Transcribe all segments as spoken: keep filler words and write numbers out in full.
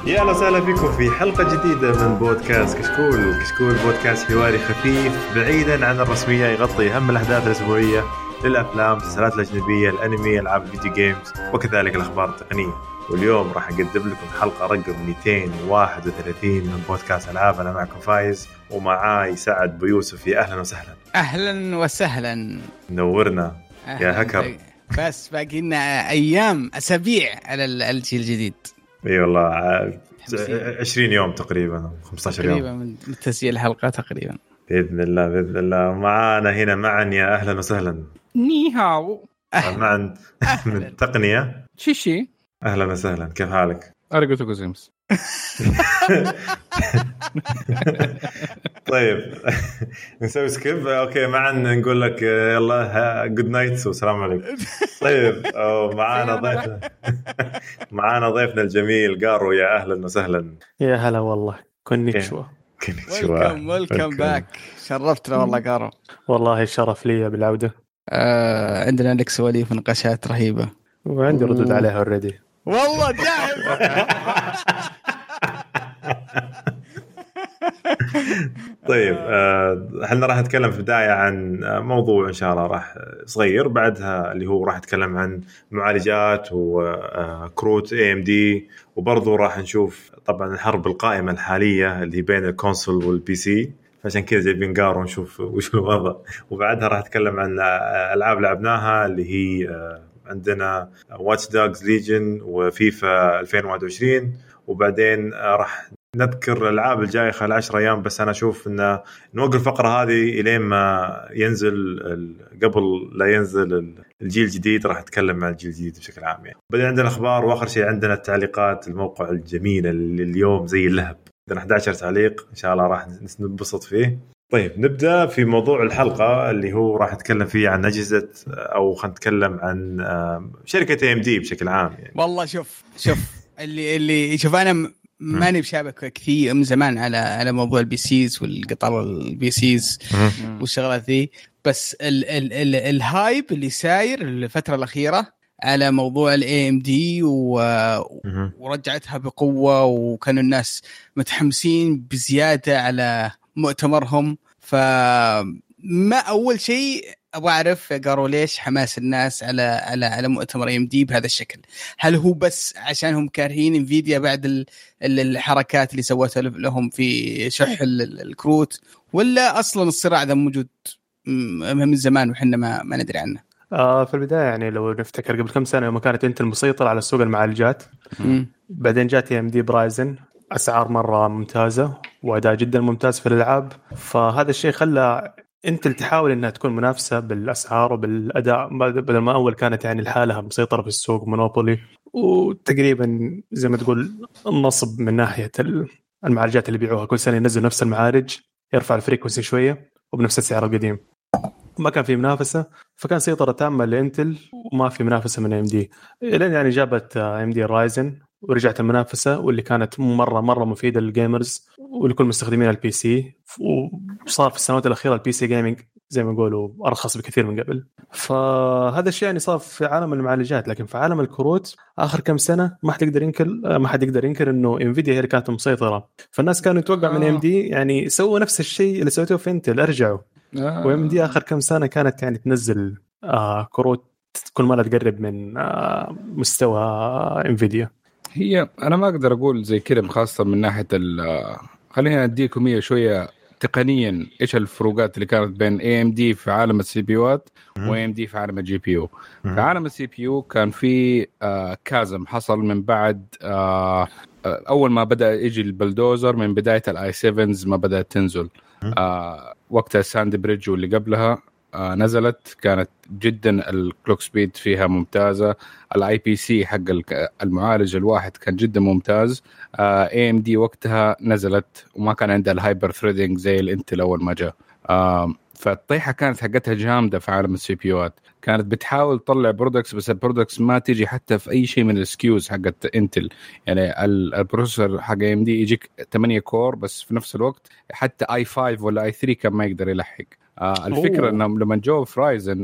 يا أهلا وسهلا فيكم في حلقة جديدة من بودكاست كشكول. كشكول بودكاست حواري خفيف بعيدا عن الرسمية، يغطي أهم الأحداث الأسبوعية للأفلام، المسلسلات الأجنبية، الأنمي، ألعاب الفيديو جيمز، وكذلك الأخبار التقنية. واليوم راح نقدم لكم حلقة رقم مئتين وواحد وثلاثين من بودكاست ألعاب. أنا معكم فايز ومعاي سعد بيوسف. يا أهلا وسهلا. أهلا وسهلا، نورنا يا هكر. بس باقي لنا أيام أسابيع على الجيل الجديد. اي والله عشرين يوم تقريبا، خمسة عشر تقريبا يوم من تسجيل الحلقة تقريبا. بإذن الله بإذن الله. معانا هنا معا يا أهلا وسهلا. نيهاو. معا من التقنية شيشي. أهلا وسهلا، كيف حالك؟ أرجوتو كوزيمس. طيب نسوي سكيب. اوكي معا نقول لك يلا جود نايت والسلام عليكم. طيب معانا ضيفنا معانا ضيفنا الجميل قارو. يا اهلا وسهلا. يا هلا والله، كونيتشوا. ويلكم ويلكم باك. شرفتنا والله قارو. والله الشرف لي بالعودة. آه عندنا لك سواليف ونقاشات رهيبة، وعندي ردود عليها اوريدي والله داعم. طيب احنا راح نتكلم في البداية عن موضوع إن شاء الله راح صغير، بعدها اللي هو راح نتكلم عن معالجات وكروت إيه إم دي، وبرضو راح نشوف طبعا الحرب القائمة الحالية اللي بين الكونسول والبي سي، عشان كذا جايبين قارو نشوف وش الوضع. وبعدها راح نتكلم عن ألعاب لعبناها اللي هي عندنا واتش دوغز ليجن وفيفا ألفين وواحد وعشرين، وبعدين راح نذكر الألعاب الجاية خلال عشر أيام. بس أنا أشوف إن نوقف الفقرة هذه إلين ما ينزل قبل لا ينزل الجيل الجديد، راح نتكلم عن الجيل الجديد بشكل عام يعني. بعدين عندنا الأخبار، وآخر شيء عندنا التعليقات، الموقع الجميل اللي اليوم زي اللهب، عندنا أحد عشر تعليق إن شاء الله راح ننبسط فيه. طيب نبدأ في موضوع الحلقة اللي هو راح نتكلم فيه عن أجهزة، أو خلينا نتكلم عن شركة إيه إم دي بشكل عام يعني. والله شوف شوف اللي اللي شوف أنا ماني بشابك كثير من زمان على على موضوع البي سيز والقطار البي سيز والشغلات ذي، بس ال ال ال الهايب اللي ساير الفترة الأخيرة على موضوع ال إيه إم دي ورجعتها بقوة، وكانوا الناس متحمسين بزيادة على مؤتمرهم. فما أول شيء أبغى أعرف قالوا ليش حماس الناس على على على مؤتمر إيه إم دي بهذا الشكل؟ هل هو بس عشانهم كارهين انفيديا بعد الحركات اللي سوتها لهم في شح الكروت، ولا أصلا الصراع ذا موجود من زمان وحنا ما ما ندري عنه؟ آه في البداية يعني لو نفتكر قبل كم سنة يوم كانت انت المسيطر على سوق المعالجات، بعدين جات إيه إم دي برايزن، أسعار مرة ممتازة وأداء جدا ممتاز في الألعاب، فهذا الشيء خلى انت تحاول انها تكون منافسه بالاسعار وبالاداء، بدل ما اول كانت يعني الحالة مسيطره في السوق مونوبولي، وتقريبا زي ما تقول النصب من ناحيه المعالجات اللي يبيعوها كل سنه، ينزل نفس المعالج، يرفع الفريكونسي شويه وبنفس السعر القديم، ما كان في منافسه، فكان سيطره تامه لانتل وما في منافسه من إيه إم دي. لين يعني جابت إيه إم دي رايزن ورجعت المنافسة، واللي كانت مرة مرة مفيدة للجيمرز ولكل مستخدمين البي سي، وصار في السنوات الأخيرة البي سي جيمينج زي ما يقولوا أرخص بكثير من قبل. فهذا الشيء يعني صار في عالم المعالجات، لكن في عالم الكروت آخر كم سنة ما حد يقدر ينكر ما حد يقدر ينكر إنه إنفيديا هي اللي كانت مسيطرة، فالناس كانوا يتوقع من إيه إم دي يعني سووا نفس الشيء اللي سويته في انتل، ارجعوا. آه. وإيه إم دي آخر كم سنة كانت يعني تنزل آه كروت كل ما لا تقرب من آه مستوى إنفيديا. هي أنا ما أقدر أقول زي كده، خاصة من ناحية ال خلينا نديكم هي شوية تقنيا إيش الفروقات اللي كانت بين إيه إم دي في عالم السي بي يوات و إيه إم دي في عالم الجي بي يو. في عالم السي بي يو كان في آه كازم حصل من بعد آه أول ما بدأ يجي البلدوزر، من بداية الآي سفنز ما بدأت تنزل آه وقتها الساند بريدج واللي قبلها آه نزلت، كانت جدا الكلوك سبيد فيها ممتازة، الاي بي سي حق المعالج الواحد كان جدا ممتاز. إيه إم دي وقتها نزلت وما كان عندها الهايبر ثريدنج زي الانتل اول ما جاء، آه فالطيحة كانت حقتها جامدة في عالم السي بي يوات، كانت بتحاول تطلع برودكتس بس البرودكتس ما تيجي حتى في أي شيء من السكيوز حقت انتل. يعني البروسيسور حق إيه إم دي يجيك ثمانية كور بس في نفس الوقت حتى آي فايف ولا آي ثري كان ما يقدر يلحق. آه الفكرة أنهم لما جو في رايزن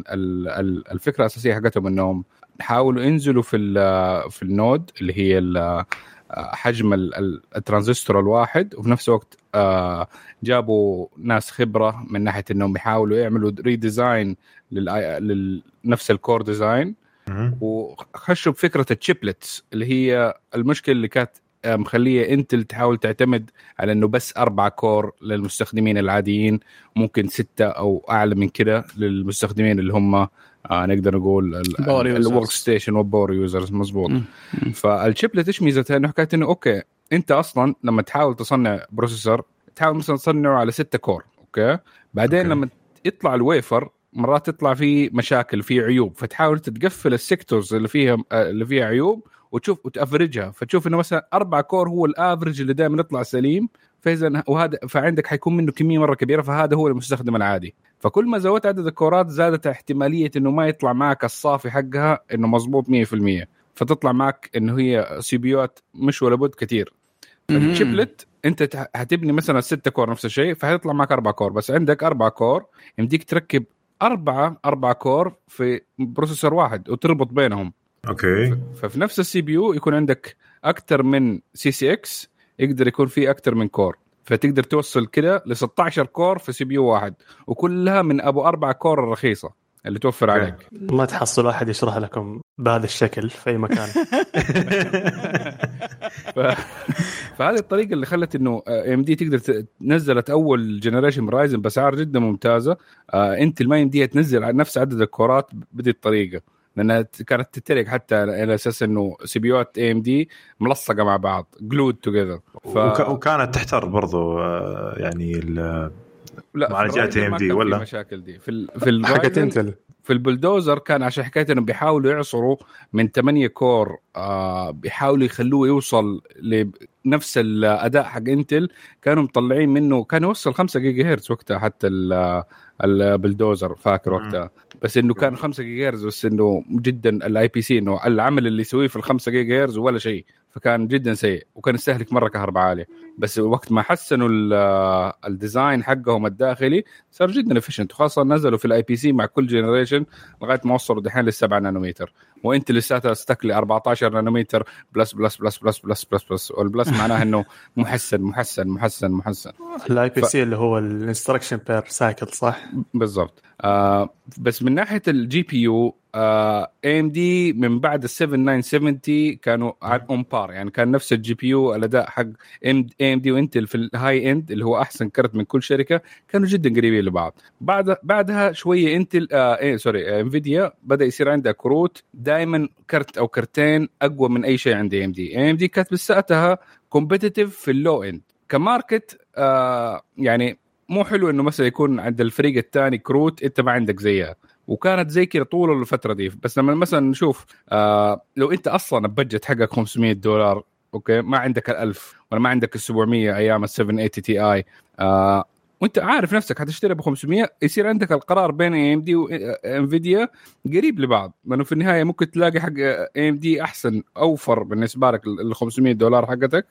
الفكرة الأساسية حقتهم أنهم حاولوا ينزلوا في في النود اللي هي حجم الترانزستور الواحد، وفي نفس الوقت جابوا ناس خبرة من ناحية انهم يحاولوا يعملوا ريديزاين لنفس الكور ديزاين، وخشوا بفكرة الشيبلتس اللي هي المشكلة اللي كانت مخليه انتل تحاول تعتمد على انه بس أربعة كور للمستخدمين العاديين، ممكن ستة او اعلى من كده للمستخدمين اللي هم آه نقدر نقول الورك ستيشن والباور يوزرز. مزبوط. فالشيبلت ايش ميزتها؟ انه حكايه انه اوكي انت اصلا لما تحاول تصنع بروسيسور تحاول مثلا تصنعه على ستة كور، اوكي بعدين أوكي. لما يطلع الويفر مرات تطلع فيه مشاكل فيه عيوب، فتحاول تتقفل السيكتورز اللي فيها اللي فيها عيوب وتشوف وتأفرجها، فتشوف انه مثلا أربعة كور هو الافرج اللي دائما يطلع سليم، فاذا وهذا فعندك حيكون منه كميه مره كبيره، فهذا هو المستخدم العادي. فكل ما زودت عدد الكورات زادت احتماليه انه ما يطلع معك الصافي حقها انه مزبوط مية بالمية، فتطلع معك انه هي سي بي يوات مش ولا بد كتير. الشيبلت انت هتبني مثلا ستة كور نفس الشيء، فهيطلع معك أربعة كور، بس عندك أربعة كور يمديك تركب أربعة أربعة كور في بروسيسور واحد وتربط بينهم. اوكي. ففي نفس السي بي يو يكون عندك اكثر من سي سي اكس، يقدر يكون فيه اكثر من كور، فتقدر توصل كده ل ستة عشر كور في سي بي يو واحد، وكلها من ابو أربعة كور الرخيصه اللي توفر okay. عليك. ما تحصل واحد يشرح لكم بهذا الشكل في اي مكان. ف... فهذه الطريقه اللي خلت انه ام دي تقدر نزلت اول جنريشن رايزن باسعار جدا ممتازه. انت ما يمديها تنزل على نفس عدد الكورات بهذه الطريقه، لأنها كانت تترك حتى على أساس إنه سي بي يوات إيه إم دي ملصقة مع بعض glued together. ف... وكانت تحتر برضو يعني معالجات إيه إم دي ولا مشاكل دي في ال... في الرايزن في البلدوزر كان عشان حكاية إنه بيحاولوا يعصروا من ثمانية كور، آه بيحاولوا يخلوه يوصل لنفس الأداء حق انتل، كانوا مطلعين منه كان يوصل خمسة جيجا هرتز وقتها حتى البلدوزر فاكر وقتها، بس انه كان خمسة جيجا هرتز، بس انه جدا الاي بي سي انه العمل اللي يسويه في الخمسة جيجا هرتز ولا شيء، فكان جدا سيء وكان يستهلك مره كهرباء عاليه. بس وقت ما حسنوا الديزاين حقهم الداخلي صار جدا افيشنت، وخاصه نزلوا في الاي بي سي مع كل جنريشن لغايه ما وصلوا دحين للسبعة نانومتر، وانت لساتها استكلي أربعة عشر نانومتر بلس بلس بلس بلس بلس بلس بلس والبلس معناه انه محسن محسن محسن محسن. الاي بي سي اللي هو الانستراكشن بير سايكل صح بالضبط. آه بس من ناحيه الجي بي يو آه إيه إم دي من بعد ال سبعة تسعة سبعين كانوا اون بار، يعني كان نفس الجي بي يو الاداء حق إيه إم دي وانتل في الهاي اند اللي هو احسن كرت من كل شركه، كانوا جدا قريبين لبعض. بعد بعدها شويه انتل آه ايه سوري آه انفيديا بدا يصير عندها كروت دائما كرت او كرتين اقوى من اي شيء عند إيه إم دي. إيه إم دي كانت بساعتها كومبيتيتيف في اللو اند كماركت، آه يعني مو حلو انه مثلا يكون عند الفريق الثاني كروت انت ما عندك زيها، وكانت زي كده طول الفتره دي. بس لما مثلا نشوف آه لو انت اصلا البجت حقك خمسمية دولار اوكي، ما عندك الألف ولا ما عندك السبعمية ايام السبعة ثمانين تي اي، آه وانت عارف نفسك هتشتري ب خمسمية، يصير عندك القرار بين اي ام دي وانفيديا قريب لبعض، لانه في النهايه ممكن تلاقي حق اي ام دي احسن اوفر بالنسبه لك ال خمسمية دولار حقتك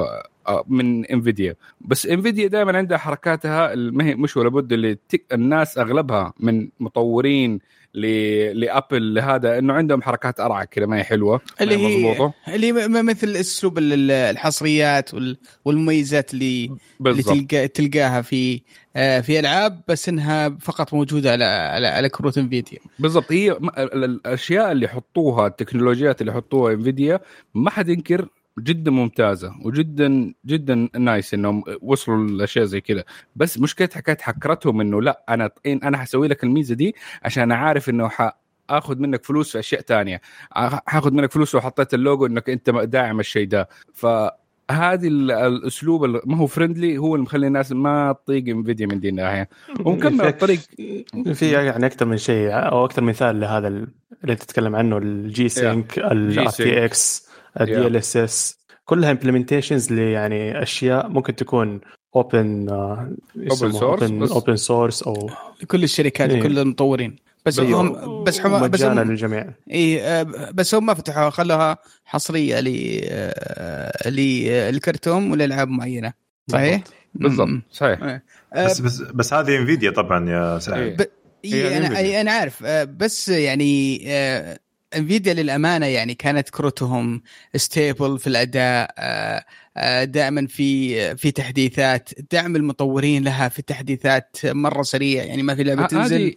من انفيديا. بس انفيديا دائما عندها حركاتها مش ولا بد اللي الناس اغلبها من مطورين لابل لهذا انه عندهم حركات ارعى كده ما هي حلوه اللي هي اللي مثل اسلوب الحصريات والمميزات اللي اللي تلقى تلقاها في في العاب بس انها فقط موجوده على على, على كروت انفيديا. بالضبط. هي الاشياء اللي يحطوها التكنولوجيات اللي يحطوها انفيديا ما حد ينكر جدا ممتازه وجدا جدا نايس انهم وصلوا لاشياء زي كده، بس مشكله حكايه حكرتهم انه لا انا انا هسوي لك الميزه دي عشان عارف انه ح اخذ منك فلوس في اشياء تانية، هاخذ منك فلوس لو حطيت اللوجو انك انت داعم الشيء ده. فهذه الاسلوب ما هو فريندلي هو اللي مخلي الناس ما تطيق انفيديا من دي الناحيه. ومكمل الطريق في يعني اكثر من شيء او اكثر مثال لهذا اللي تتكلم عنه، الجي سينك الار تي اكس الدي ال اس اس كلها امبلمنتيشنز اللي يعني اشياء ممكن تكون اوبن اوبن سورس اوبن سورس او لكل الشركات إيه. كل المطورين بس هم بس هم بس هم للجميع اي بس هم ما فتحوها خلوها حصريه ل للكرتون والالعاب معينه. صحيح بالضبط صحيح. بس بس بس هذه انفيديا طبعا يا سعيد. إيه. إيه انا انا عارف بس يعني انفيديا للامانه يعني كانت كروتهم ستيبل في الاداء، دائما في في تحديثات، دعم المطورين لها في تحديثات مره سريع، يعني ما في لعبه تنزل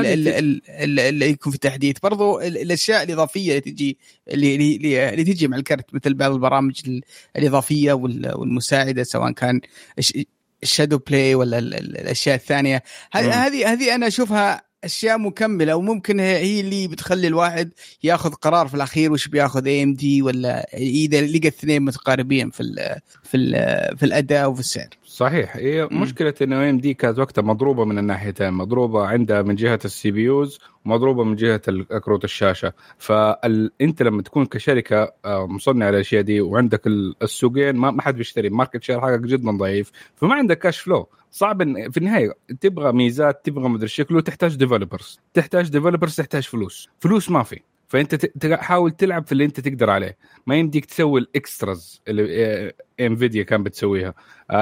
اللي يكون في تحديث. برضو الاشياء الاضافيه اللي تجي اللي اللي, اللي تجي مع الكرت، مثل بعض البرامج الاضافيه والمساعده، سواء كان الشادو بلاي ولا الاشياء الثانيه. هذه هذه انا اشوفها اشياء مكمله، وممكن هي اللي بتخلي الواحد ياخذ قرار في الاخير وش بياخذ اي ام دي، ولا اذا لقى اثنين متقاربين في ال في ال في الاداء وفي السعر. صحيح. هي مشكله انه اي ام دي كانت وقتها مضروبه من الناحيتين، مضروبه عندها من جهه السي بي يوز ومضروبه من جهه كروت الشاشه. فانت لما تكون كشركه مصنع الاشياء دي وعندك السوقين، ما حد بيشتري، ماركت شير حقك جدا ضعيف، فما عندك كاش فلو، صعب في النهايه تبغى ميزات، تبغى مدري شكله، تحتاج ديفلوبرز تحتاج ديفلوبرز تحتاج فلوس فلوس ما في. فانت تحاول تلعب في اللي انت تقدر عليه، ما يمديك تسوي الاكستراز اللي انفيديا كان بتسويها.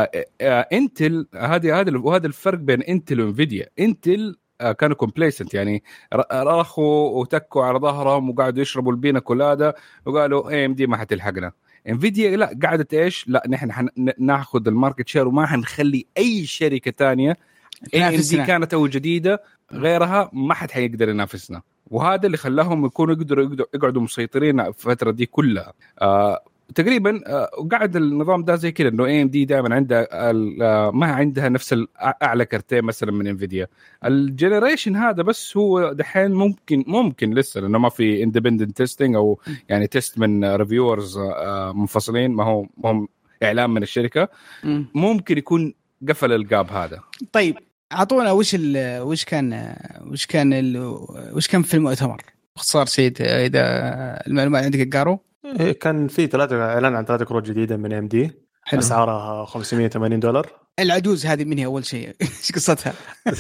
انتل هذه هذا وهذا الفرق بين انتل وانفيديا. انتل كانوا كومبليسنت، يعني رخوا وتكوا على ظهرهم وقعدوا يشربوا البينا كولادا وقالوا اي ام دي ما حتلحقنا. انفيديا لا، قعدت ايش، لا نحن ناخذ الماركت شير وما حنخلي اي شركه تانية. اي ام دي كانت او جديده غيرها ما حد حيقدر ينافسنا، وهذا اللي خلاهم يكونوا يقدروا يقعدوا مسيطرين في الفتره دي كلها. آه تقريبا آه وقعد النظام ده زي كده، انه اي ام دي دائما عندها آه ما عندها نفس الاعلى كرتين مثلا من انفيديا. الجنريشن هذا بس هو دحين ممكن ممكن لسه، لانه ما في اندبندنت تيستينج او يعني تيست من ريفيورز آه منفصلين، ما هو هم اعلان من الشركه، ممكن يكون قفل الجاب هذا. طيب اعطونا وش وش كان وش كان وش كان في المؤتمر باختصار سيد، اذا المعلومات عندك قارو. كان في ثلاثه اعلان عن ثلاثه كروت جديده من ام دي، اسعارها خمسمية وثمانين دولار. العجوز هذه من هي اول شيء؟ ايش قصتها؟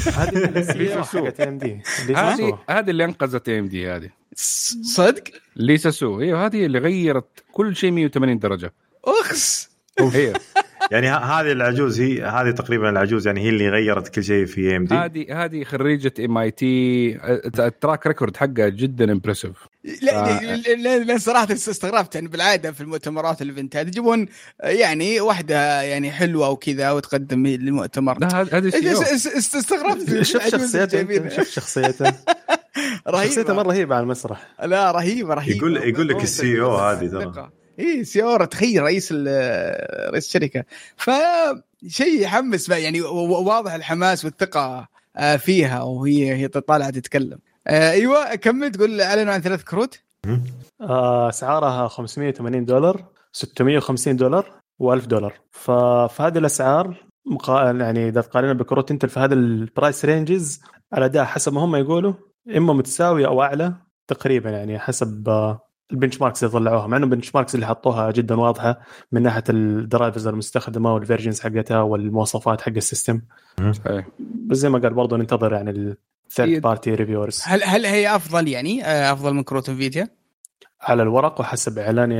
هذه حقت ام دي، هذه هذه اللي انقذت ام دي، هذه صدق ليسا سو. ايوه هذه اللي غيرت كل شيء مية وثمانين درجه. اخس هي يعني هذه العجوز، هي هذه تقريبا العجوز، يعني هي اللي غيرت كل شيء في ام دي. هذه هذه خريجه ام اي تي، التراك ريكورد حقها جدا امبرسيف. لا ف... لا صراحه استغربت، يعني بالعاده في المؤتمرات الايفنتات يجيبون يعني واحده يعني حلوه وكذا وتقدم للمؤتمر. لا هذه استغربت. شوف شخصيته شوف شخصيته رهيبه، شخصيته مره رهيبه على المسرح. لا رهيبه رهيبه. يقول يقول لك السي او هذه ترى ايه سيارة، تخيل رئيس رئيس الشركة، فشيء يحمس بقى، يعني واضح الحماس والثقة فيها وهي هي طالعة تتكلم. ايوه كمل، تقول اعلنوا عن ثلاث كروت اسعارها خمسمية وثمانين دولار، ستمية وخمسين دولار وألف دولار. فهذه الاسعار يعني اذا تقارنها بكروت انتل، فهذا البرايس رينجز على ده حسب ما هم يقولوا اما متساوية او اعلى تقريبا، يعني حسب البنش ماركس اللي طلعوها، مع انه البنش ماركس اللي حطوها جدا واضحه من ناحيه الدرايفرز المستخدمه والفيرجنز حقتها والمواصفات حق السيستم. صحيح. بس زي ما قال برضه ننتظر يعني الثيرد بارتي ريفيورز. هل هل هي افضل، يعني افضل من كروت انفيديا على الورق وحسب اعلان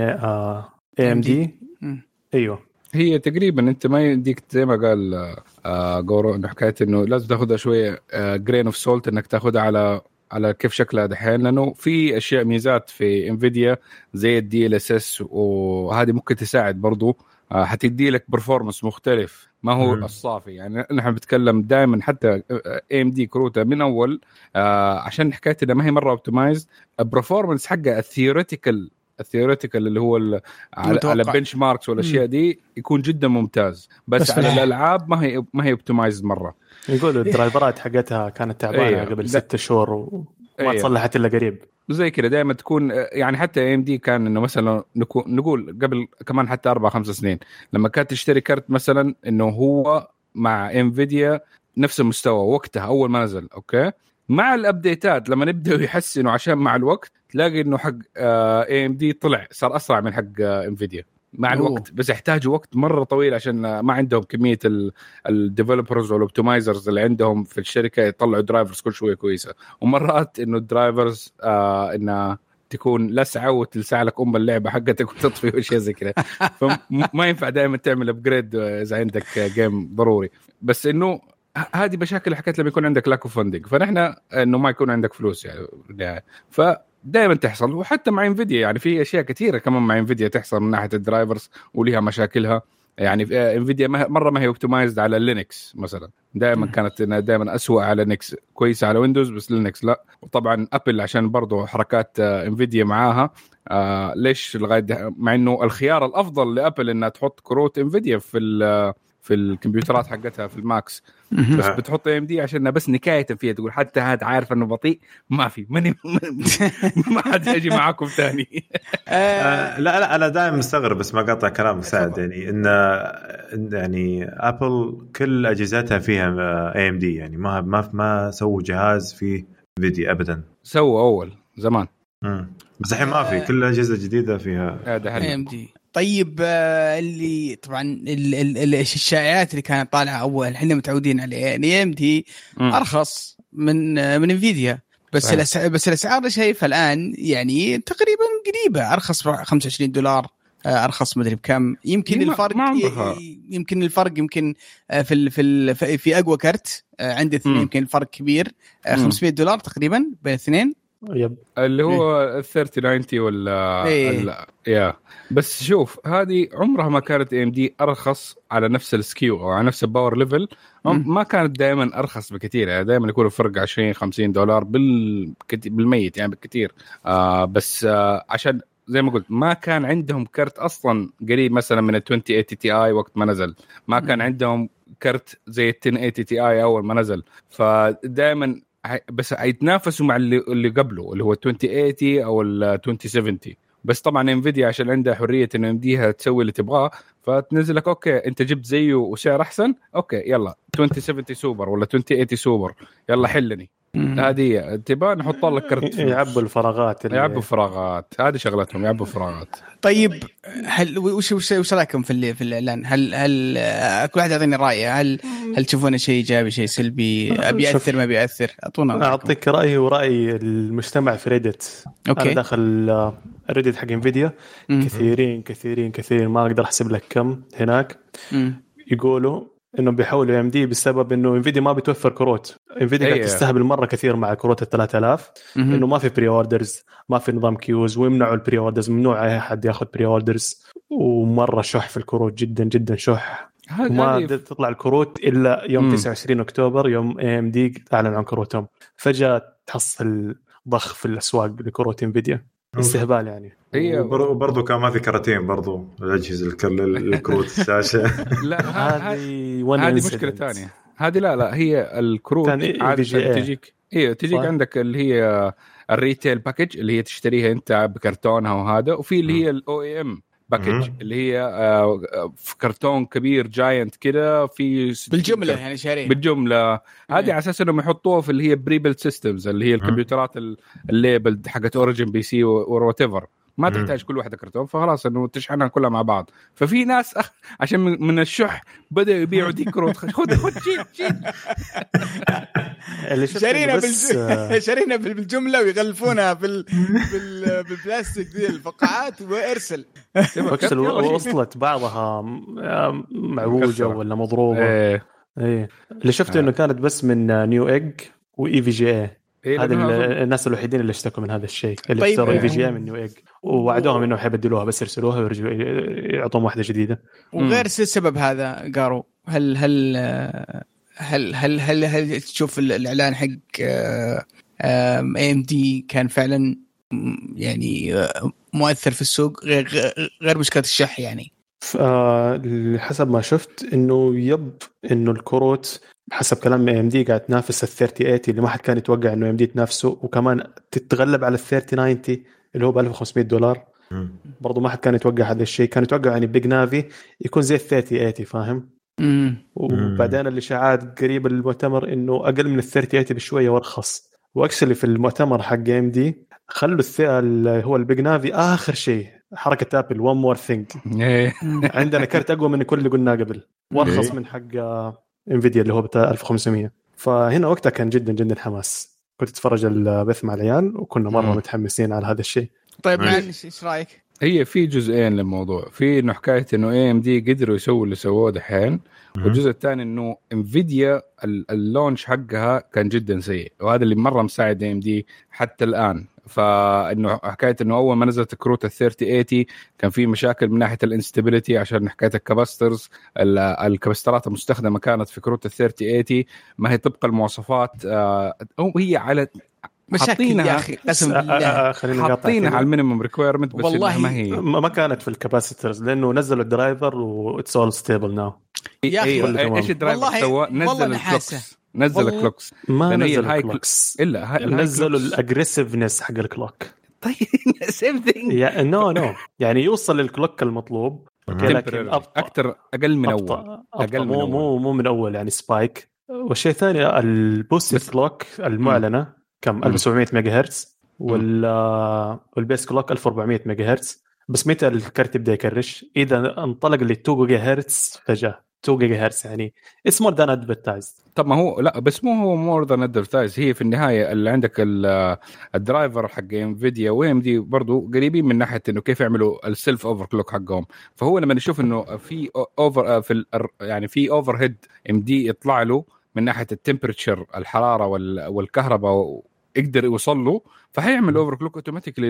اي ام دي؟ ايوه هي تقريبا انت ما يديك زي ما قال آه جورو انه حكايه انه لازم تاخذها شويه جرين اوف سولت، انك تاخذها على على كيف شكلها دحين، لانه في اشياء ميزات في انفيديا زي الدي ال اس اس، وهذه ممكن تساعد برضو، حتدي لك برفورمانس مختلف ما هو م. الصافي. يعني نحن بنتكلم دائما حتى اي ام دي كروتا من اول آه عشان حكايه انها ما هي مره اوبتمايز، البرفورمانس حقها الثيوريتيكال الثيوريتيكال اللي هو على, على بنش ماركس والاشياء دي يكون جدا ممتاز، بس, بس على الالعاب ما هي ما هي اوبتمايز مره. يقولوا الدرايفرات حقتها كانت تعبانه أيه. قبل ستة شهور وما أيه. تصلحت الا قريب زي كده. دائما تكون يعني حتى اي ام دي كان انه مثلا نقول قبل كمان حتى أربع خمس سنين لما كانت تشتري كارت مثلا انه هو مع انفيديا نفس المستوى وقتها اول ما نزل، اوكي مع الابديتات لما نبداوا يحسنوا عشان مع الوقت تلاقي انه حق اي ام دي طلع صار اسرع من حق انفيديا مع أوه. الوقت، بس يحتاجوا وقت مرة طويل عشان ما عندهم كمية الديفلوبرز والأوبتمايزرز اللي عندهم في الشركة يطلعوا درايفرز كل شوية كويسة. ومرات إنه الدرايفرز آه إنها تكون لسعة وتلسع لك أم اللعبة حقتك وتطفي وشيء زي كده، فما ينفع دائما تعمل أبجريد إذا عندك جيم ضروري. بس إنه هذه مشاكل حكيت لما يكون عندك لاك اوف فاندنج، فنحن إنه ما يكون عندك فلوس يعني. ف دائما تحصل، وحتى مع انفيديا يعني في اشياء كثيره كمان مع انفيديا تحصل من ناحيه الدرايفرز وليها مشاكلها. يعني انفيديا مره ما هي اوبتمايزد على لينكس مثلا، دائما كانت دائما اسوء على لينكس، كويسه على ويندوز بس لينكس لا. وطبعا ابل عشان برضو حركات انفيديا معاها آه ليش لغايه مع انه الخيار الافضل لابل انها تحط كروت انفيديا في في الكمبيوترات حقتها في الماكس، بس بتحط ام دي عشان بس نكايه فيها، تقول حتى هاد عارف انه بطيء ما في ماني ما حد يجي معاكم ثاني. آه لا لا انا دائما مستغرب بس ما قاطع كلام سعد، يعني ان يعني ابل كل اجهزتها فيها اي ام دي، يعني ما ما ما سووا جهاز فيه فيديو ابدا. سووا اول زمان امم بس الحين ما في، كل الاجهزه الجديده فيها اي ام دي. طيب اللي طبعا ال ال ال الشائعات اللي كانت طالعه اول احنا متعودين عليه، يعني ام دي ارخص من من انفيديا، بس الاسعار بس الاسعار اللي شايفها الان يعني تقريبا قريبه، ارخص خمسة وعشرين دولار، ارخص مدري بكم. يمكن الفرق يمكن الفرق يمكن في ال في ال في اقوى كرت عند اثنين يمكن الفرق كبير، خمسمية دولار تقريبا بين اثنين، يب اللي هو ال ثلاثين تسعين ولا إيه. يا بس شوف هذه عمرها ما كانت اي ام دي ارخص على نفس السكيو او على نفس الباور ليفل، ما كانت دائما ارخص بكثير، يعني دائما يكون الفرق عشرين خمسين دولار بال بالميت يعني بكثير. آه بس آه عشان زي ما قلت ما كان عندهم كرت اصلا قريب مثلا من ال عشرين ثمانين تي اي وقت ما نزل، ما كان عندهم كرت زي ال عشرة ثمانين تي اي اول ما نزل، فدائما بس يتنافسوا مع اللي اللي قبله اللي هو عشرين ثمانين او ال عشرين سبعين. بس طبعا انفيديا عشان عندها حريه ان يمديها تسوي اللي تبغاه، فتنزل لك اوكي انت جبت زيه وسعر احسن، اوكي يلا عشرين سبعين سوبر ولا عشرين ثمانين سوبر يلا حلني. هذه تبغى نحط لك كرت يعبوا الفراغات اللي... يعبوا فراغات، هذه شغلتهم يعبوا فراغات. طيب هل وش وش وش رايكم في في الاعلان؟ هل هل كل واحد يعطيني رايه، هل هل تشوفونه شيء ايجابي شيء سلبي، بيأثر ما بيأثر؟ اعطونا. اعطيك رايي وراي المجتمع في ريدت. أوكي. انا داخل ريدت حق انفيديا، كثيرين كثيرين كثيرين ما اقدر احسب لك كم هناك مم. يقولوا انه بيحولوا ام دي بسبب انه انفيديا ما بتوفر كروت. انفيديا قاعد تستهبل مره كثير مع كروت الثلاثة آلاف، انه ما في بري اوردرز، ما في نظام كيوز، ويمنعوا البري اوردرز، ممنوع اي احد ياخذ بري اوردرز، ومره شح في الكروت جدا جدا شح. وما تطلع الكروت الا يوم مم. تسعة وعشرين أكتوبر يوم اي ام دي اعلن عن كروتهم، فجاه تحصل ضخ في الاسواق لكروت انفيديا، استهبال يعني. هي برضو كان ما في كرتين برضو الاجهزه الكل الكروت الشاشه. لا هذه هذه مشكله ثانيه. هذه لا لا هي الكروت عاده تجيك ايوه تجيك صح. عندك اللي هي الريتيل باكج اللي هي تشتريها انت بكرتونها وهذا، وفي اللي هي الاو اي ام باكج اللي هي في كرتون كبير جاينت كده في بالجمله يعني شارين بالجمله. هذه على اساس انهم يحطوها في اللي هي بريبل سيستمز اللي هي الكمبيوترات الليبل حقت اوريجين بي سي وات ايفر، ما تحتاج كل واحدة كرتون، فخلاص انه تشحنها كلها مع بعض. ففي ناس أخ... عشان من الشح بدأوا يبيعوا دي كروت، خذ خذ شيل شيل اللي شارينا بال... شارينا بالجمله ويغلفونها بال... بال... بالبلاستيك دي الفقاعات وارسل اكسل وصلت بعضها معوجه ولا مضروبه. ايه ايه اللي شفته انه كانت بس من نيو ايج واي في جي اي، هذا الناس الوحيدين اللي اشتكوا من هذا الشيء، اللي طيب اشتروا اي في جي من نيو ايج ووعدوهم انه حيبدلوها بس يرسلوها ويرجعوا يعطوهم واحده جديده. وغير السبب هذا قارو، هل هل هل هل هل, هل تشوف الاعلان حق اي ام دي كان فعلا يعني مؤثر في السوق غير غير مشكله الشح يعني؟ حسب ما شفت انه يب انه الكروت حسب كلام اي ام دي قاعد تنافس ال ثلاثين ثمانين اللي ما حد كان يتوقع انه اي ام دي تنافسه، وكمان تتغلب على ال ثلاثين تسعين اللي هو ب ألف وخمسمية دولار. برضو ما حد كان يتوقع هذا الشيء، كان يتوقع يعني بيج نافي يكون زي ال ثلاثين ثمانين فاهم. وبعدين الاشاعات قريبه للمؤتمر انه اقل من ال ثلاثين ثمانين بشويه وارخص، واكشلي في المؤتمر حق اي ام دي خلوا الثقل هو البيج نافي اخر شيء، حركه ابل وان مور ثينج. عندنا كرت اقوى من كل اللي قلناه قبل وارخص من حق انفيديا اللي هو بتاع ألف وخمسمية. فهنا وقتها كان جدا جدا حماس، كنت اتفرج البث مع العيال وكنا مره متحمسين على هذا الشيء. طيب معلش ايش رايك؟ هي في جزئين للموضوع، في انه حكايه انه اي ام دي قدروا يسووا اللي سووه دحين، والجزء الثاني انه انفيديا اللونش حقها كان جدا سيء، وهذا اللي مره مساعد اي ام دي حتى الان فانه حكايه انه اول ما نزلت كروت ال ثلاثين ثمانين كان في مشاكل من ناحيه الانستابيليتي عشان حكايه الكاباسترز الكاباسترات المستخدمه كانت في كروت ال ثلاثين ثمانين ما هي طبق المواصفات او هي على مشاكل يا اخي قسم بالله حاطينها على المينيمم ريكويرمنت بس والله ما هي ما كانت في الكاباسيترز لانه نزلوا الدرايفر واتس اول ستيبل ناو. يا اخي ايش الدرايفر سوى؟ نزل الكلوكس نزل الكلوكس ما نزل الكلوكس الا نزلوا الاجريسيفنس حق الكلوك. طيب سيم ثينج يا نو نو يعني يوصل للكلوك المطلوب لكن اكثر اقل من اول اقل مو مو مو من اول يعني سبايك. والشيء الثاني البوست كلوك المعلنه كم ألف وسبعمية ميجا هرتز وال والبيس كلوك ألف وأربعمية ميجا هرتز. بس متى الكارت يبدا يكرش؟ اذا انطلق ل اثنين جيجا هرتز فجاه اثنين جيجا هرتز يعني اسمه دان ادفرتايز. طب ما هو لا بس مو هو مور ذان ادفرتايز. هي في النهايه اللي عندك الدرايفر حق انفيديا وام دي برضو قريبين من ناحيه انه كيف يعملوا السيلف اوفر كلوك حقهم. فهو لما نشوف انه في اوفر في يعني في اوفر هيد ام دي يطلع له من ناحيه التمبرتشر الحراره والكهرباء يقدر يوصل له فهيعمل اوفر كلوك اوتوماتيكلي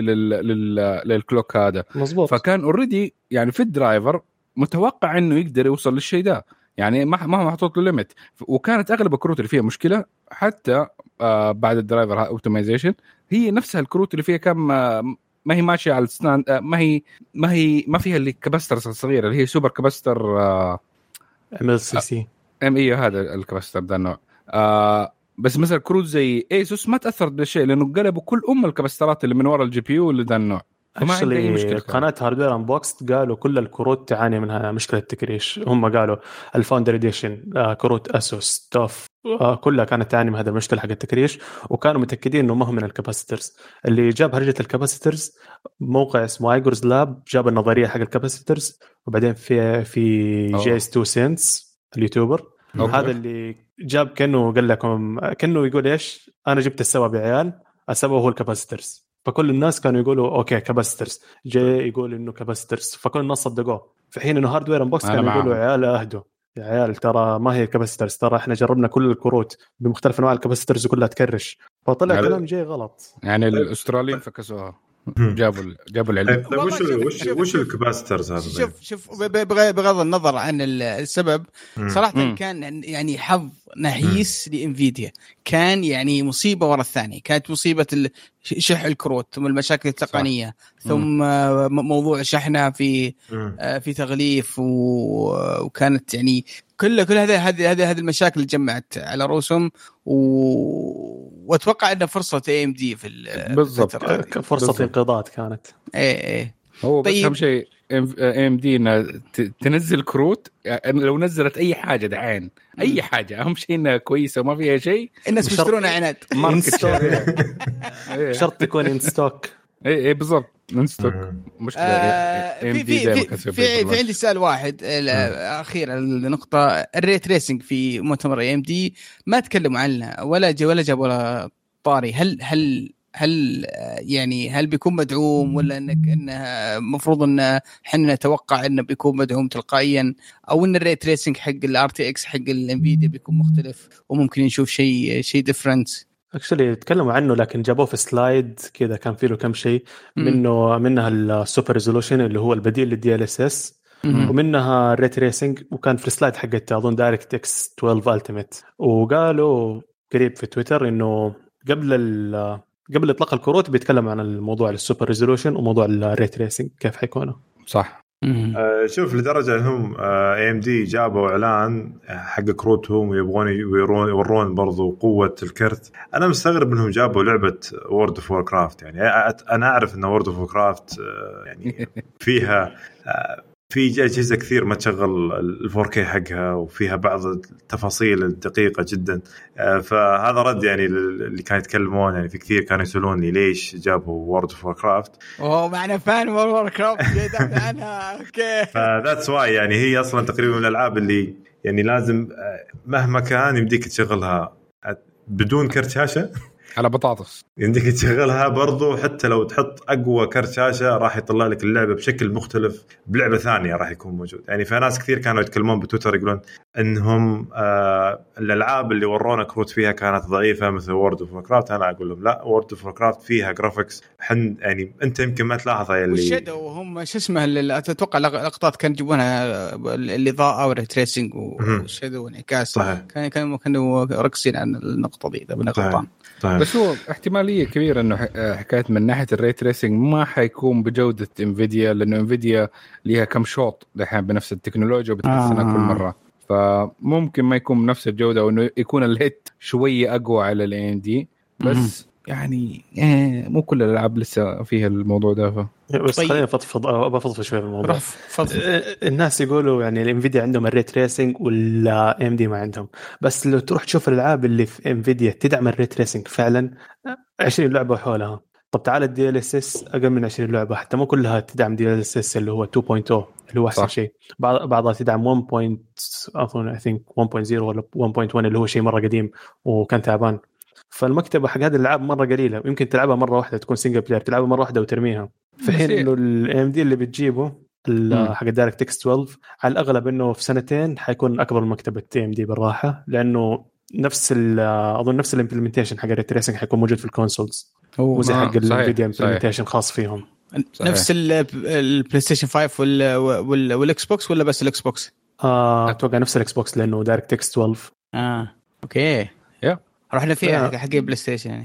للكلوك هذا مزبوط. فكان اوريدي يعني في الدرايفر متوقع انه يقدر يوصل للشيء ده يعني ما ما محطوط له ليميت. وكانت اغلب الكروت اللي فيها مشكله حتى آه بعد الدرايفر اوبتمايزيشن هي نفسها الكروت اللي فيها كم آه ما هي ماشيه على الستاند آه ما هي ما هي ما فيها اللي كاباستر صغيره اللي هي سوبر كاباستر آه ام ال سي سي ام اي هذا الكاباستر ده النوع. آه بس مثلا كروت زي ايسوس ما تاثرت بالشيء لانه قلبوا كل ام الكاباسترات اللي من وراء الجي بي يو اللي ده النوع. فما عندي اي مشكله. قناه هاردوير انبوكس قالوا كل الكروت تعاني منها مشكله تكريش. هم قالوا الفاوندر اديشن آه كروت اسوس توف آه كلها كانت تعاني من هذا المشكله حق التكريش وكانوا متاكدين انه ما هو من الكاباسيترز. اللي جاب هرجه الكاباسيترز موقع اسمه ايجورز لاب جاب النظريه حق الكاباسيترز وبعدين في في جي اس تو سنس اليوتيوبر أوكي. هذا اللي جاب كانه قال لكم كانه يقول ايش انا جبت السبب يا عيال السبب هو الكاباسيترز. فكل الناس كانوا يقولوا اوكي كاباسيترز جاي يقول انه كاباسيترز فكل الناس صدقوه في حين انه هاردوير انبوكس كانوا يقولوا يا عيال اهدوا يا عيال ترى ما هي كاباسيترز ترى احنا جربنا كل الكروت بمختلف انواع الكاباسيترز وكلها تكرش. فطلع يعني كلام جاي غلط يعني الاستراليين فكسوها جابوا جابوا العلم. طيب وش وش وش الكاباسيترز هذا؟ شوف شوف بغض النظر عن السبب صراحه كان يعني حظ نحيس لانفيديا. كان يعني مصيبه ورا الثانيه. كانت مصيبه شح الكروت ثم المشاكل التقنيه صح. ثم موضوع شحنها في في تغليف وكانت يعني كل كل هذه هذه هذه هذه المشاكل اللي جمعت على رؤوسهم و... واتوقع انها فرصه اي ام دي في بالضبط فرصه انقاذات كانت. ايه ايه هو بس طيب. اهم شيء اي ام دي انها تنزل كروت يعني لو نزلت اي حاجه دعين اي حاجه اهم شيء انها كويسه وما فيها شيء الناس بيشترونها عناد شرط تكون ان ستوك. اي اي بالضبط ان ستوك مشكله. آه في في في, في, في عندي سؤال واحد اخير النقطه الري تريسنج في مؤتمر اي ام دي ما تكلموا عنها ولا جا ولا جاب ولا طاري. هل هل هل يعني هل بيكون مدعوم ولا انك انها مفروض ان احنا نتوقع انه بيكون مدعوم تلقائيا او ان الري تريسنج حق الار تي اكس حق الانفيديا بيكون مختلف وممكن نشوف شيء شيء ديفرنت؟ اكشلي تكلموا عنه لكن جابوه في سلايد كذا كان فيه له كم شيء منه منها السوبر ريزولوشن اللي هو البديل للدي ال اس اس ومنها الري تريسنج وكان في السلايد حقت اظن دايركت اكس اثنا عشر التيميت. وقالوا قريب في تويتر انه قبل ال قبل اطلاق الكروت بيتكلم عن الموضوع السوبر ريزولوشن وموضوع الري تريسنج كيف حيكونه. صح. آه شوف لدرجه انهم اي ام دي جابوا اعلان حق كروتهم ويبغون يورون يورون برضو قوه الكرت. انا مستغرب انهم جابوا لعبه وورد اوف ووركرافت. يعني انا اعرف ان وورد اوف ووركرافت يعني فيها آه في أجهزة كثير ما تشغل ال فور كي حقها وفيها بعض التفاصيل الدقيقة جدا. فهذا رد يعني اللي كانوا يتكلمون يعني في كثير كانوا يسألون لي ليش جابوا وورد اوف ووركرافت. اوه معنا فان وورد اوف ووركرافت جدا عنها اوكي. فذاتس واي يعني هي اصلا تقريبا من الالعاب اللي يعني لازم مهما كان يمديك تشغلها بدون كرت شاشة على بطاطس يمديك تشغلها برضو، حتى لو تحط اقوى كرت شاشه راح يطلع لك اللعبه بشكل مختلف بلعبه ثانيه راح يكون موجود. يعني في ناس كثير كانوا يتكلمون بتويتر يقولون انهم آه الالعاب اللي ورونا كروت فيها كانت ضعيفه مثل وورد اوف ووركرافت. انا اقول لهم لا، وورد اوف ووركرافت فيها جرافيكس حن يعني انت يمكن ما تلاحظها. اللي والشادو هم شو اسمه اللي اتوقع لقطات كانوا يجيبونها الاضاءه والتريسنج والشادو وانعكاس، كان كانوا كانوا ركزين عن النقطه دي اذا غلطان. بس هو احتماليه كبيره انه حكايه من ناحيه الري تريسنج ما حيكون بجوده انفيديا، لانه انفيديا ليها كم شوط دحين بنفس التكنولوجيا وبتحسنها آه. كل مره، فممكن ما يكون بنفس الجوده وانه يكون الهيت شويه اقوى على الاي ام دي. بس يعني إيه مو كل الالعاب لسه فيها الموضوع ده. ف... بس طيب. خلينا نفضفض بفضفض شويه في الموضوع. فضفض. الناس يقولوا يعني الانفيديا عندهم الري تريسنج ولا ام دي ما عندهم، بس لو تروح تشوف الالعاب اللي في انفيديا تدعم الري تريسنج فعلا عشرين لعبه حولها. طب تعال الدي ال اس اس اقل من عشرين لعبه، حتى مو كلها تدعم دي ال اس اس اللي هو تو بوينت او اللي هو احسن شيء، بعضها تدعم واحد اظن اي ثينك واحد فاصلة صفر ولا واحد فاصلة واحد اللي هو شيء مره قديم وكان تعبان. فالمكتبه حق هذه الالعاب مره قليله، ويمكن تلعبها مره واحده تكون سنجل بلاير، تلعبها مره واحده وترميها. في حين انه الام دي اللي بتجيبه حق دايركت اكس اثنا عشر على الاغلب انه في سنتين حيكون اكبر مكتبه ام دي بالراحه، لانه نفس اظن نفس الامبلمنتيشن حق الريتريسنج حيكون موجود في الكونسولز وزي حق الفيديو امبلمنتيشن خاص فيهم. صحيح. نفس البلاي ستيشن خمسة وال والاكس بوكس ولا بس الاكس بوكس؟ اه اتوقع نفس الاكس بوكس لانه دايركت اكس اثنا عشر. اه اوكي يا رحنا فيها حق بلاي ستيشن يعني.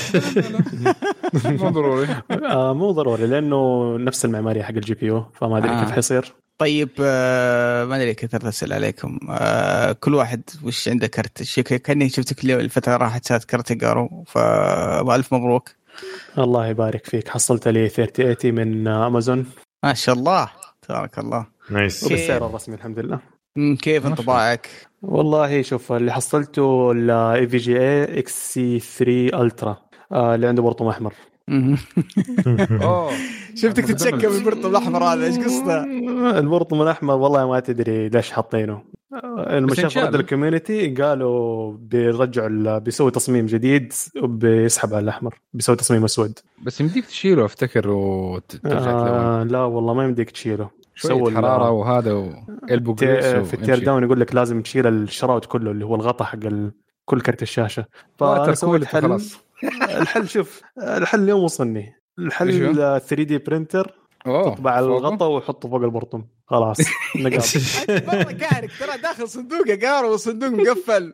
مو ضروري. آه مو ضروري لانه نفس المعماريه حق الجي بي يو، فما ادري آه. كيف حيصير. طيب آه ما ادري كثر اسال عليكم. آه كل واحد وش عنده كرت الشيء كاني شفتك الفتره راحت سات كرت جارو، فالف مبروك. الله يبارك فيك. حصلت لي ثلاثين ثمانين من امازون ما شاء الله تبارك الله. نايس. وبالسعر الرسمي الحمد لله. كيف انطباعك؟ والله شوف اللي حصلته الاي في جي اي اكس سي ثلاثة الترا اللي عنده برطم احمر. اوه شفتك تتشكى بالبرطم الاحمر هذا، ايش قصته؟ البرطم الاحمر والله ما تدري ليش حاطينه. المشاف رد الكوميونتي قالوا بيرجعوا بيسوي تصميم جديد وبيسحب على الاحمر، بيسوي تصميم اسود. بس يمديك تشيله افتكر وترجع آه لا والله ما يمديك تشيله، سووا حراره وهذا والبو جريس في التير داون يقول لك لازم تشيل الشراوط كله اللي هو الغطاء حق كل كرت الشاشه. فسويت الحل. الحل شوف الحل اليوم وصلني الحل ثري دي برينتر، تطبع الغطاء وحطه فوق البرطم خلاص نقاب. والله كارك ترى داخل صندوق قارو وصندوق مقفل.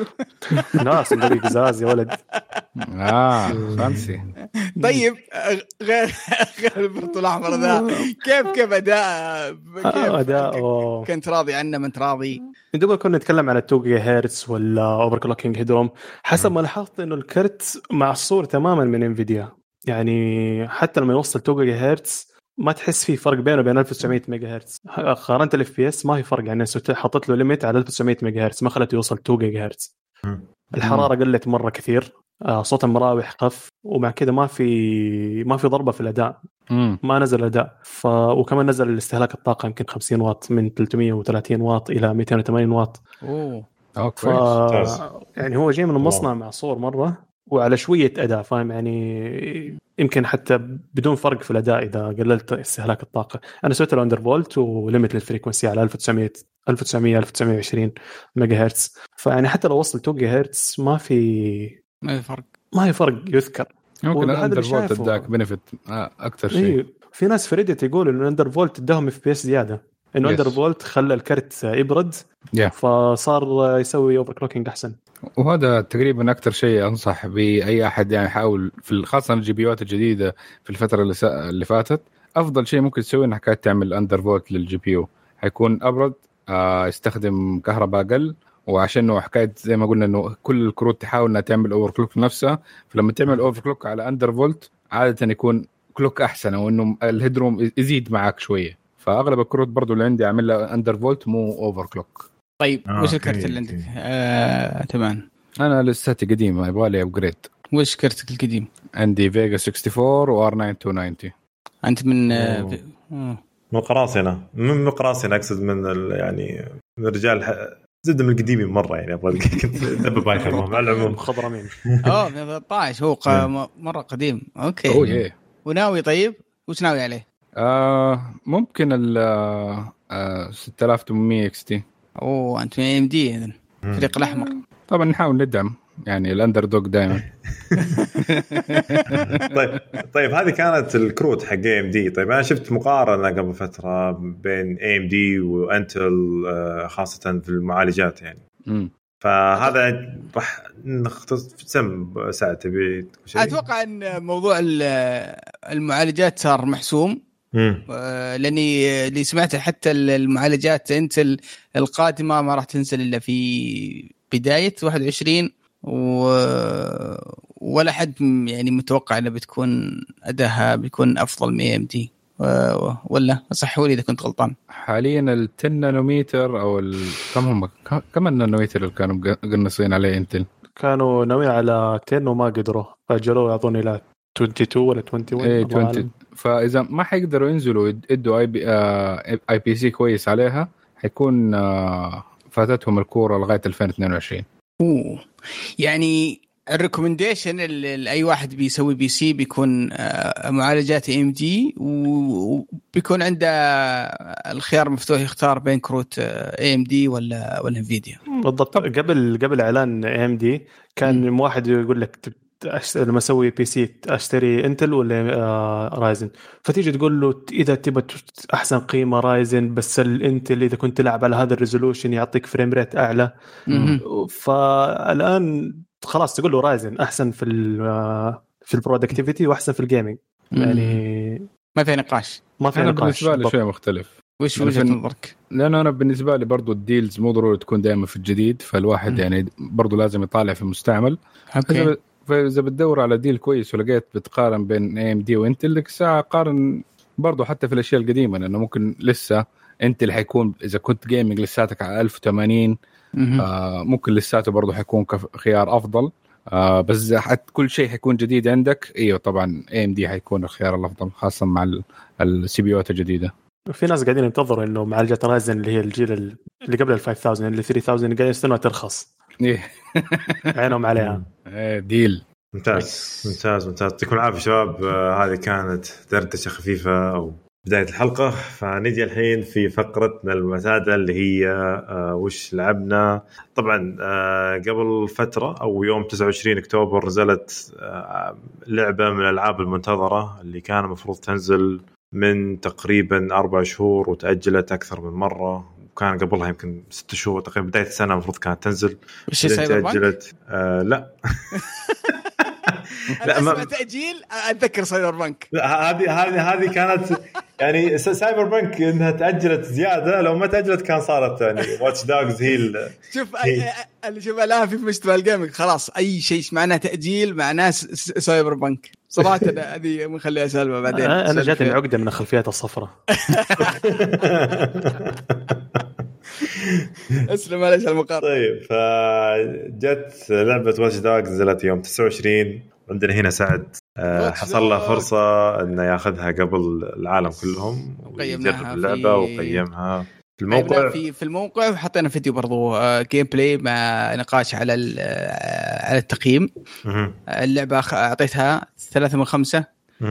لا صندوق قزاز يا ولد. اه فانسي. طيب غير غير البرطم الاحمر ذا كيف كيف اداء كيف اداء كنت راضي عنه ما انت راضي؟ دوبنا كنا نتكلم على تو جيجا هرتز ولا اوفر كلوكينج هيدروم. حسب ما لاحظت انه الكرت معصور تماما من انفيديا، يعني حتى لما يوصل تو جيجا هرتز ما تحس فيه فرق بينه وبين ألف وتسعمية ميجا هرتز. قارنت الاف بي اس ما في فرق، يعني حطيت له ليميت على ألف وتسعمية ميجا هرتز ما خلته يوصل تو جيجا هرتز. الحراره قلت مره كثير، صوت المراوح خف، ومع كده ما في ما في ضربه في الاداء، ما نزل الاداء. ف... وكمان نزل الاستهلاك الطاقه يمكن خمسين واط من ثلاثمية وثلاثين واط الى مئتين وثمانين واط. اوه ف... يعني هو جاي من المصنع معصور مره وعلى شويه اداء، فاهم يعني يمكن حتى بدون فرق في الاداء اذا قللت استهلاك الطاقه. انا سويت له اندر فولت وليميت للفريكونسي على ألف وتسعمية ألف وتسعمية ألف وتسعمية وعشرين ميجا هرتز، فيعني حتى لو وصل تو جيجا هرتز ما في ما في فرق ما في فرق يذكر. ممكن اندر فولت اداك بنفيت اكثر شيء. إيه. في ناس في ريديت يقولوا انه اندر فولت اداهم اف بي اس زياده، انه اندر فولت خلى الكرت يبرد yeah. فصار يسوي اوفر كلوكينج احسن. وهذا تقريبا اكثر شيء انصح باي احد يعني يحاول في خاصه الجي بي يوات الجديده في الفتره اللي, س... اللي فاتت. افضل شيء ممكن تسويه انك تعمل اندر فولت للجي بي يو، حيكون ابرد، آه يستخدم كهرباء اقل، وعشانه حكايه زي ما قلنا انه كل الكروت تحاول انها تعمل اوفر كلوك نفسها، فلما تعمل اوفر كلوك على اندر فولت عاده يكون كلوك احسن، وانه الهيدروم يزيد معك شويه. فاغلب الكروت برضو اللي عندي اعمل له اندر فولت مو اوفر كلوك. طيب آه وش الكرت اللي عندك؟ آه، تمام. انا لساتي قديمه يبغى لي ابجريد. وش كرتك القديم؟ عندي فيجا أربعة وستين وار تسعة اثنين وتسعين. انت من آه مو قراصنه من مقراصنه اقصد من يعني من رجال زد من القديمين مره يعني ابغى كنت دب بايكر مع العموم مخضرمين. اه من ثلاثة عشر هو ق- مره قديم. اوكي اوه وناوي طيب وش ناوي عليه؟ آه ممكن ال آه ستة آلاف وثمانمية اكس تي. اوه انت من ام دي اذا الفريق الاحمر. طبعا نحاول ندعم يعني الاندر دوغ دائما. طيب طيب هذه كانت الكروت حق اي ام دي. طيب انا شفت مقارنه قبل فتره بين اي ام دي وانتل خاصه في المعالجات يعني. امم فهذا راح نختص سم ساعه تبي اتوقع ان موضوع المعالجات صار محسوم. امم لاني اللي سمعته حتى المعالجات انتل القادمه ما راح تنزل الا في بدايه واحد وعشرين و... ولا حد يعني متوقع انها بتكون اداها بيكون افضل من اي ام دي ولا صحوا لي اذا كنت غلطان. حاليا ال عشرة نانومتر او ال... كم هم كم النانومتر اللي كانوا قنصين عليه انتل؟ كانوا ناويين على عشرة وما قدروا فاجلوا يعطوني الى اثنين وعشرين ولا واحد وعشرين. ايه عشرين. فاذا ما حيقدروا ينزلوا يدوا اي بي آه اي بي سي كويس عليها حيكون آه فاتتهم الكوره لغايه ألفين واثنين وعشرين. اوه يعني الريكومنديشن لاي واحد بيسوي بي سي بيكون معالجات ام دي وبيكون عنده الخيار مفتوح يختار بين كروت اي ام دي ولا ولا انفيديا. بالضبط. قبل قبل اعلان اي ام دي كان م. واحد يقول لك لما اسوي بي سي اشتري انتل ولا رايزن، فتيجي تقول له اذا تبى احسن قيمه رايزن بس الانتل اذا كنت تلعب على هذا الريزولوشن يعطيك فريم ريت اعلى. م. فالان خلاص تقول له رايزن احسن في في البرودكتيفيتي واحسن في الجيمنج. يعني ما في نقاش. ما في أنا نقاش. بالنسبه لي شيء مختلف. وش وجهة نظرك؟ لانه انا بالنسبه لي برضو الديلز مو ضروري تكون دائما في الجديد، فالواحد م. يعني برضو لازم يطالع في المستعمل. اوكي. فاذا بتدور على ديل كويس ولقيت بتقارن بين اي ام دي وانتل لك ساعه قارن برضو حتى في الاشياء القديمه، لانه ممكن لسه انتل حيكون اذا كنت جيمنج لساتك على ألف وثمانين آه ممكن لساته برضو حيكون خيار افضل. آه بس حتى كل شيء حيكون جديد عندك ايوه طبعا اي ام دي حيكون الخيار الافضل خاصه مع السي بي يوات الجديده. في ناس قاعدين ينتظروا انه معالجات رايزن اللي هي الجيل اللي قبل ال خمسة آلاف اللي ثلاثة آلاف قاعد يستنوا ترخص. ايه عينهم عليها. ايه ديل ممتاز ممتاز ممتاز. يعطيكم العافيه شباب. آه هذه كانت دردشه خفيفه او بدايه الحلقه. فنجي الحين في فقرتنا المعتاده اللي هي آه وش لعبنا. طبعا آه قبل فتره او يوم تسعة وعشرين أكتوبر نزلت آه لعبه من الالعاب المنتظره اللي كان المفروض تنزل من تقريبا أربع شهور وتأجلت أكثر من مرة، وكان قبلها يمكن ست شهور تقريبا بداية السنة المفروض كانت تنزل. وش تأجلت؟ آه لا لا ما تأجيل. أتذكر سايبر بانك. لا هذه هذه هذه كانت يعني سايبر بانك إنها تأجلت زيادة، لو ما تأجلت كان صارت يعني واتش دوغز هي. شوف اللي شوف الآن في مجتمع الجيمنج خلاص أي شيء معناه تأجيل معناه سايبر بانك. صراحة هذه مخليها سالفة بعدين. أنا جاتني عقدة من الخلفيات الصفراء. اسلم عليش المقارنة. طيب فجت لعبة واتش دوغز نزلت يوم تسعة وعشرين، عندنا هنا سعد حصل له فرصة إنه ياخذها قبل العالم كلهم ويجرب اللعبة وقيمها في الموقع في في الموقع وحطينا فيديو برضو جيم بلاي مع نقاش على على التقييم. اللعبة أعطيتها ثلاثة من خمسة.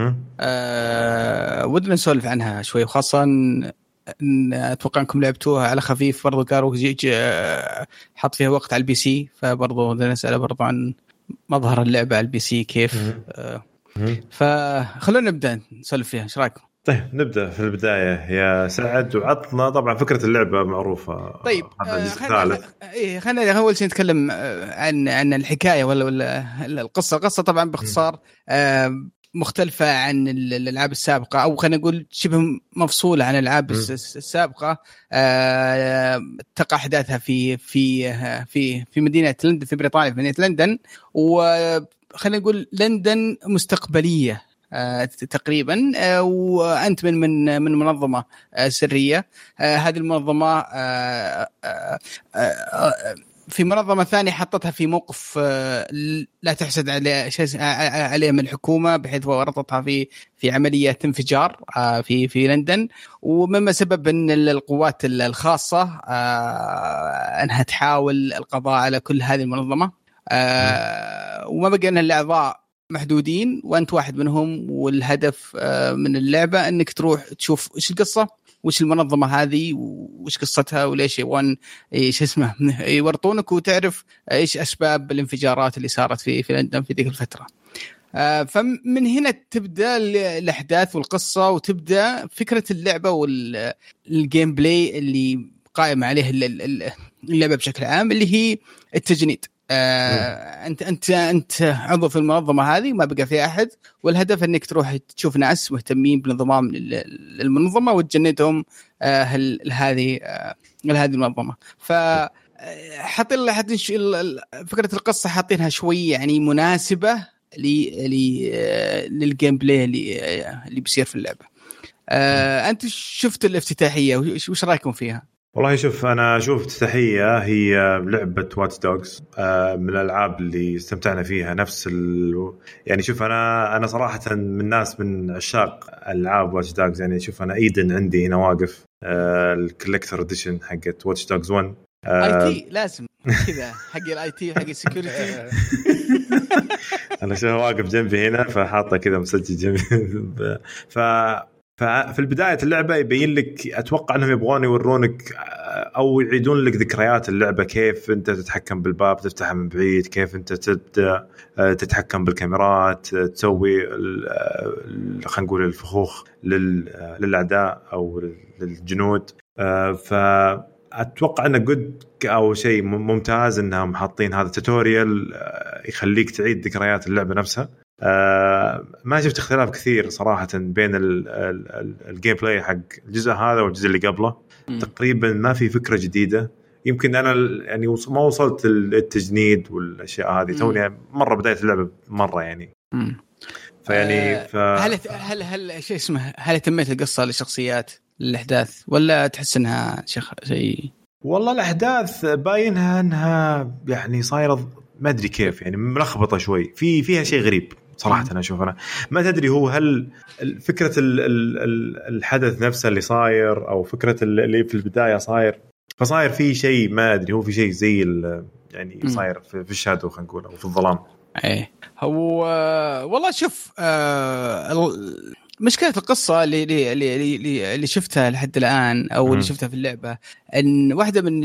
أه ودنا نسولف عنها شوي، وخاصة أتوقع أنكم لعبتوها على خفيف برضو. قالوا حط فيها وقت على البي سي، فبرضو بدنا نسأل برضو عن مظهر اللعبة على البي سي كيف. أه فخلونا نبدأ نسولف فيها، إيش رأيكم؟ طيب نبدأ في البداية يا سعد، وعطنا طبعا فكرة اللعبة معروفة. طيب خلينا إيه خلينا أول شيء نتكلم عن عن الحكاية ولا ولا القصة. القصة طبعا باختصار مختلفة عن الألعاب السابقة، أو خلينا نقول شبه مفصولة عن الألعاب السابقة. تقع أحداثها في في في في مدينة لندن في بريطانيا، في مدينة لندن، وخلينا نقول لندن مستقبلية آه تقريبا. آه وأنت من من من منظمة آه سرية. آه هذه المنظمة آه آه آه في منظمة ثانية حطتها في موقف لا تحسد عليه عليه من الحكومة، بحيث ورطتها في في عملية انفجار في في لندن، ومما سبب أن القوات الخاصة أنها تحاول القضاء على كل هذه المنظمة، وما بقى أن الأعضاء محدودين وأنت واحد منهم، والهدف من اللعبة أنك تروح تشوف إيش القصة، وش المنظمة هذه، وش قصتها، وليش يبغون ايش اسمه يورطونك، وتعرف ايش اسباب الانفجارات اللي صارت في في لندن في ذيك الفترة. آه فمن هنا تبدا الاحداث والقصة، وتبدا فكرة اللعبة والجيم بلاي اللي قائم عليه اللعبة بشكل عام، اللي هي التجنيد. آه انت انت انت عضو في المنظمه هذه، ما بقى فيها احد، والهدف انك تروح تشوف ناس مهتمين بانضمام للمنظمه وتجندهم آه هذه آه هذه المنظمه. ف حاطين حاطين فكره القصه حاطينها شوي يعني مناسبه للجيم بلاي اللي اللي بيصير في اللعبه. آه انت شفت الافتتاحيه، وش رايكم فيها؟ والله شوف، أنا أشوف افتتاحية هي لعبة واتش دوغز من الألعاب اللي استمتعنا فيها نفس ال... يعني شوف أنا أنا صراحة من الناس من عشاق ألعاب واتش دوغز. يعني شوف أنا إيدن عندي هنا واقف الكولكتر إديشن حقت واتش دوغز واحد. اي تي لازم كذا حق الاي تي وحق السكيورتي. أنا شو واقف جنبي هنا فحاطه كذا مسجل جنبي. ف ففي البداية اللعبة يبين لك، أتوقع أنهم يبغون يورونك أو يعيدون لك ذكريات اللعبة، كيف أنت تتحكم بالباب تفتحه من بعيد، كيف أنت تبدأ تتحكم بالكاميرات، تسوي خلينا نقول الفخوخ للأعداء أو للجنود. فأتوقع أنه قد أو شيء ممتاز أنهم حاطين هذا التوتوريال يخليك تعيد ذكريات اللعبة نفسها. آه ما شفت اختلاف كثير صراحة بين الجيم بلاي حق الجزء هذا والجزء اللي قبله. م. تقريبا ما في فكرة جديدة. يمكن أنا يعني ما وصلت التجنيد والأشياء هذه، توني مرة بداية اللعبة مرة يعني. م. فيعني ف... هل هل هل شيء اسمه هل تميت القصة للشخصيات للأحداث، ولا تحس إنها شيء؟ والله الأحداث باينها إنها يعني صايرة ما أدري كيف، يعني ملخبطة شوي، في فيها شيء غريب صراحة. أنا أشوف أنا ما تدري هو هل فكرة الحدث نفسه اللي صاير، أو فكرة اللي في البداية صاير، فصاير في شيء ما أدري، هو في شيء زي يعني صاير في الشادو خلينا نقول، أو في الظلام. إيه هو والله شوف آه مشكلة القصة اللي اللي اللي اللي شفتها لحد الآن، أو اللي شفتها في اللعبة، إن واحدة من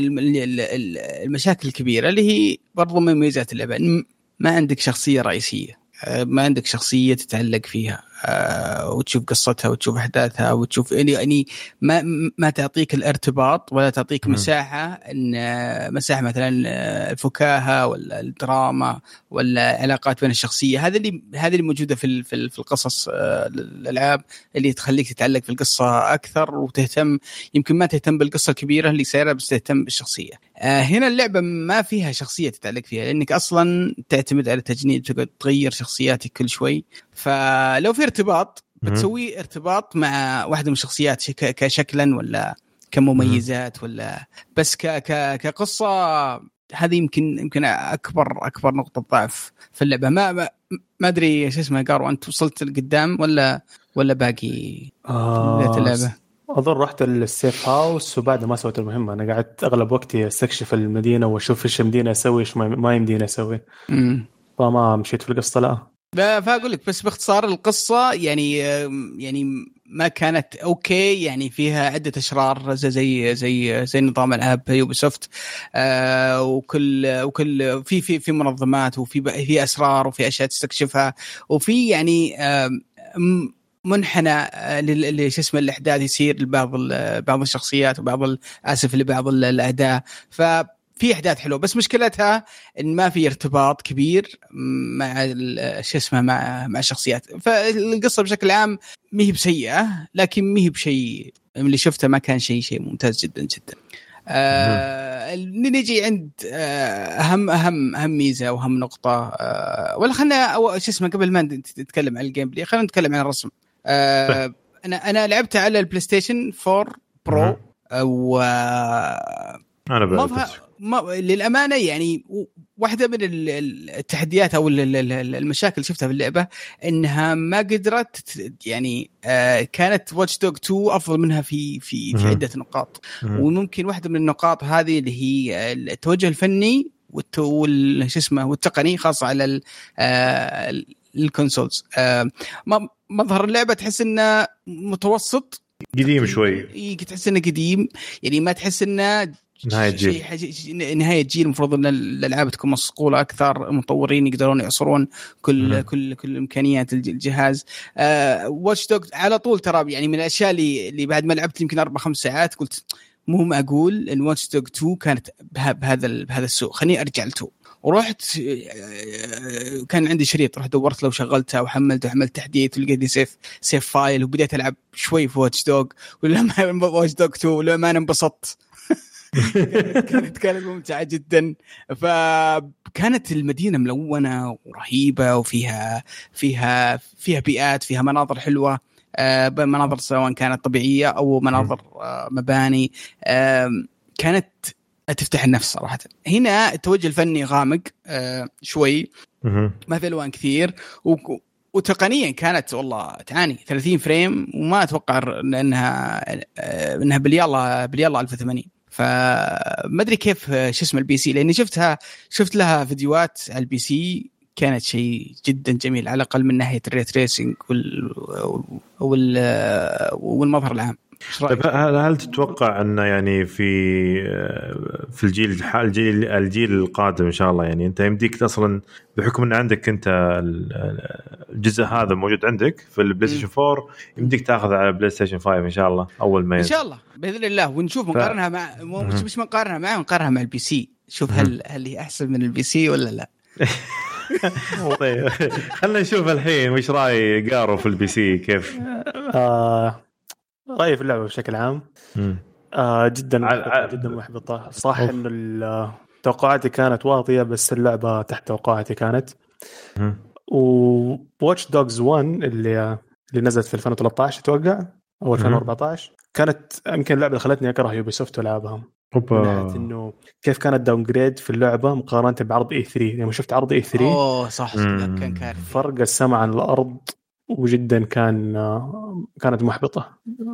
المشاكل الكبيرة اللي هي برضو من ميزات اللعبة، إن ما عندك شخصية رئيسية، ما عندك شخصية تتعلق فيها وتشوف قصتها وتشوف أحداثها وتشوف يعني يعني ما ما تعطيك الارتباط، ولا تعطيك مساحة إن مساحة مثلا الفكاهة ولا الدراما ولا علاقات بين الشخصية. هذا اللي هذا اللي موجودة في في في القصص الألعاب، اللي تخليك تتعلق في القصة أكثر وتهتم. يمكن ما تهتم بالقصة الكبيرة اللي سايرة، بس تهتم بالشخصية. هنا اللعبة ما فيها شخصية تتعلق فيها، لأنك أصلا تعتمد على التجنيد، تقعد تغير شخصياتك كل شوي. فلو في ارتباط بتسوي ارتباط مع واحدة من الشخصيات كشكلا ولا كمميزات، ولا بس ك ك كقصة. هذه يمكن يمكن أكبر أكبر نقطة ضعف في اللعبة. ما ما, ما أدري إيش اسمها قارو، أنت وصلت لقدام ولا ولا باقي آه اللعبة؟ أظن رحت السيف هاوس وبعد ما سويت المهمة. أنا قعدت أغلب وقتي استكشف المدينة وأشوف إيش يمدينا أسوي إيش ما يمدينا أسوي، فما مشيت في القصة. لا لا فأقول لك بس باختصار القصة يعني يعني ما كانت أوكي، يعني فيها عدة أشرار زي زي زي, زي نظام ألعاب يوبيسوفت. آه وكل وكل في في في منظمات، وفي في أسرار، وفي أشياء تستكشفها، وفي يعني آه منحنى اللي شو اسمه الأحداث يصير لبعض بعض الشخصيات وبعض الآسف لبعض الأعداء. ف في أحداث حلوة، بس مشكلتها إن ما في ارتباط كبير مع شو اسمه مع مع الشخصيات. فالقصة بشكل عام ما هي بسيئة، لكن ما هي بشيء اللي شفته ما كان شيء شيء ممتاز جدا جدا. آه نيجي عند آه أهم أهم أهم ميزة وأهم نقطة. آه ولا خلنا شو اسمه قبل ما نتكلم عن الجيم بلاي خلينا نتكلم عن الرسم. آه أنا أنا لعبت على البلاي ستيشن فور برو، و أنا ما فيها ما للامانه يعني واحده من التحديات او المشاكل اللي شفتها في اللعبه انها ما قدرت يعني آه كانت واتش دوغ تو افضل منها في في في عده نقاط. وممكن واحده من النقاط هذه اللي هي التوجه الفني وال شو اسمه والتقني خاصه على آه الكونسولز. آه ما مظهر اللعبه تحس انه متوسط قديم شوي، تحس انه قديم يعني ما تحس انه نهاية جيل. نهاية جيل. المفروض ان الالعاب تكون مصقوله اكثر، مطورين يقدرون يعصرون كل م- كل كل امكانيات الجهاز. واتش دوغ على طول ترى يعني من الاشياء اللي اللي بعد ما لعبت يمكن أربع خمس ساعات قلت مو معقول ان واتش دوغ تو كانت بهذا بهذا السوء، خليني ارجع لتو. ورحت كان عندي شريط، رحت دورت لو شغلتها وحملته وحملت تحديث ولقيت لي سيف سيف فايل وبديت العب شوي في واتش دوغ. ولما واتش دوغ تو ولما انا انبسطت كانت كانت ممتعة جدا. فكانت المدينة ملونة ورهيبة وفيها فيها فيها بيئات، فيها مناظر حلوة، مناظر سواء كانت طبيعية أو مناظر مباني، كانت تفتح النفس صراحة. هنا التوجه الفني غامق شوي، ما في ألوان كثير، وتقنيا كانت والله تعاني ثلاثين فريم، وما أتوقع أنها أنها باليلا باليلا ألف وثمانين. فما أدري كيف شو اسم البي سي، لأني شفتها شفت لها فيديوهات على البي سي كانت شيء جدا جميل، على الأقل من ناحية الريت ريسينج وال وال والمظهر العام. طيب هل تتوقع أنه يعني في في الجيل الجيل الجيل القادم إن شاء الله، يعني أنت يمديك أصلا بحكم أن عندك أنت الجزء هذا موجود عندك في البلاي ستيشن فور، يمديك تأخذ على بلاي ستيشن فايف إن شاء الله أول ما إن شاء الله بإذن الله، ونشوف نقارنها ف... مع مش مش نقارنها معه نقارنها مع البي سي، شوف هل هل هي أحسن من البي سي ولا لا. طيب خلنا نشوف الحين وش رأي قارو في البي سي كيف. آه... رأيي في اللعبة بشكل عام آه جدا ع... جدا محبطة صح. إنه توقعاتي كانت واطية بس اللعبة تحت توقعاتي كانت. وواتش دوغز ون اللي اللي نزلت في ألفين وثلاثة عشر أتوقع أو ألفين وأربعة عشر كانت يمكن اللعبة اللي خلتني أكره يوبيسوفت ولعبها، من ناحية إنه كيف كانت داون جريد في اللعبة مقارنة بعرض إي ثري. لما يعني شفت عرض إي ثري أوه صح كان كارثي، فرق السماء عن الأرض، وجدا كان كانت محبطة.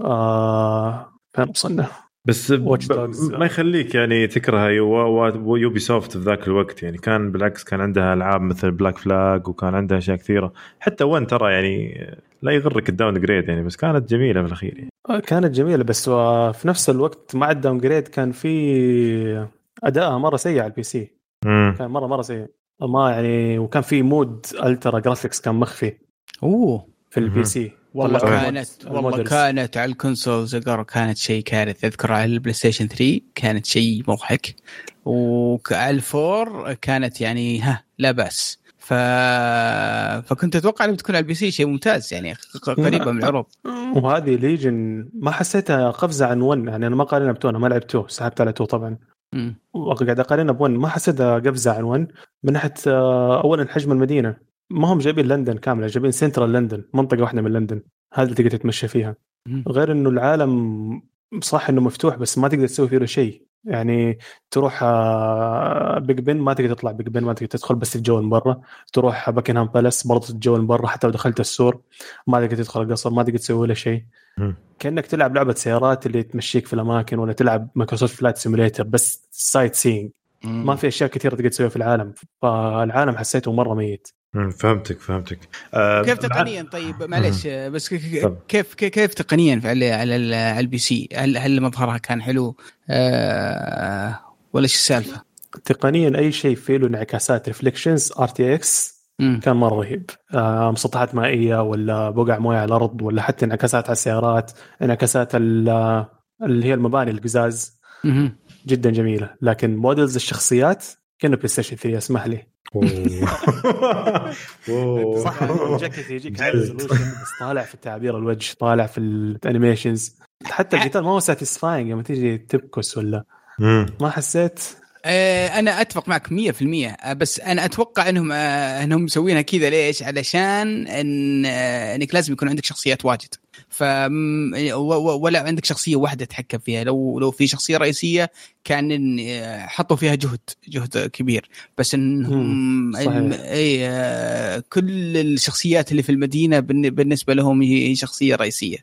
آه كان وصلنا بس ما يخليك يعني تكره يوبي سوفت في ذاك الوقت، يعني كان بالعكس كان عندها ألعاب مثل بلاك فلاج وكان عندها أشياء كثيرة، حتى وين ترى يعني لا يغرك الداون جريد يعني، بس كانت جميلة في الأخير يعني. كانت جميلة بس في نفس الوقت مع الداون جريد كان في أداءها مرة سيء على البي سي. مم. كان مرة مرة سيء ما يعني، وكان في مود ألترا جرافيكس كان مخفي أوه في البي سي. والله كانت والله كانت على الكونسولز أقرأ كانت شيء كارثي. أذكر على البلاي ستيشن ثري كانت شيء مضحك، وعلى الفور كانت يعني ها لا بأس. ف... فكنت أتوقع أنها بتكون على البي سي شيء ممتاز يعني قريبة من العروض. وهذه ليجن ما حسيتها قفزة عن ون يعني، أنا ما قارنها بتونا ما لعبتوه سحبت على تو طبعا، وقاعد أقارنها بون ما حسيتها قفزة عن ون من ناحية أولا حجم المدينة. ما هم جايبين لندن كاملة، جايبين سنترال لندن منطقة واحدة من لندن هذا تقدر تتمشى فيها. غير إنه العالم صح إنه مفتوح بس ما تقدر تسوي فيه شيء يعني. تروح بيج بن ما تقدر تطلع بيج بن، ما تقدر تدخل بس تتجول من برا. تروح باكنهام بالاس برضه تتجول من برا، حتى لو دخلت السور ما تقدر تدخل القصر، ما تقدر تسوي ولا شيء. كأنك تلعب لعبة سيارات اللي تمشيك في الأماكن، ولا تلعب مايكروسوفت فلايت سيموليتر بس سايت سينج. ما في أشياء كثيرة تقدر تسويها في العالم، فالعالم حسيته مرة ميت. فهمتك فهمتك أه كيف تقنيا مع... طيب معلش بس كيف كيف تقنيا على على البي سي هل هل مظهرها كان حلو أه ولا ايش السالفه؟ تقنيا اي شيء فيه له انعكاسات ريفليكشنز ار تي اكس كان مره رهيب. أه مسطحات مائيه ولا بقع مويه على الارض، ولا حتى انعكاسات على السيارات، انعكاسات اللي هي المباني القزاز جدا جميله. لكن موديلز الشخصيات كانوا بلاي ستيشن ثري اسمح لي صح الجاكيت يجيك ريزولوشن بس طالع في تعبير الوجه، طالع في الانيميشنز، حتى القتال ما هو ساتيسفاينج لما تيجي تبكس ولا ما حسيت انا اتفق معك مية في المية، بس انا اتوقع انهم انهم مسوينها كذا ليش؟ علشان ان انك لازم يكون عندك شخصيات واجد، ف ولا عندك شخصيه واحده تتحكم فيها. لو لو في شخصيه رئيسيه كان حطوا فيها جهد جهد كبير، بس انهم اي كل الشخصيات اللي في المدينه بالنسبه لهم هي شخصيه رئيسيه،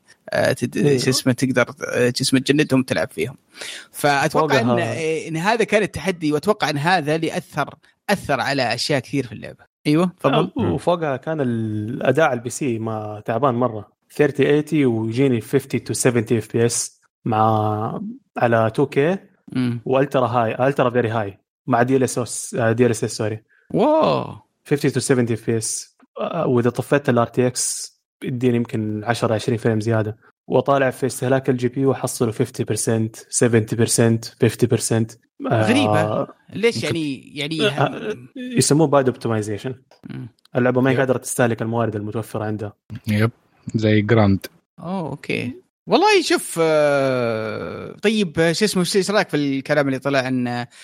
شو اسمه تقدر جسم تجندهم تلعب فيهم. فاتوقع ان, إن هذا كان التحدي، واتوقع ان هذا اللي اثر اثر على اشياء كثير في اللعبه. ايوه تفضل. وفوقها كان الاداء على البي سي ما تعبان مره، ثلاثين ثمانين ويجيني خمسين تو سبعين اف بي اس مع على تو كيه والترا هاي الترا فيري هاي مع دي ال اس دي ال اس سوري واو خمسين تو سبعين اف بي اس، واذا طفيت الار تي اكس اديني يمكن عشرة عشرين فريم زياده، وطالع في استهلاك الجي بي يو وحصله خمسين بالمية سبعين بالمية خمسين بالمية. غريبة آه ليش يعني يعني آه يسموه باد اوبتمايزيشن. اللعبه ما قادره تستهلك الموارد المتوفره عندها. يب زي جراند. اوه اوكي والله شوف. آه طيب شو اسمه ايش رايك في الكلام اللي طلع ان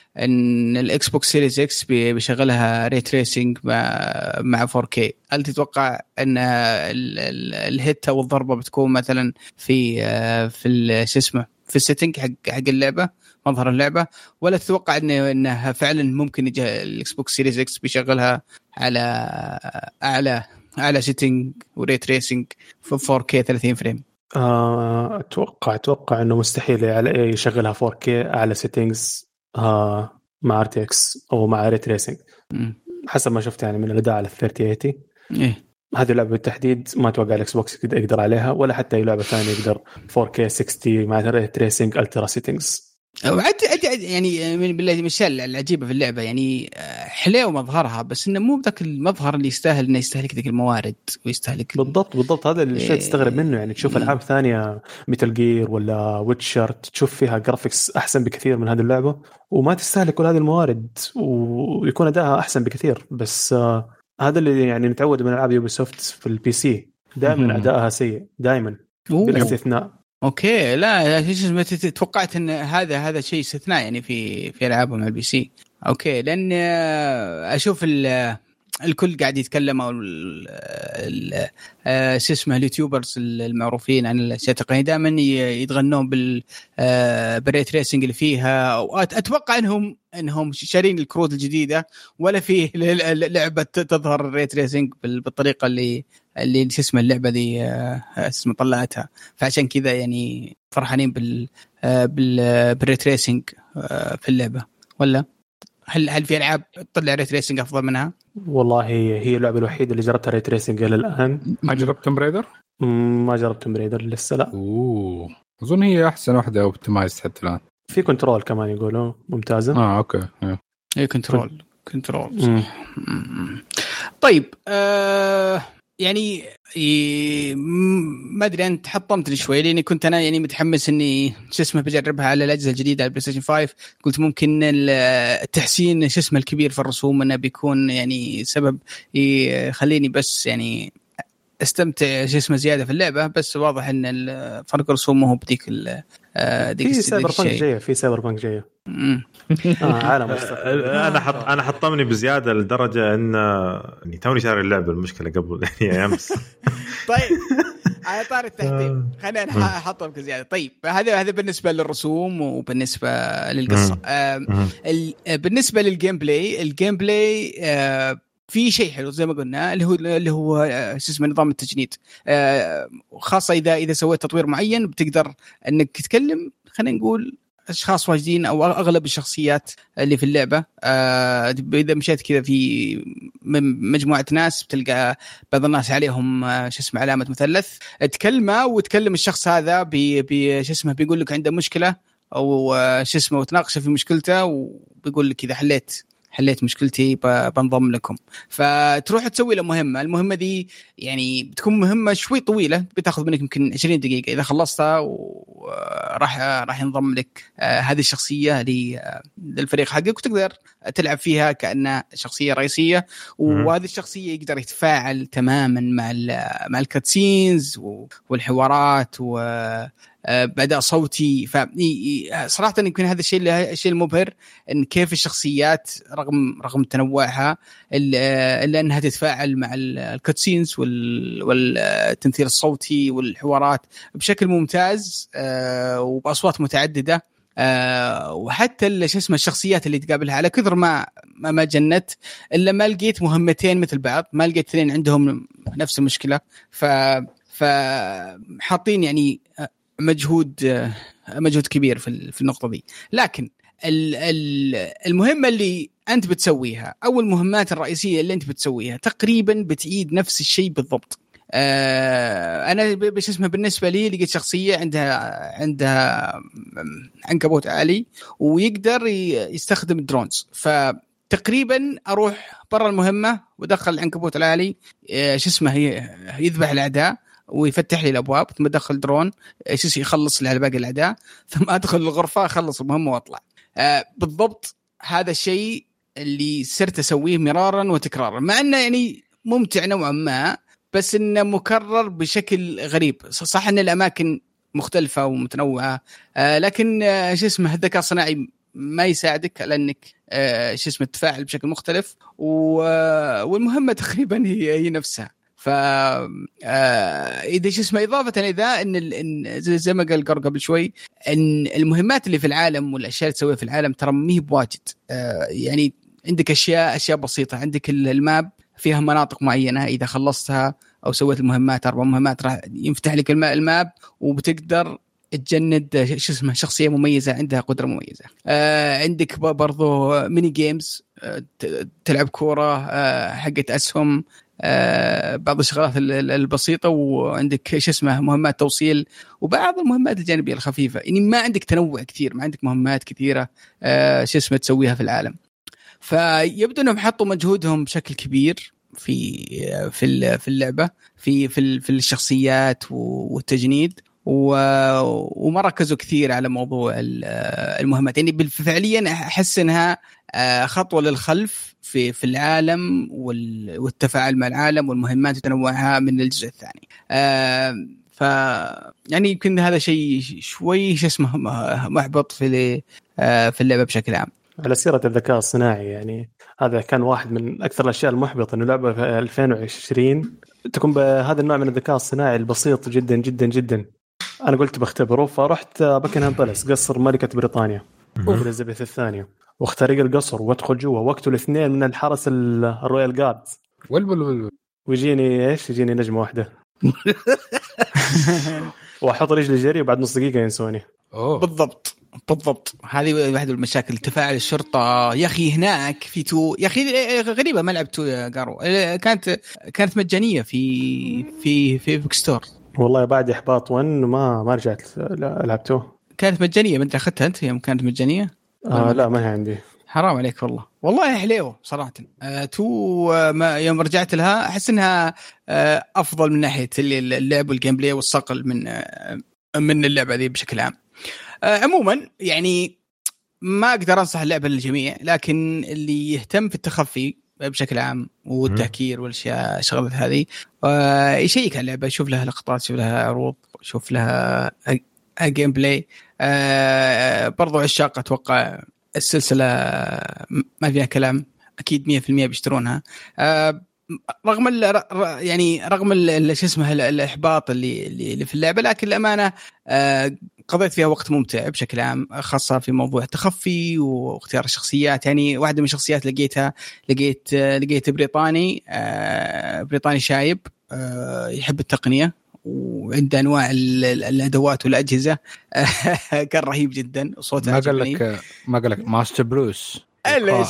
ان الاكس بوكس سيريز اكس بيشغلها ري تريسنج مع مع فور كيه؟ هل تتوقع ان الهيت او الضربه بتكون مثلا في آه في شو اسمه في السيتنج حق حق اللعبه، مظهر اللعبه، ولا تتوقع ان انها فعلا ممكن يجي الاكس بوكس سيريز اكس بيشغلها على اعلى اعلى سيتنج وري تريسنج في فور كيه ثلاثين فريم؟ اتوقع اتوقع انه مستحيل على يشغلها فور كيه اعلى سيتنجز آه مع ار تي اكس او مع ري تريسنج حسب ما شفت يعني من الاداء على ثلاثين ثمانين. ايه هذه اللعبه بالتحديد ما اتوقع الاكس بوكس يقدر عليها، ولا حتى اي لعبه ثانيه يقدر فور كيه ستين مع ري تريسنج الترا سيتنجز. وعد يعني من بالله المثال العجيبه في اللعبه يعني حلو مظهرها، بس انه مو بذاك المظهر اللي يستاهل انه يستهلك ذيك الموارد ويستهلك. بالضبط بالضبط هذا الشيء إيه تستغرب منه. يعني تشوف العاب ثانيه مثل جير ولا ويتشر تشوف فيها جرافيكس احسن بكثير من هذه اللعبه وما تستهلك كل هذه الموارد ويكون اداءها احسن بكثير. بس آه هذا اللي يعني نتعود من العاب يوبيسوفت في البي سي، دائما اداءها سيء دائما بلا استثناء. اوكي لا توقعت ان هذا هذا شيء استثناء يعني في في العابهم على البي سي. اوكي لان اشوف الكل قاعد يتكلم او شو اسمه اليوتيوبرز المعروفين عن الاشياء التقنيه دائما يتغنون بال بالري تريسنج اللي فيها. اتوقع انهم انهم شارين الكروت الجديده ولا في لعبه تظهر الري تريسنج بالطريقه اللي اللي اسمه اللعبه دي اسمه طلعتها، فعشان كذا يعني فرحانين بال بال بالري تريسنج في اللعبه. ولا هل هل في العاب تطلع ري تريسنج افضل منها؟ والله هي اللعبه الوحيده اللي جربتها ري تريسنج الى الان. ما جربت توم برايدر؟ ما جربت توم برايدر لسه لا. اوه اظن هي احسن واحده اوبتمايز حتى الان. في كنترول كمان يقولوا ممتازه. اه اوكي اي كنترول كنترول طيب آه يعني ما ادري انت حطمتني شوي لاني كنت انا يعني متحمس اني شو اسمه بجربها على الاجهزه الجديده على البلاي ستيشن خمسة. قلت ممكن التحسين شو اسمه الكبير في الرسوم انه بيكون يعني سبب يخليني بس يعني استمتع شو اسمه زياده في اللعبه، بس واضح ان فرق الرسوم مو بديك ال ديك في سايبر بانك جايه في سايبر بانك جايه اه عالم انا حط انا حطمني بزياده لدرجه ان اني توني شاري اللعبه المشكله قبل يعني امس. طيب على طار التحطيم خلينا نحطمك زياده. طيب هذا هذا بالنسبه للرسوم وبالنسبه للقصه. آه بالنسبه للجيم بلاي الجيم بلاي آه في شيء حلو زي ما قلنا اللي هو اللي هو اسمه نظام التجنيد، خاصه اذا اذا سويت تطوير معين بتقدر انك تتكلم خلينا نقول اشخاص واجدين او اغلب الشخصيات اللي في اللعبه. اذا مشيت كذا في مجموعه ناس بتلقى بعض الناس عليهم شو اسمه علامه مثلث، تكلمه وتكلم الشخص هذا بشو اسمه بيقول لك عنده مشكله او شو اسمه وتناقش في مشكلته وبيقول لك اذا حليت حليت مشكلتي بنضم لكم. فتروح تسوي له مهمة. المهمة دي يعني بتكون مهمة شوي طويلة بتاخذ منك يمكن عشرين دقيقة. إذا خلصتها وراح راح ينضم لك آه هذه الشخصية للفريق حقك وتقدر تلعب فيها كأنها شخصية رئيسية، وهذه الشخصية يقدر يتفاعل تماما مع مع الكاتسينز والحوارات وبأداء صوتي. فصراحة يمكن هذا الشيء الشيء المبهر إن كيف الشخصيات رغم رغم تنوعها إلا أنها تتفاعل مع الكاتسينز والتمثيل الصوتي والحوارات بشكل ممتاز وبأصوات متعددة. أه وحتى شو اسمه الشخصيات اللي تقابلها على كثر ما ما, ما جنت الا ما لقيت مهمتين مثل بعض، ما لقيت اثنين عندهم نفس المشكله. ف فحاطين يعني مجهود مجهود كبير في في النقطه دي. لكن المهمه اللي انت بتسويها او المهمات الرئيسيه اللي انت بتسويها تقريبا بتعيد نفس الشيء بالضبط. آه انا بش اسمه بالنسبه لي لقيت شخصيه عندها عندها عنكبوت آلي ويقدر يستخدم الدرونز، فتقريبا اروح برا المهمه ودخل العنكبوت الآلي آه شو اسمه هي يذبح الاعداء ويفتح لي الابواب، ثم ادخل درون ايش يخلص لي على باقي الاعداء، ثم ادخل الغرفه اخلص المهمه واطلع. آه بالضبط هذا الشيء اللي صرت اسويه مرارا وتكرارا، مع انه يعني ممتع نوعا ما بس إنه مكرر بشكل غريب. صح إن الأماكن مختلفة ومتنوعة آه لكن آه شو اسمه الذكاء الصناعي ما يساعدك لأنك آه شو اسمه تفاعل بشكل مختلف، والمهمة تقريبا هي هي نفسها. ف إذا شو اسمه إضافة إلى ذا إن, إن زي ما قال قر قبل شوي إن المهمات اللي في العالم والأشياء اللي تسويها في العالم ترى ميه بواجد. آه يعني عندك أشياء أشياء بسيطة، عندك الماب فيها مناطق معينة إذا خلصتها أو سويت المهمات أربع مهمات راح ينفتح لك الماب وبتقدر تجند شو اسمه شخصية مميزة عندها قدرة مميزة. آه عندك برضو ميني جيمز آه تلعب كورة آه حقت أسهم آه بعض الشغلات البسيطة، وعندك شو اسمه مهمات توصيل وبعض المهمات الجانبية الخفيفة. يعني ما عندك تنوع كثير، ما عندك مهمات كثيرة آه شو اسمه تسويها في العالم. فيبدو انهم حطوا مجهودهم بشكل كبير في في في اللعبه في في في الشخصيات والتجنيد، وما ركزوا كثير على موضوع المهمات. يعني فعليا احس انها خطوه للخلف في في العالم والتفاعل مع العالم والمهمات وتنوعها من الجزء الثاني. ف يعني يمكن هذا شيء شوي شو اسمه محبط في في اللعبه بشكل عام. على سيرة الذكاء الصناعي، يعني هذا كان واحد من أكثر الأشياء المحبطة إنه لعبة في ألفين وعشرين تكون بهذا النوع من الذكاء الصناعي البسيط جدا جدا جدا. أنا قلت بختبره فرحت بكنهام بالاس قصر ملكة بريطانيا وإليزابيث الثانية، واخترق القصر وادخل جوا وقتل الاثنين من الحرس الرويال جاردز والبل ويجيني إيش يجيني نجمة واحدة وأحط رجلي جري وبعد نص دقيقة ينسوني. أوه. بالضبط بالضبط هذه واحدة من المشاكل. تفاعل الشرطة يا أخي هناك في تو يا أخي غريبة ما لعبتو يا قارو، كانت كانت مجانية في في في بوكستور. والله بعد إحباط وان ما ما رجعت لعبتوه. كانت مجانية، أنت أخذتها أنت يوم كانت مجانية؟ آه لا ما هي عندي. حرام عليك والله والله حليوه صراحة. آه تو آه ما يوم رجعت لها أحس إنها آه أفضل من ناحية اللعب والجيم بلاي والصقل من آه من اللعبة ذي بشكل عام. آه عموما يعني ما أقدر أنصح اللعبة للجميع، لكن اللي يهتم في التخفي بشكل عام والتهكير والأشياء شغلات هذه آه يشيك على اللعبة، يشوف لها لقطات، يشوف لها عروض، يشوف لها جيم بلاي. آه برضو عشاق أتوقع السلسلة ما فيها كلام أكيد مية في المية بيشترونها. آه رغم ال يعني رغم ال شو اسمه الإحباط اللي اللي في اللعبة، لكن الأمانة آه قضيت فيها وقت ممتع بشكل عام، خاصة في موضوع التخفي واختيار الشخصيات. يعني واحدة من الشخصيات لقيتها لقيت لقيت بريطاني آه بريطاني شايب آه يحب التقنية وعنده أنواع الأدوات والأجهزة كان رهيب جدا وصوته ما قال لك ما قال لك ماستر بروس ليش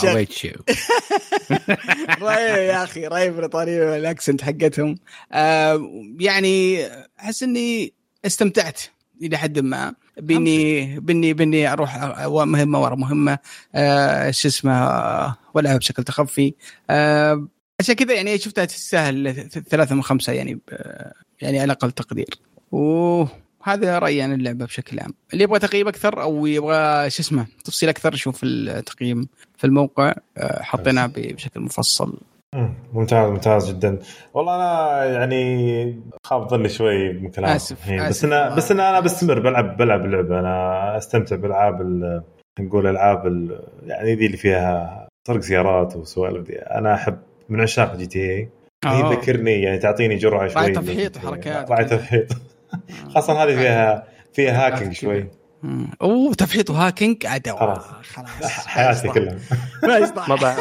رهيب يا أخي رهيب بريطاني والأكسنت حقتهم. آه يعني أحس إني استمتعت إلى حد ما بني بني بني أروح مهمة ورا مهمة آه شو اسمه ولا بشكل تخفي. آه عشان كذا يعني شفتها تستاهل ثلاثة من خمسة يعني يعني على أقل تقدير. وهذا هذا رأيي عن اللعبة بشكل عام. اللي يبغى تقييم أكثر أو يبغى شو اسمه تفصيل أكثر يشوف التقييم في الموقع حطيناه بشكل مفصل. ممتاز ممتاز جدا والله. أنا يعني خاب ظني شوي من كلامك بس أنا بس أنا أنا بستمر بلعب بلعب اللعبة. أنا أستمتع بألعاب نقول ألعاب يعني دي اللي فيها سرق سيارات وسوالف دي. أنا أحب من عشاق جي تي اي. هي ذكرني يعني تعطيني جرعة شوي تفحيط وحركات راعي تفحيط خاصة هذه فيها فيها هاكينج شوي. اوه تفحيط وهاكينج عدو خلاص خلاص حياتي كلها ما بقى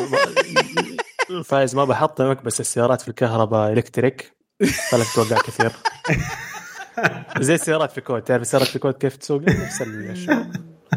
فايز ما بحطمك بس السيارات في الكهرباء إلكتريك فلك توقع كثير زي السيارات في كود. تعرف السيارات في كود كيف تسوق نفس الشيء.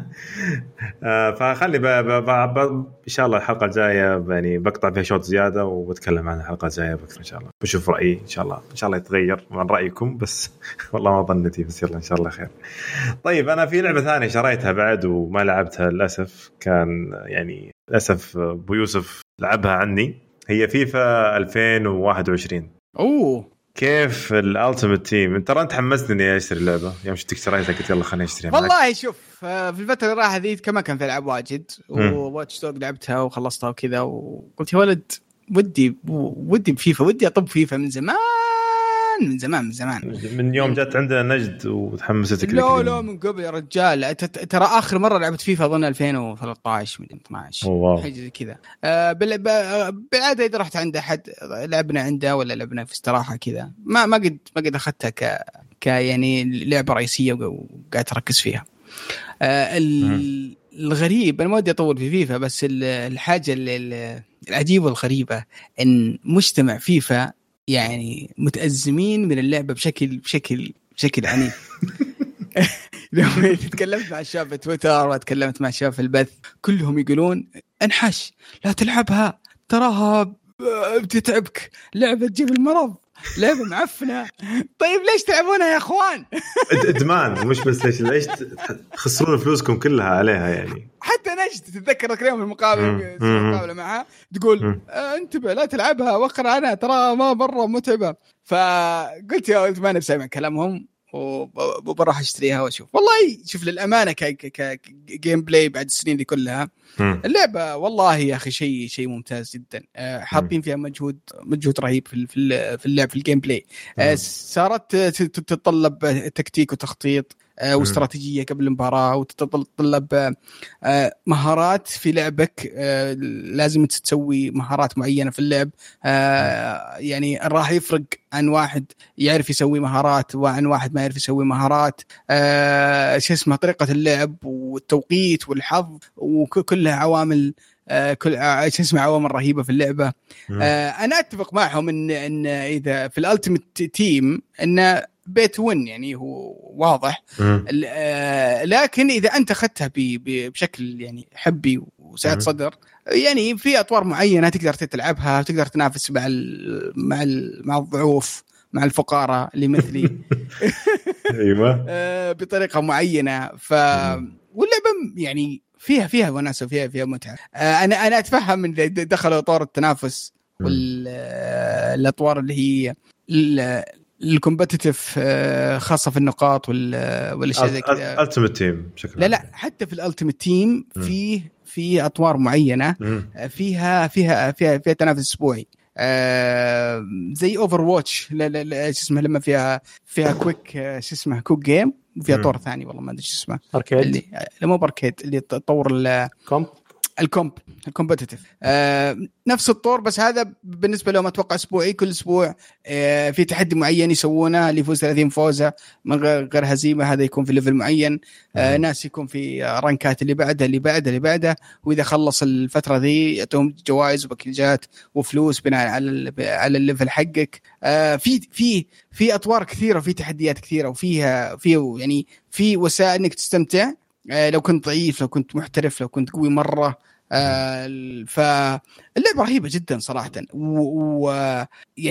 آه فخلي ب... ب... ب... ب... ان شاء الله الحلقه الجايه يعني بقطع فيها شوط زياده وبتكلم عن الحلقه الجايه بكثر ان شاء الله. بشوف رايي ان شاء الله ان شاء الله يتغير من رايكم بس والله ما ظنتي بس يلا ان شاء الله خير. طيب انا في لعبه ثانيه شريتها بعد وما لعبتها للاسف. كان يعني للاسف ابو يوسف لعبها عني. هي فيفا ألفين وواحد وعشرين. اوه كيف الالتيميت تيم؟ انت ترى انت حمسني اني اشتري اللعبه يوم شفتك شريتها قلت يلا خليني اشتريها. والله شوف في الفتره اللي راحت ذي كما كان في العاب واجد وواتش دوغ لعبتها وخلصتها وكذا وقلت يا ولد ودي ودي بفيفا ودي اطب فيفا من زمان من زمان من زمان من يوم جت عندنا نجد وتحمستك. لا لا من قبل يا رجال. ترى اخر مره لعبت فيفا اظن ألفين وثلاثة عشر من اثنا عشر حاجه زي كذا. أه بالعاده اذا رحت عند احد لعبنا عنده ولا لعبنا في استراحه كذا ما ما قد ما قد اخذتها ك ك يعني لعبه رئيسيه وقاعد اركز فيها. أه الغريب انا ما ودي اطول في فيفا بس الحاجه العجيبه والغريبه ان مجتمع فيفا يعني متأزمين من اللعبة بشكل بشكل بشكل عنيف. لما تكلمت مع الشباب في تويتر وتكلمت مع الشباب في البث كلهم يقولون انحش لا تلعبها تراها بتتعبك لعبة تجيب المرض لعبة معفنة. طيب ليش تلعبونها يا اخوان؟ ادمان مش بس ليش ليش تخسرون فلوسكم كلها عليها يعني. حتى نجد تتذكر اليوم في المقابله المقابله معها تقول آه انتبه لا تلعبها وقر عنها ترى ما مره متعبه. فقلت يا ولد ما انا بسمع كلامهم وبروح اشتريها واشوف. والله شوف للامانه كجيم بلاي بعد السنين دي كلها اللعبه والله يا اخي شيء شيء ممتاز جدا. حاطين فيها مجهود مجهود رهيب في في اللعب في الجيم بلاي. صارت تتطلب تكتيك وتخطيط واستراتيجية قبل المباراة وتتطلب مهارات في لعبك. لازم تسوي مهارات معينة في اللعب يعني راح يفرق عن واحد يعرف يسوي مهارات وعن واحد ما يعرف يسوي مهارات. شو اسمه طريقة اللعب والتوقيت والحظ وكلها عوامل كل شو اسمه عوامل رهيبة في اللعبة. أنا أتفق معهم إن إن إذا في الألتيميت تيم إن بيت وين يعني هو واضح. لكن إذا أنت أخذتها بشكل يعني حبي وسعة صدر يعني في أطوار معينة تقدر تلعبها تقدر تنافس مع مع مع الضعوف مع الفقراء اللي مثلي. أيوة. بطريقة معينة. ف واللعبة يعني فيها فيها وناسة فيها فيها متعة. أنا أنا أتفهم من دخلوا أطوار التنافس والأطوار اللي هي الكومبتيتيف خاصة في النقاط والأشياء زي كذا. التيمت تيم بشكل لا لا حتى في الالتيمت تيم في في أطوار معينة فيها فيها فيها فيها تنافس أسبوعي. آه زي اوفر واتش لا لا لا شو اسمه لما فيها فيها كويك شو اسمه كوك جيم وفيها طور ثاني والله ما ادري شو اسمه اركيد اللي مو باركيد اللي تطور الكومب الكومب الكومبتيتيف. آه نفس الطور بس هذا بالنسبه لهم اتوقع اسبوعي كل اسبوع آه في تحدي معين يسوونه اللي يفوز ثلاثين فوزه من غير غير هزيمه هذا يكون في ليفل معين. آه ناس يكون في رانكات اللي بعده اللي بعده اللي بعده واذا خلص الفتره ذي يعطيهم جوائز وباكجات وفلوس بناء على على الليفل حقك. آه في في في اطوار كثيره وفي تحديات كثيره وفيها في يعني في وسائل انك تستمتع. آه لو كنت ضعيف لو كنت محترف لو كنت قوي مره. آه فاللعبة رهيبة جدا صراحة ويعني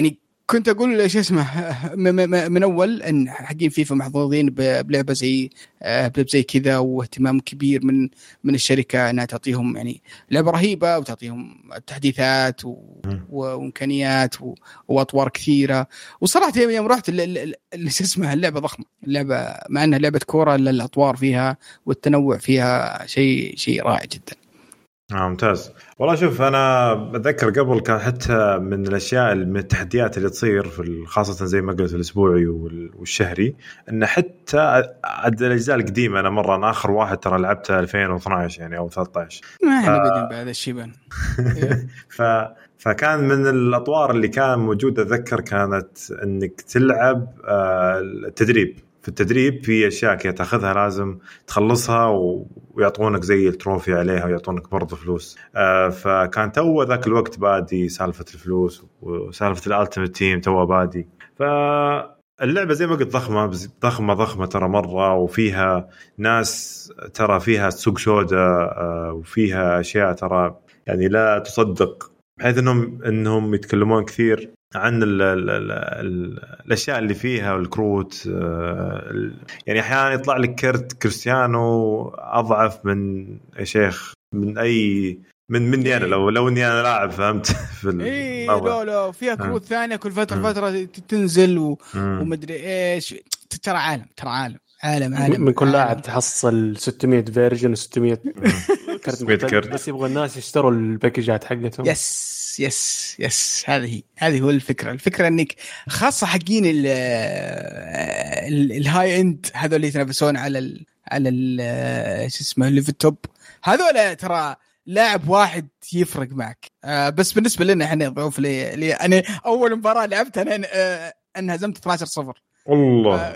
كنت اقول ايش اسمه من اول ان حقين فيفا محظوظين بلعبه زي زي كذا، واهتمام كبير من من الشركه انها تعطيهم يعني لعبه رهيبه وتعطيهم تحديثات وامكانيات واطوار كثيره. وصراحه يوم رحت اللي اسمها اللعبه ضخمه، اللعبه مع انها لعبه كوره الاطوار فيها والتنوع فيها شيء شيء رائع جدا. آه ممتاز والله. شوف أنا أتذكر قبل كان حتى من الأشياء من التحديات اللي تصير في خاصة زي ما قلت الأسبوعي والشهري، إن حتى الأجزاء القديمة أنا مرة أنا آخر واحد ترى لعبتها ألفين واثناشر يعني أو ثلاثة عشر ما إحنا بدين بهذا الشيء. ف فكان من الأطوار اللي كان موجودة أتذكر كانت إنك تلعب التدريب. في التدريب في أشياء كي تأخذها لازم تخلصها ويعطونك زي التروفي عليها ويعطونك برضه فلوس. آه فكان تو ذاك الوقت بادي سالفة الفلوس وسالفة الألتيميت تيم تو بادي. فاللعبة زي ما قلت ضخمة ضخمة ضخمة ترى مرة، وفيها ناس ترى فيها سوق سودا آه وفيها أشياء ترى يعني لا تصدق، بحيث إنهم إنهم يتكلمون كثير عن ال ال ال ال الأشياء اللي فيها والكروت. يعني أحيانا يطلع لك كرت كريستيانو أضعف من يا شيخ من أي من مني أنا لو لو إني أنا لاعب فهمت في إيه لا لا فيها كروت آه. ثانية كل فترة م. فترة تنزل و... ومدري إيش. ترى عالم ترى عالم عالم عالم من كل لاعب تحصل ستمية فيرجن وستمية كرت مختلف، بس يبغى الناس يشتروا الباكيجات حقتهم. يس يس يس هذه هذه هو الفكرة. الفكرة انك خاصة حقين ال ال الهاي اند هذول اللي يتنافسون على ال على ال ايش اسمه اللي في التوب، هذول ترى لاعب واحد يفرق معك. آه بس بالنسبة لنا احنا ضعوف لي, لي انا اول مباراة لعبتها انا آه انهزمت اثنا عشر صفر. والله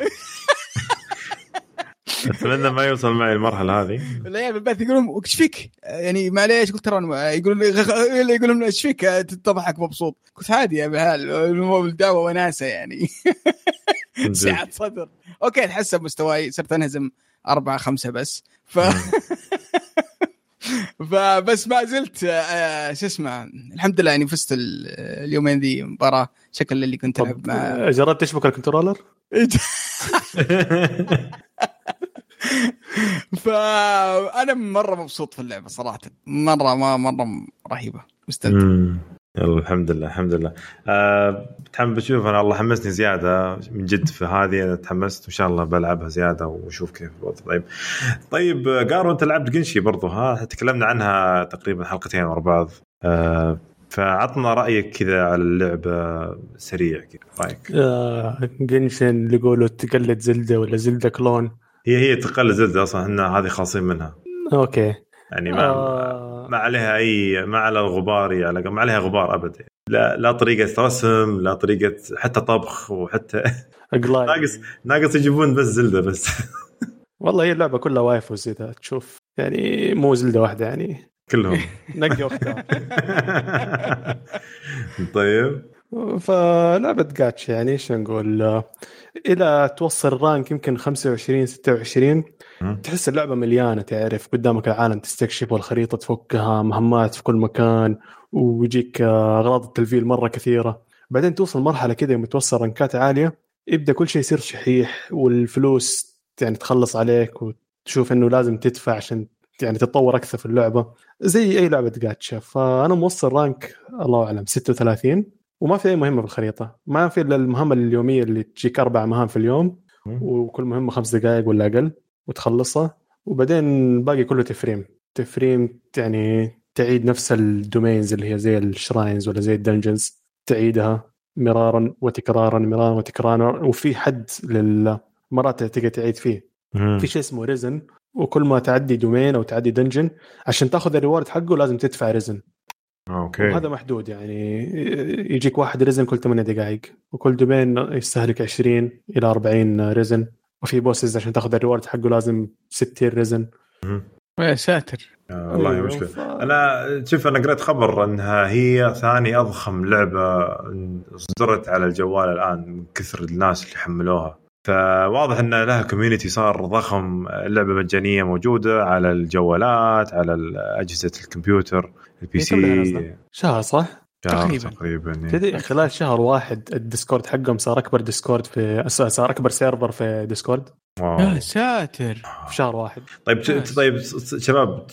أتمنى ما يوصل معي المرحلة هذه. لا يا بالبث يقولون وش فيك يعني معليش، قلت ترى يقولون يقولون ايش فيك تضحك مبسوط، قلت عادي يا بهال الدعوة وناسة يعني سعة صدر. اوكي تحسب مستواي صرت انهزم أربعة خمسة بس ف فبس ما زلت شو اسمه الحمد لله يعني فزت اليومين ذي مباراة شكل اللي كنت ألعب مع. جربت تشبك الكنترولر؟ فأنا مرة مبسوط في اللعبة صراحة، مرة ما مرة رهيبة مستمتع. يلا الحمد لله الحمد لله. أه بتحمس بشوف أنا الله حمسني زيادة من جد في هذه، أنا تحمست وإن شاء الله بلعبها زيادة وشوف كيف الوضع. طيب طيب قارو أنت لعبت جنشي برضو ها، تكلمنا عنها تقريبا حلقتين ورا بعض. أه فعطنا رأيك كذا على اللعبة سريع كذا رأيك. آه جنشن اللي يقولوا تقلد زلدة ولا زلدة كلون، هي هي تقلد زلدة أصلا، هنا هذه خاصين منها. أوكي يعني ما آه. ما عليها أي ما على الغبار على ما عليها غبار أبدا، لا لا طريقة رسم لا طريقة حتى طبخ وحتى ناقص ناقص يجيبون بس زلدة بس. والله هي اللعبة كلها وايف وزيدة تشوف يعني مو زلدة واحدة يعني كلهم نقي وقتها. طيب فلعبة جاتش يعني شو نقول إلى توصل رانك يمكن خمسة وعشرين ستة وعشرين تحس اللعبة مليانة، تعرف قدامك العالم تستكشف والخريطة تفكها، مهمات في كل مكان ويجيك أغراض التلفيل مرة كثيرة. بعدين توصل مرحلة كده يوم توصل رانكات عالية يبدأ كل شيء يصير شحيح والفلوس يعني تخلص عليك وتشوف إنه لازم تدفع عشان يعني تتطور أكثر في اللعبة زي أي لعبة جاتشا. فأنا موصل رانك الله أعلم ستة وثلاثين وما في أي مهمة بالخريطة، ما في إلا المهمة اليومية اللي تجيك أربع مهام في اليوم وكل مهمة خمس دقائق ولا أقل وتخلصها، وبعدين باقي كله تفريم تفريم يعني تعيد نفس الدومينز اللي هي زي الشراينز ولا زي الدنجنز تعيدها مرارا وتكرارا مرارا وتكرارا، وفي حد للمرات تقدر تعيد فيه. في شيء اسمه ريزن، وكل ما تعدي دومين أو تعدي دنجن عشان تأخذ الريوارد حقه لازم تدفع ريزن. أوكي. وهذا محدود يعني يجيك واحد ريزن كل ثمانية دقائق، وكل دومين يستهلك عشرين إلى أربعين ريزن، وفي بوسز عشان تأخذ الريوارد حقه لازم ستين ريزن. يا ساتر آه والله أيوة. مشكلة ف... أنا شوف أنا قرأت خبر أنها هي ثاني أضخم لعبة صدرت على الجوال الآن من كثر الناس اللي حملوها، فواضح أن لها كوميونيتي صار ضخم. اللعبة مجانية موجودة على الجوالات على أجهزة الكمبيوتر البي سي شهر صح؟ تقريبا تقريبا تدري خلال شهر واحد الديسكورد حقهم صار اكبر ديسكورد في صار اكبر سيرفر في ديسكورد. يا ساتر في شهر واحد. طيب طيب شباب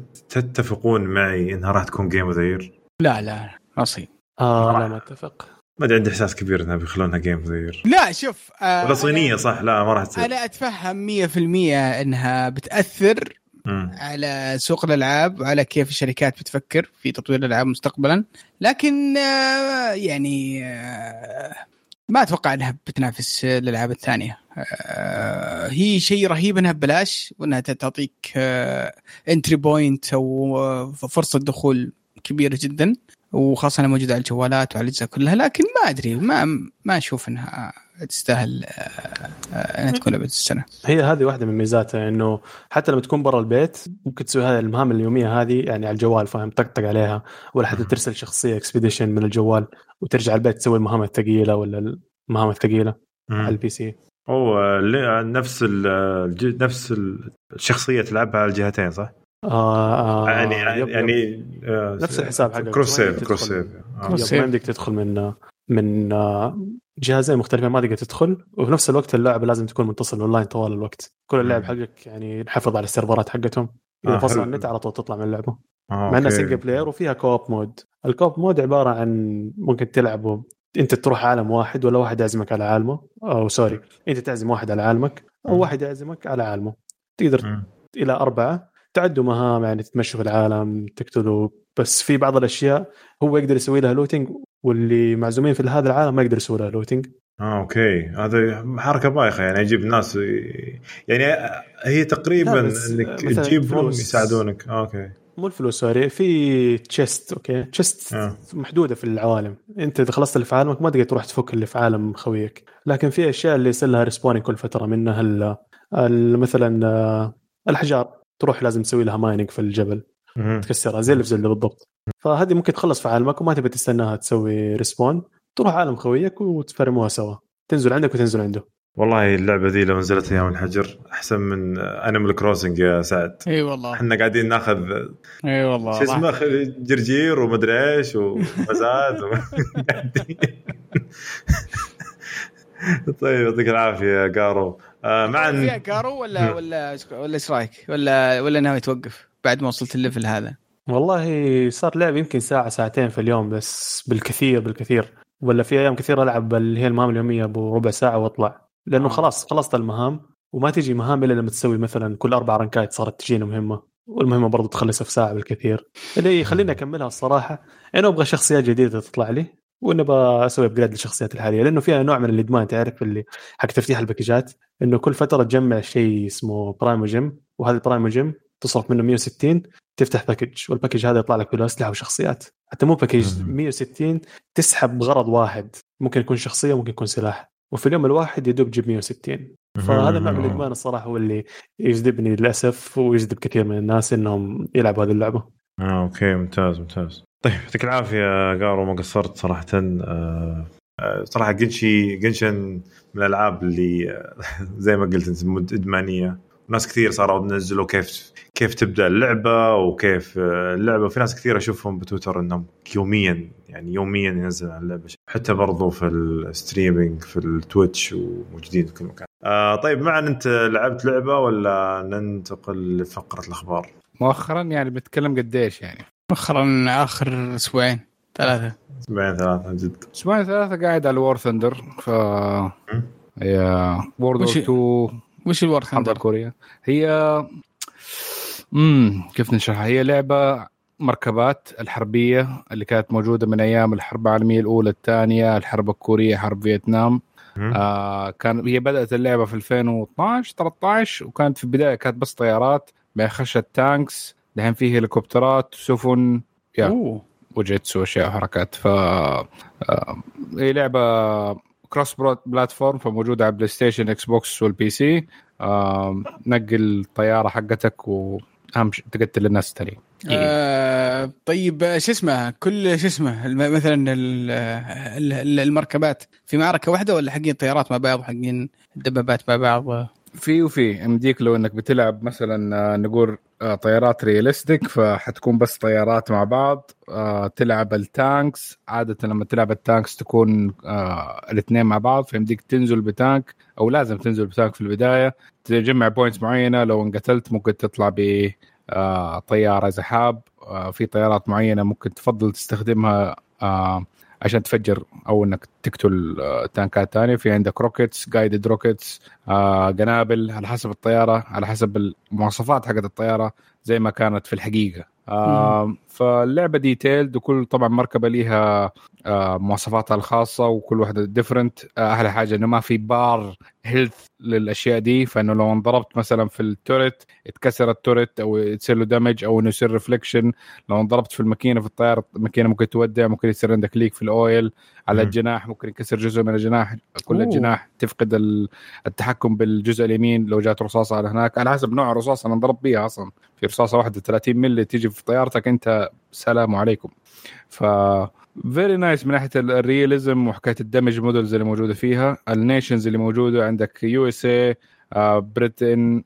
تتفقون معي انها راح تكون جيم اوف ذا يير؟ لا لا اصيل اه لا ما اتفق. ما عندي احساس كبير انها بيخلونها جيم اوف ذا يير. لا شوف آه ولا صينيه صح لا ما راح تصير. انا اتفهم مية بالمية انها بتاثر م. على سوق الالعاب وعلى كيف الشركات بتفكر في تطوير الالعاب مستقبلا، لكن آه يعني آه ما اتوقع انها بتنافس الالعاب الثانيه. آه هي شيء رهيب انها ببلاش وانها تعطيك آه انتري بوينت او فرصه دخول كبيره جدا، وخاصه انها موجوده على الجوالات وعلى الاجهزه كلها، لكن ما ادري ما ما اشوف انها تستاهل انها تكون لعبه السنه. هي هذه واحده من ميزاتها انه حتى لما تكون برا البيت ممكن تسوي هذه المهام اليوميه هذه يعني على الجوال، فاهم، طقطق عليها، ولا حتى ترسل شخصيه اكسبيديشن من الجوال وترجع البيت تسوي المهام الثقيله ولا المهام الثقيله على البي سي. هو نفس ال نفس الشخصيه تلعبها على الجهتين صح؟ آه آه يعني يب يعني يب آه نفس الحساب حقك كروس سيف كروس سيف ما بدك تدخل من من جهازين مختلفين ما تقدر تدخل، وفي نفس الوقت اللعبه لازم تكون متصل اونلاين طوال الوقت. كل اللعب حقك يعني نحافظ على السيرفرات حقتهم، اذا آه فصل النت على طول تطلع من اللعبه. آه مع انها سنجل بلاير وفيها كوب مود. الكوب مود عباره عن ممكن تلعبه انت تروح عالم واحد ولا واحد يعزمك على عالمه، او سوري انت تعزم واحد على عالمك او واحد يعزمك على عالمه. تقدر م. الى أربعة تعدوا مهام يعني تتمشوا في العالم تقتلوا، بس في بعض الاشياء هو يقدر يسوي لها لوتينج واللي معزومين في هذا العالم ما يقدر يسوي لها لوتينج. اه اوكي هذا حركه بايخه يعني يجيب ناس يعني هي تقريبا انك تجيبهم يساعدونك. آه اوكي مو الفلوس سوري في تشيست. اوكي تشيست آه. محدوده في العوالم، انت اذا خلصت اللي في عالمك ما تقدر تروح تفك اللي في عالم خويك، لكن في اشياء اللي يصير لها ريسبونينج كل فتره منها مثلا الحجار تروح لازم تسوي لها مايننج في الجبل م- تكسرها زي اللي في زلدة بالضبط. فهذه ممكن تخلص في عالمك وما تبي تستناها تسوي ريسبون، تروح عالم خويك وتفرموها سوا، تنزل عندك وتنزل عنده. والله اللعبة ذي لو نزلت ايام الحجر احسن من انيمال كروسنج يا سعد. اي والله احنا قاعدين ناخذ اي والله شو اسمه جرجير ومدري ايش ومزاد و... طيب يعطيك العافية يا قارو. آه مع فيها قارو ولا ولا ولا ايش رايك ولا ولا ناوي توقف بعد ما وصلت الليفل هذا؟ والله صار لعب يمكن ساعة ساعتين في اليوم بس بالكثير بالكثير، ولا في ايام كثير العب اللي هي المهام اليومية بربع ساعة واطلع، لانه خلاص خلصت المهام وما تجي مهام الا لما تسوي مثلا كل اربع رنكات صارت تجينا مهمة، والمهمة برضو تخلصها في ساعة بالكثير. اللي خليني اكملها الصراحة انه ابغى شخصيات جديدة تطلع لي ونبى اسوي ابجريد للشخصيات الحاليه، لانه فيها نوع من الادمان تعرف اللي حق تفتيح الباكجات، انه كل فتره تجمع شيء اسمه برايمو جيم، وهذا البرايمو جيم تصرف منه مية وستين تفتح باكج، والباكج هذا يطلع لك بالاسلحه وشخصيات. حتى مو باكج مية وستين تسحب غرض واحد، ممكن يكون شخصيه ممكن يكون سلاح، وفي اليوم الواحد يدوب تجيب مية وستين. فهذا النوع من الادمان الصراحه هو اللي يجذبني للاسف ويجذب كثير من الناس انهم يلعبوا هذه اللعبه. اه اوكي ممتاز ممتاز. طيب يعطيك العافيه قارو ما قصرت صراحه. آه صراحه جنشي جنشن من الالعاب اللي زي ما قلت انت ادمانيه، وناس كثير صاروا ينزلوا كيف كيف تبدا اللعبه وكيف اللعبه. في ناس كثير اشوفهم بتويتر انهم يوميا يعني يوميا ينزل عن اللعبه، حتى برضو في الستريمينج في التويتش وموجودين في كل مكان. آه طيب معن انت لعبت لعبه ولا ننتقل لفقره الاخبار؟ مؤخرا يعني بتكلم قديش يعني مؤخرا اخر اسبوعين ثلاثه اسبوعين ثلاثه جد اسبوعين ثلاثه قاعد على وور ثندر. ف هي وورد وور تو وش الوور ثندر كوريا هي امم كيف نشرحها؟ هي لعبه مركبات الحربيه اللي كانت موجوده من ايام الحرب العالميه الاولى الثانيه الحرب الكوريه حرب فيتنام. آه كان هي بدات اللعبه في ألفين واثناشر ثلاثة عشر وكانت في البدايه كانت بس طيارات بخشة تانكس، دحين فيه هليكوبترات سفن يا وجيتس واشياء وحركات. ف آه هي لعبه كروس بلاتفورم فموجوده على بلاي ستيشن اكس بوكس والبي سي. آه نقل الطياره حقتك واهم شيء تقتل الناس الثانيين. آه طيب شو اسمه كل شو اسمه مثلا المركبات في معركه واحده ولا حقين طيارات مع بعض حقين الدبابات مع بعض؟ في وفي مديك لو انك بتلعب مثلا نقول طيارات رياليستيك فحتكون بس طيارات مع بعض. تلعب التانكس عادة لما تلعب التانكس تكون الاثنين مع بعض فيمديك تنزل بتانك او لازم تنزل بتانك في البداية تجمع بوينتس معينة. لو انقتلت ممكن تطلع بطيارة زحاب. في طيارات معينة ممكن تفضل تستخدمها عشان تفجر او انك تقتل تانكات تانية. في عندك روكيتس جايدد روكيتس قنابل على حسب الطيارة على حسب المواصفات حقت الطيارة زي ما كانت في الحقيقة. آه فاللعبة ديتيلد وكل طبعا مركبة ليها آه مواصفاتها الخاصة وكل واحدة ديفرنت. آه أحلى حاجة إنه ما في بار هيلث للأشياء دي فإنه لو انضربت مثلا في التورت اتكسر التورت أو يصير له دامج أو إنه يصير ريفليكشن. لو انضربت في الماكينة في الطيارة الماكينة ممكن تودع ممكن يصير عندك ليك في الأويل على الجناح ممكن يكسر جزء من الجناح كل أوه. الجناح تفقد التحكم بالجزء اليمين لو جات رصاصة على هناك على حسب نوع الرصاصة أنا انضرب بيها أصلا. في رصاصة واحدة ثلاثين ملي تيجي في طيارتك أنت سلام عليكم. ف very nice من ناحية الرياليزم وحكاية الدمج مودلز اللي موجودة فيها. النيشنز اللي موجودة عندك يو اس اي بريتن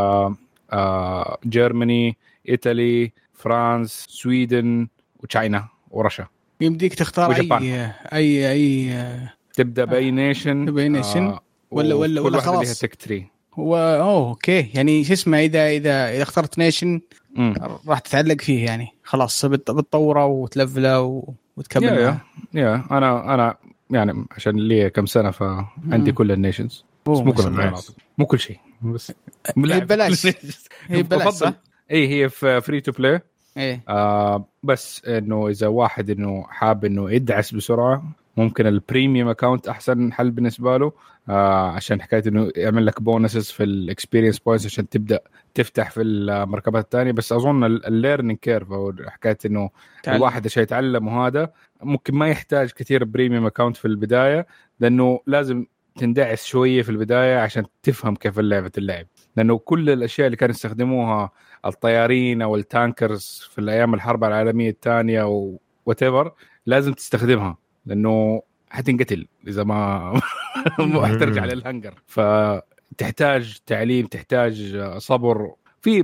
جيرماني إيطالي فرانس سويدن وتشاينا ورشا. يمديك تختار أي أي أي تبدأ بأي نيشن بأي نيشن ولا ولا ولا خلاص تكتري هو أوه أوكي يعني شو اسمه إذا إذا إذا اخترت نيشن راح تتعلق فيه يعني خلاص بتطوره وتلفله وتكمل. يا يا أنا أنا يعني عشان لي كم سنة فعندي كل النيشنز بس مو كل مو كل شيء بس هي بلاش هي بلاش صح؟ اي هي في فري تو بلاي ايه آه بس انه اذا واحد انه حاب انه يدعس بسرعه ممكن البريميوم اكاونت احسن حل بالنسبه له آه عشان حكايه انه يعمل لك بونسز في الاكسبيرينس بوينتس عشان تبدا تفتح في المركبات الثانيه. بس اظن الليرنينج كيرف او حكايه انه الواحد عشان يتعلم وهذا ممكن ما يحتاج كثير بريميوم اكاونت في البدايه لانه لازم تندعس شويه في البدايه عشان تفهم كيف اللعبه اللعب لانه كل الاشياء اللي كانوا يستخدموها الطيارين او التانكرز في الايام الحرب العالميه الثانيه او whatever لازم تستخدمها لانه حتنقتل اذا ما مو حترجع للهنجر. فتحتاج تعليم تحتاج صبر. في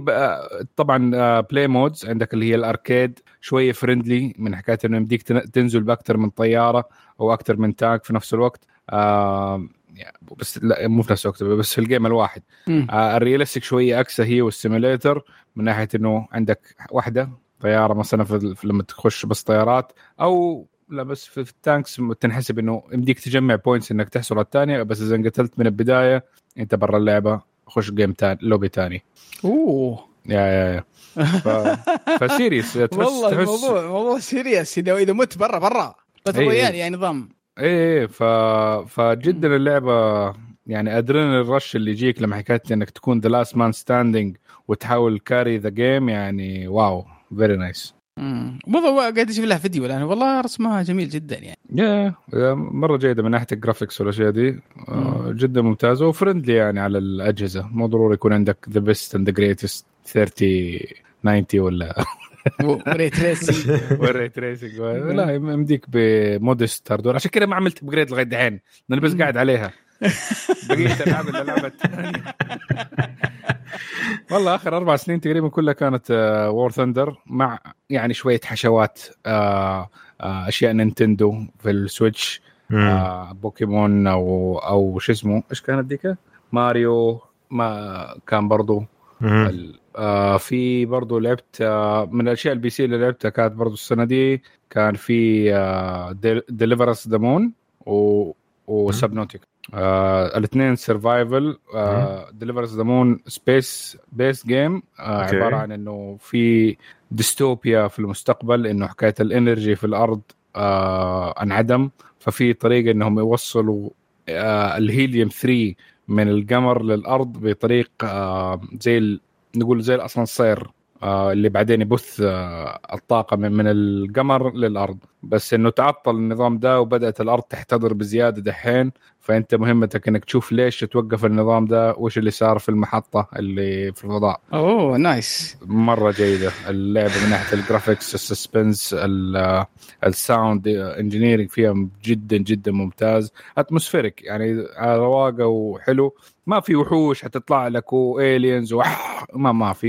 طبعا بلاي مودز عندك اللي هي الاركيد شويه فريندلي من حكايه انه يمديك تنزل باكثر من طياره او اكثر من تانك في نفس الوقت آه بس لا مو في نفس الوقت بس في الجيم الواحد. آه الرياليستيك شويه اكثر هي والسيميليتر من ناحيه انه عندك واحده طياره مثلا في لما تخش بس طيارات او لا بس في التانكس تنحسب انه يمديك تجمع بوينتس انك تحصل على الثانيه بس اذا انقتلت من البدايه انت برا اللعبه خش جيم تاني لوبي تاني. اوه يا يا يا ف... فسيريس والله تحس... الموضوع موضوع سيريس اذا اذا مت برا برا بتريال يعني نظام ايه ف... فجدا اللعبه يعني ادرينالين الرش اللي يجيك لما حكيت انك تكون ذا لاست مان ستاندينج وتحاول كاري ذا جيم يعني واو فيري نايس. امم والله قاعد اشوف لها فيديو الان والله رسمها جميل جدا يعني يا مره جيده من ناحيه الجرافيكس والاشياء دي آه جدا ممتازه وفرندلي يعني على الاجهزه مو ضروري يكون عندك ذا بيست اند ذا جريتست ثلاثين تسعين ولا وري تريسنج وري تريسنج لا يمديك بمودست هاردوير عشان كده ما عملت ابجريد لغايه دحين انا بس قاعد عليها بقيت العب اللعبه الثانيه. والله آخر أربع سنين تقريبا كلها كانت وور ثندر مع يعني شوية حشوات آه آه أشياء نينتندو في السويتش آه بوكيمون أو أو شو اسمه إيش كانت ديكا ماريو ما كان برضو آه في برضو لعبت آه من الأشياء البي سي اللي لعبتها كانت برضو السنة دي كان في آه ديليفرس ذا مون و وسبنوتيك آه الاثنين سرفايفل ديليفرز ذا مون سبيس بيس جيم عباره عن انه في ديستوبيا في المستقبل انه حكايه الانرجي في الارض آه انعدم ففي طريقه انهم يوصلوا آه الهيليوم ثلاثة من القمر للارض بطريق آه زي نقول زي الاسانسير آه اللي بعدين يبث آه الطاقة من, من القمر للأرض، بس إنه تعطل النظام ده وبدأت الأرض تحتضر بزيادة دحين. فأنت مهمتك إنك تشوف ليش توقف النظام ده وإيش اللي صار في المحطة اللي في الفضاء. أوه نايس، مرة جيدة اللعبة من ناحية الجرافيكس، السسبنس، الساوند انجينيرينج فيها جدا جدا ممتاز. اتموسفيريك يعني رواقة وحلو، ما في وحوش هتطلع لك وإيلينز وح ما ما في.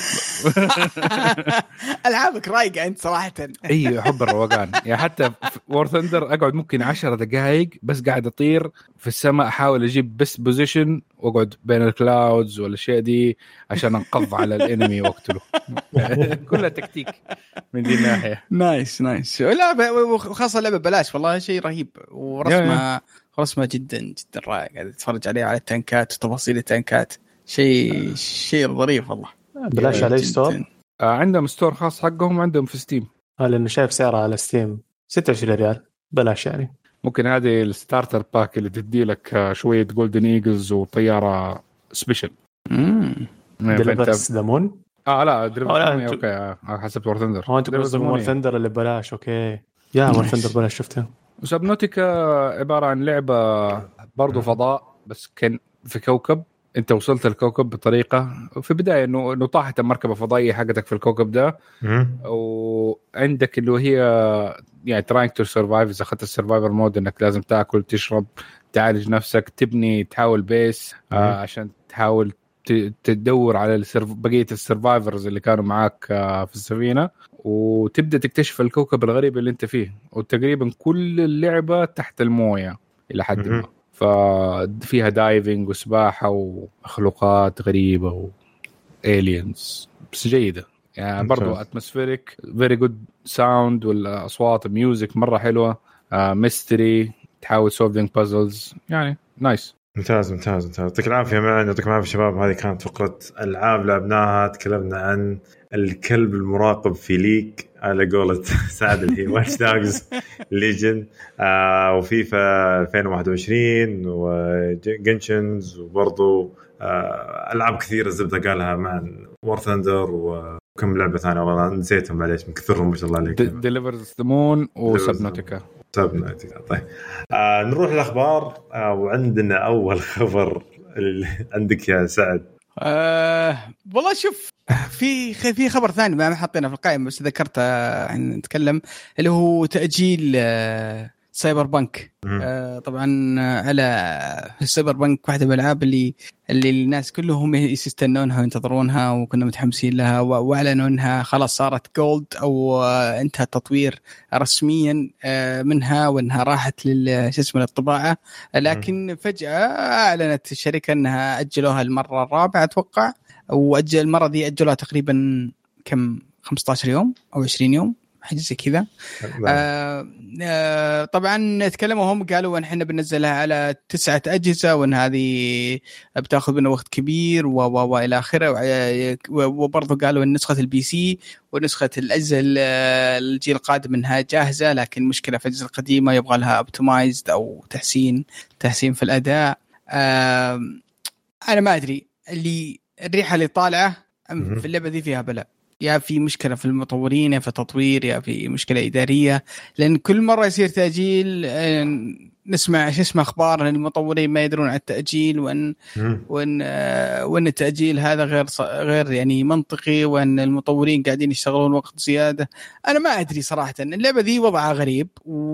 ألعابك رايقة أنت صراحة. أي أحب الروقان يعني. حتى وور ثندر أقعد ممكن عشرة دقائق بس قاعد أطير في السماء، أحاول أجيب بس بوزيشن وأقعد بين الكلاودز والأشياء دي عشان أنقض على الإنمي وأقتله. كلها تكتيك من دي الناحية. نايس نايس. لا وخاصة لعبة بلاش والله شيء رهيب، ورسمها رسمها جدا جدا رائع. قاعد أتفرج عليها على التانكات وتفاصيل التانكات، شيء شيء ظريف والله. بلاش على ستور. آه عندهم ستور خاص حقهم، عندهم في ستيم. آه لأنه شايف سعرها على ستيم ستة وعشرين ريال بلاش يعني. ممكن هذه الستارتر باك اللي تدي لك شوية جولدن ايجلز وطيارة سبيشل. امم ديليفرز دامون. اه لا دريفرز اوكي آه حسب وور ثندر. هو انت قصدك وور ثندر اللي ببلاش. اوكي يا وور ثندر بلاش شفته. وسبنوتيكا عبارة عن لعبة برضو فضاء، بس كان في كوكب. انت وصلت الكوكب بطريقة في بداية انه انه طاحت المركبة الفضائية حقتك في الكوكب ده، وعندك اللي هي يعني trying to survive. اذا اخذت السرفايفر مود انك لازم تاكل تشرب تعالج نفسك تبني تحاول بيس آه عشان تحاول تدور على السرف... بقية السرفايفرز اللي كانوا معاك آه في السفينة، وتبدأ تكتشف الكوكب الغريب اللي انت فيه. وتقريبا كل اللعبة تحت الموية إلى حد ما، ففيها دايفنج وسباحة ومخلوقات غريبة وإيلينز، بس جيدة يعني. برضو اتموسفيريك فيري جود ساوند، والأصوات الميوزك مرة حلوة. ميستري تحاول سولفينج بازلز يعني نايس. ممتاز ممتاز ممتاز. يعطيك العافية معنا، يعطيك العافية شباب. هذه كانت فقرة ألعاب لعبناها. تكلمنا عن الكلب المراقب في ليك على قولة سعد اللي هي واتش دوغز ليجن، آه وفيفا ألفين وواحد وعشرين وجنشنز، وبرضو آه ألعاب كثيرة الزبدة قالها مع وور ثندر وكم لعبة ثانية والله نسيتهم معليش من كثرهم ما شاء الله عليك. ديليفرز ذا مون وسبنوتيكا. سبنوتيكا. طيب آه نروح الأخبار. آه وعندنا أول خبر اللي عندك يا سعد. أه والله شوف في في خبر ثاني ما حطينا في القائمة بس ذكرته عن نتكلم، اللي هو تأجيل أه سايبر بانك. أه طبعا على سايبر بانك واحدة من الألعاب اللي اللي الناس كلهم يستنونها وينتظرونها وكنا متحمسين لها، واعلنوا انها خلاص صارت جولد او أه انتهى التطوير رسميا أه منها، وانها راحت للاسم الطباعة. لكن فجأة اعلنت الشركة انها اجلوها المرة الرابعة اتوقع، واجل المرة دي اجلوها تقريبا كم خمسة عشر يوم او عشرين يوم حاجة زي كذا. آه آه طبعا تكلموا هم قالوا ان احنا بننزلها على تسعة أجهزة، وان هذه بتاخذ منه وقت كبير و و الى اخره. وبرضه قالوا ان نسخة البي سي ونسخة الأجهزة الجيل القادم منها جاهزة، لكن مشكلة في الأجهزة القديمة يبغى لها اوبتمايزد او تحسين تحسين في الأداء. آه انا ما ادري اللي الريحة اللي طالعة في اللعبة دي فيها بلاء، يا في مشكلة في المطورين يا في تطوير يا في مشكلة إدارية. لأن كل مرة يصير تأجيل نسمع شو اسمه أخبار أن المطورين ما يدرون على التأجيل، وأن وأن وأن التأجيل هذا غير غير يعني منطقي، وأن المطورين قاعدين يشتغلون وقت زيادة. أنا ما أدري صراحة. اللعبة دي وضعها غريب،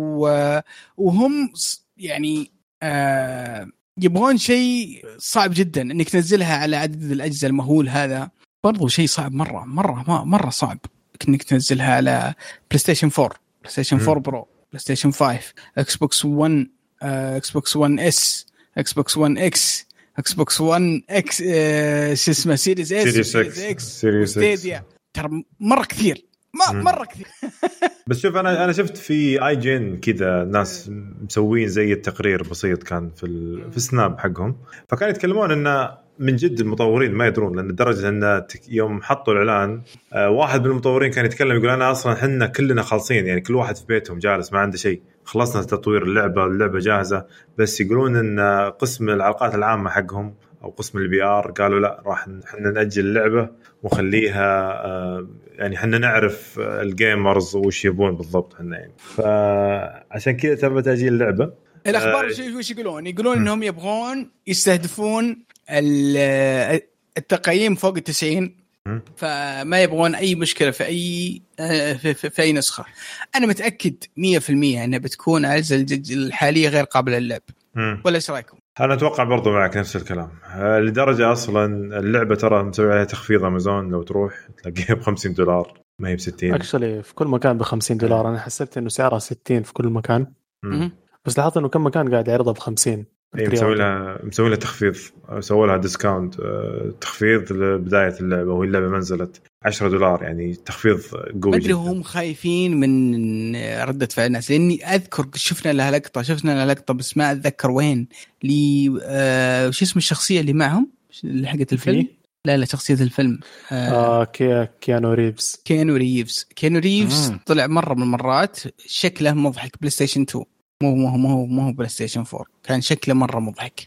وهم يعني آه يبغون شيء صعب جدا إنك تنزلها على عدد الأجهزة المهول هذا. برضو شيء صعب مرة مرة مرة صعب إنك تنزلها على بلاي ستيشن فور، بلاي ستيشن فور برو، بلاي ستيشن فايف، اكس بوكس ون، اكس بوكس ون اس، اكس بوكس ون اكس، اكس بوكس ون اكس، شو اسمه سيريز اس، سيريز اكس، سيريز ستيديا. ترى مرة كثير ما مرة كثير. بس شوف انا انا شفت في اي جين كذا ناس مسوين زي التقرير بسيط كان في ال... في السناب حقهم، فكانوا يتكلمون انه من جد المطورين ما يدرون، لأن درجة أن يوم حطوا الإعلان آه واحد من المطورين كان يتكلم يقول أنا أصلا حنا كلنا خالصين، يعني كل واحد في بيتهم جالس ما عنده شيء، خلصنا تطوير اللعبة، اللعبة جاهزة، بس يقولون أن قسم العلاقات العامة حقهم او قسم البي ار قالوا لا راح احنا ناجل اللعبه ونخليها آه يعني احنا نعرف الجيمرز وش يبون بالضبط احنا يعني فعشان كذا تم تاجيل اللعبه. الاخبار آه وش يقولون يقولون انهم يبغون يستهدفون التقييم فوق التسعين فما يبغون اي مشكله في اي في, في, في اي نسخه. انا متاكد مية بالمية انها بتكون على الحاليه غير قابله للعب ولا ايش رايكم؟ انا اتوقع برضو معك نفس الكلام لدرجه اصلا اللعبه ترى مسوي عليها تخفيض امازون لو تروح تلاقيها ب خمسين دولار ما هي ب ستين اكشلي في كل مكان ب خمسين دولار. انا حسبت انه سعرها ستين في كل مكان مم. بس لاحظت انه كم مكان قاعد يعرضها ب خمسين. اي مسوي لها مسوي لها تخفيض سووا لها ديسكاونت تخفيض لبدايه اللعبه وهي اللعبه منزلت عشرة دولار يعني تخفيض قوي جدا. هم خايفين من ردة فعل الناس لاني اذكر شفنا لها لقطه شفنا لها لقطه بس ما اتذكر وين لي آه وش اسم الشخصيه اللي معهم اللي حقت الفيلم. لا لا شخصيه الفيلم آه كي كيانو ريفز كيانو ريفز كيانو ريفز مم. طلع مره من المرات شكله مضحك بلاي ستيشن تو مو مو مو مو بلاي ستيشن فور كان شكله مره مضحك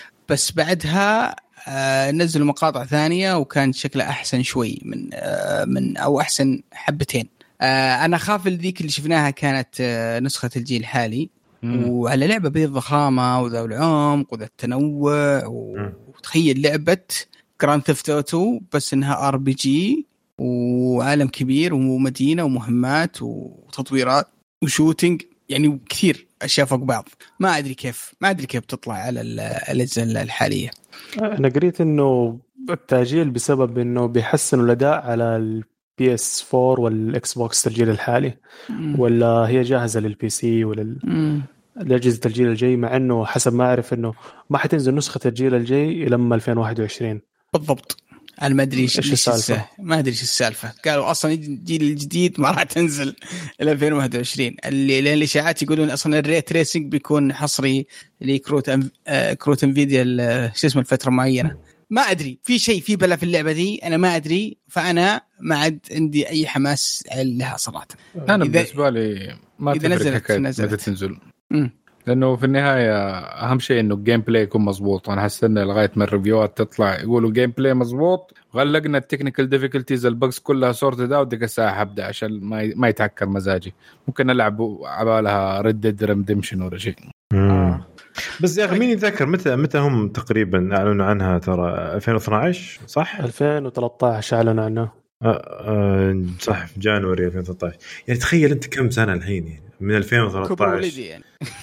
بس بعدها آه نزلوا مقاطع ثانيه وكان شكله احسن شوي من آه من او احسن حبتين. آه انا خاف ذيك اللي شفناها كانت آه نسخه الجيل الحالي مم. وعلى لعبه بذي الضخامه وذا العمق وذا التنوع وتخيل لعبه جراند ثيفت اوتو بس انها ار بي جي وعالم كبير ومدينه ومهمات وتطويرات وشوتينج يعني كثير اشياء فوق بعض. ما ادري كيف ما ادري كيف تطلع على الاجهزه الحاليه. انا قريت انه التاجيل بسبب انه بيحسنوا الاداء على البي اس فور والاكس بوكس الجيل الحالي مم. ولا هي جاهزه للبي سي ولا الاجهزه الجيل الجاي مع انه حسب ما اعرف انه ما حتنزل نسخه الجيل الجاي لما ألفين وواحد وعشرين بالضبط. انا ما ادري ايش السالفه ما ادري ايش السالفه قالوا اصلا الجيل الجديد ما راح تنزل الى ألفين وواحد وعشرين اللي لان الاشاعات يقولون اصلا الريت ريسنج بيكون حصري لكروت أم... آه كروت انفيديا شو اسمه الفتره معينه. ما ادري في شيء في بلا في اللعبه دي انا ما ادري فانا ما عاد عندي اي حماس لها صراحه. انا بالنسبه لي ما تفرق متى تنزل م. لانه في النهايه اهم شيء انه الجيم بلاي يكون مزبوط. انا حسنا لغايه ما الريفيوات تطلع يقولوا جيم بلاي مزبوط غلقنا التكنيكال ديفيكولتيز البجز كلها سورتد اوت ديك الساعه هبدا عشان ما ما يتعكر مزاجي. ممكن العب عبالها ريد ديد ريدمشن ولا شيء. آه. بس يا اخي مين يتذكر متى متى هم تقريبا اعلنوا عنها ترى ألفين واثناشر صح ألفين وثلاثة عشر اعلنوا عنها آه آه صح في جانوري ألفين وثلاثة عشر. يعني تخيل انت كم سنه الحين يعني من ألفين وثلاثة عشر يعني.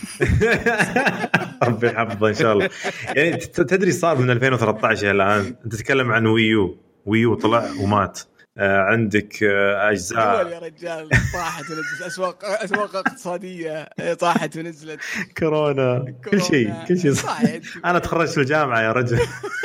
ربي يحفظه ان شاء الله. يعني تدري صار من ألفين وثلاثة عشر الان انت تتكلم عن ويو ويو طلع ومات. آه عندك آه اجزاء يا رجال طاحت ونزلت اسواق اسواق اقتصاديه طاحت ونزلت كورونا, كورونا. كل شيء كل شيء انا تخرجت في الجامعه يا رجل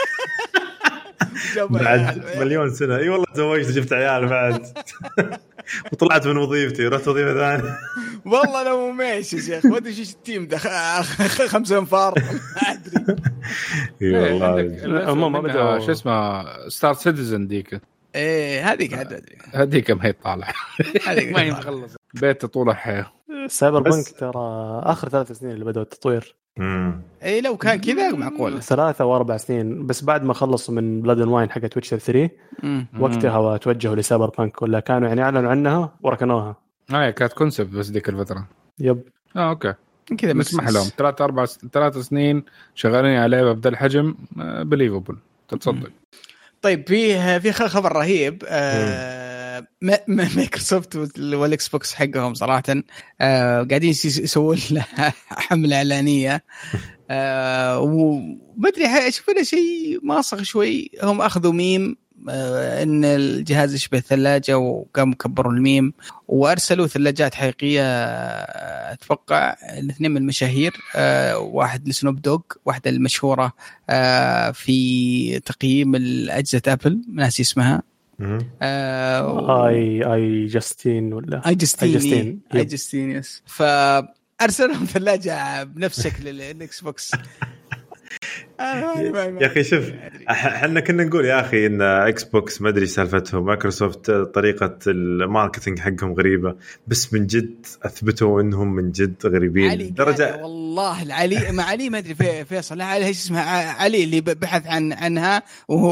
بعد مليون سنه. اي والله تزوجت وجبت عيال بعد وطلعت من وظيفتي ورحت وظيفه ثانيه. والله انا مو ماشي يا شيخ ودي ايش التيم ده خمسة انفار ما ادري. اي والله هم ما بدأوا شو اسمه ستار سيتيزن ديك ايه هذيك عاد ادري هذيك ما هي طالعه هذيك ما يخلص بيت طول الحياه. سايبر بنك ترى اخر ثلاث سنين اللي بدأوا التطوير. امم اي لو كان كذا معقول ثلاثة واربع سنين بس بعد ما خلصوا من بلاد اند واين حقت ويتشر ثري وقتها وتوجهوا لسايبر بنك ولا كانوا يعني اعلنوا عنها وركنوها. اه كانت كونسبت بس ديك الفتره. يب اه اوكي كذا مسمح لهم ثلاثة أربع ثلاث سنين شغالين على لعبه بهذا الحجم بليفبل تتصدق. طيب في في خبر رهيب آه مايكروسوفت والاكس بوكس حقهم صراحه آه قاعدين يسوون حمله اعلانيه آه وما ادري اشوف له شيء ماصغ شوي. هم اخذوا ميم آه ان الجهاز يشبه ثلاجه وقاموا كبروا الميم وارسلوا ثلاجات حقيقيه آه اتوقع الاثنين من المشاهير آه واحد لسنوب دوغ واحده المشهوره آه في تقييم الاجهزه ابل ناسي اسمها آه اي اي جاستين ولا اي جاستين اي جاستين يس. فارسلهم ثلاجه بنفس شكل الاكس بوكس يا اخي شوف احنا كنا نقول يا اخي ان اكس بوكس ما ادري سالفتهم مايكروسوفت طريقه الماركتينج حقهم غريبه بس من جد اثبتوا انهم من جد غريبين درجه والله العلي مع علي ما ادري فيصل علي ايش اسمها علي اللي بحث عن عنها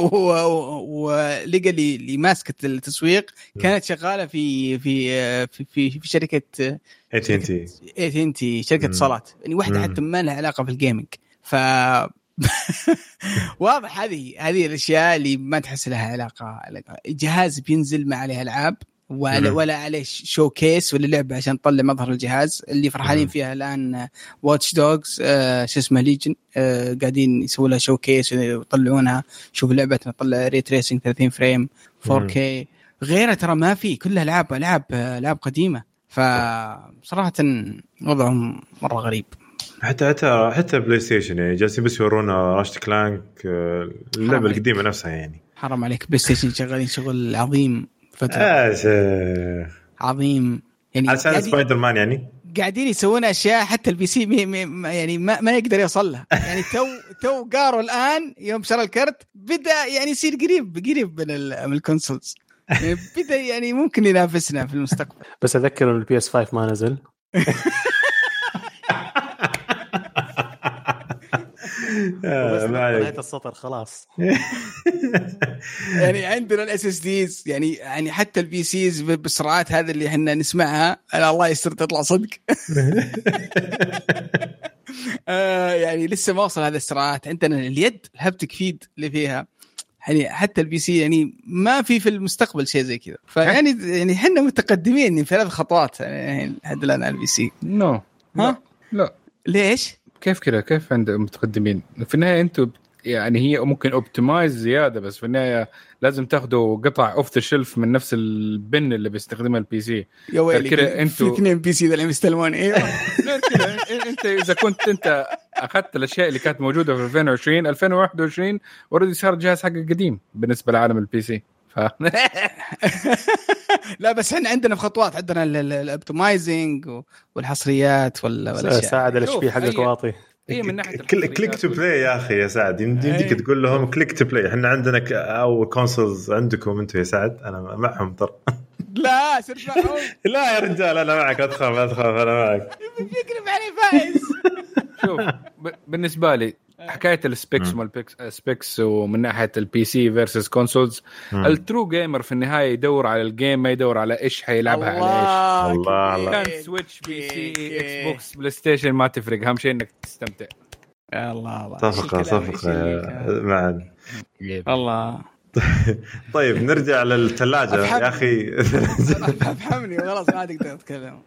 ولقى لي اللي ماسكه التسويق كانت شغاله في في في في, في شركه اي تي ان تي اي تي ان تي شركه اتصالات يعني واحده حتى ما لها علاقه في الجيمنج ف واضح هذه هذه الاشياء اللي ما تحس لها علاقه. جهاز بينزل ما عليه العاب ولا ولا عليه شو كيس ولا لعبه عشان تطلع مظهر الجهاز اللي فرحانين فيها الان. واتش دوجز آه شو اسمه ليجن آه قاعدين يسووا لها شو كيس ويطلعونها شوف لعبتنا طلع ري تريسنج ثلاثين فريم فور كي غيرها ترى ما في كلها العاب العاب العاب قديمه فصراحه وضعهم مره غريب. حتى حتى حتى بلاي ستيشن يعني جالسين بس يورونا راشت كلانك اللعبه القديمه نفسها يعني حرام عليك بلاي ستيشن شغالين شغل عظيم فترة آه عظيم يعني على سبايدر مان يعني قاعدين يسوون اشياء حتى البي سي مي مي يعني ما, ما يقدر يوصل لها يعني تو تو قاروا الان يوم شرى الكرت بدا يعني يصير قريب قريب من من الكونسولز يعني بدا يعني ممكن ينافسنا في المستقبل. بس اذكر البي اس خمسة ما نزل نهاية السطر خلاص. يعني عندنا الاس اس ديز يعني يعني حتى البي سيز بالسرعات هذه اللي احنا نسمعها أنا الله يستر تطلع صدق. آه يعني لسه ما وصل هذا السرعات. عندنا اليد الهابتك فيد اللي فيها يعني حتى البي سي يعني ما في في المستقبل شيء زي كذا فيعني يعني احنا متقدمين في ثلاث خطوات يعني لحد الان على البي سي. نو no. ها لا ليش كيف كده كيف عند متقدمين في النهايه انتم يعني هي ممكن اوبتمايز زياده بس في النهايه لازم تاخذوا قطع اوف ذا شيلف من نفس البن اللي بيستخدمها البي سي. يا ويلي كده انتوا اثنين بي سي اللي مستلمون ايوه. انت اذا كنت انت اخذت الاشياء اللي كانت موجوده في ألفين وعشرين ألفين وواحد وعشرين اوريدي صار جهاز حق قديم بالنسبه لعالم البي سي ف... لا بس احنا عندنا في خطوات عندنا الاوبتمايزنج والحصريات ولا ولا شيء ساعد الاتش بي حقك واطي هي من ناحيه كليك تو بلاي يا اخي يا سعد يمديك تقول لهم كليك تو بلاي. احنا عندنا او كونسولز عندكم انتم يا سعد انا معهم ترى. لا سير معهم لا يا رجال انا معك ادخل ادخل انا معك يقرب علي فايز. شوف بالنسبه لي حكايه السبيكس والبيكس سبيكس ومن ناحيه البي سي فيرسس كونسولز الترو جيمر في النهايه يدور على الجيم ما يدور على ايش حيلعبها على ايش. الله الله كان سويتش بي سي اكس بوكس بلاي ستيشن ما تفرق اهم شيء انك تستمتع. الله الله صفقه صفقه معا الله. طيب نرجع للثلاجه يا اخي. افهمني خلاص ما تقدر تتكلم.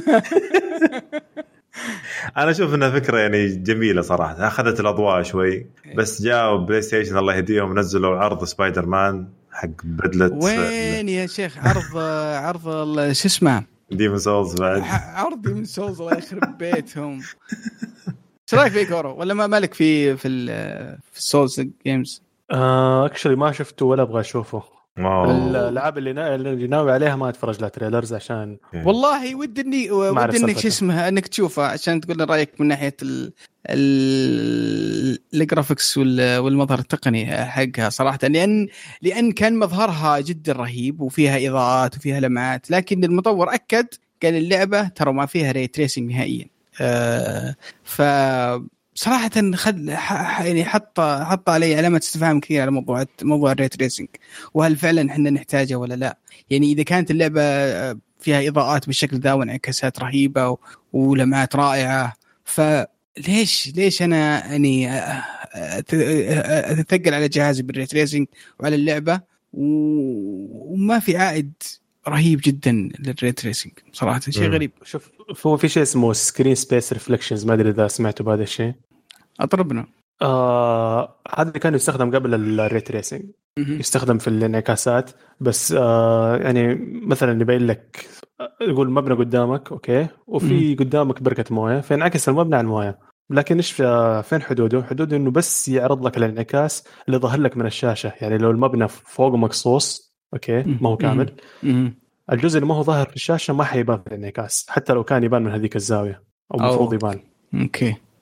انا اشوف انها فكره يعني جميله صراحه اخذت الاضواء شوي بس جاءوا بلاي ستيشن الله يهديهم نزلوا عرض سبايدر مان حق بدله وين يا شيخ عرض عرض شو اسمه ديمون سولز بعد عرض ديمون سولز الله يخرب بيتهم. ايش رايك فيك اورو ولا ما مالك في في في السولز جيمز؟ آه اكشلي ما شفته ولا ابغى اشوفه. الالعاب اللي نا... اللي ناوي عليها ما اتفرج لها تريلرز عشان والله ودني ودي انك شو اسمها انك تشوفها عشان تقول لي رايك من ناحيه ال ال الجرافيكس والمظهر التقني حقها صراحه لان لان كان مظهرها جدا رهيب وفيها اضاءات وفيها لمعات لكن المطور اكد قال اللعبه ترى ما فيها ري تريسنج نهائيا. آه ف صراحة خد يعني حط حط علي علامة استفهام كثير على موضوع موضوع الري تريسنج وهل فعلا احنا نحتاجه ولا لا. يعني إذا كانت اللعبة فيها إضاءات بالشكل ذا وانعكاسات رهيبة ولمعات رائعة فليش ليش أنا يعني أتثقل على جهازي بالري تريسنج وعلى اللعبة وما في عائد رهيب جدا للري تريسنج صراحة شيء غريب. شوف هو في شيء اسمه سكرين سبيس ريفلكشنز ما أدري إذا سمعتوا بهذا الشيء. أطربنا. آه هذا كان يستخدم قبل الري تريسنج يستخدم في الانعكاسات بس آه يعني مثلا يبين لك يقول مبنى قدامك أوكي وفي قدامك بركة موية فينعكس المبنى على الموية لكن إيش فين حدوده؟ حدوده إنه بس يعرض لك الانعكاس اللي ظهر لك من الشاشة. يعني لو المبنى فوق مقصوص أوكي ما هو كامل الجزء اللي ما هو ظاهر في الشاشة ما حيبان في الانعكاس حتى لو كان يبان من هذيك الزاوية أو مفروض يبان. أوكي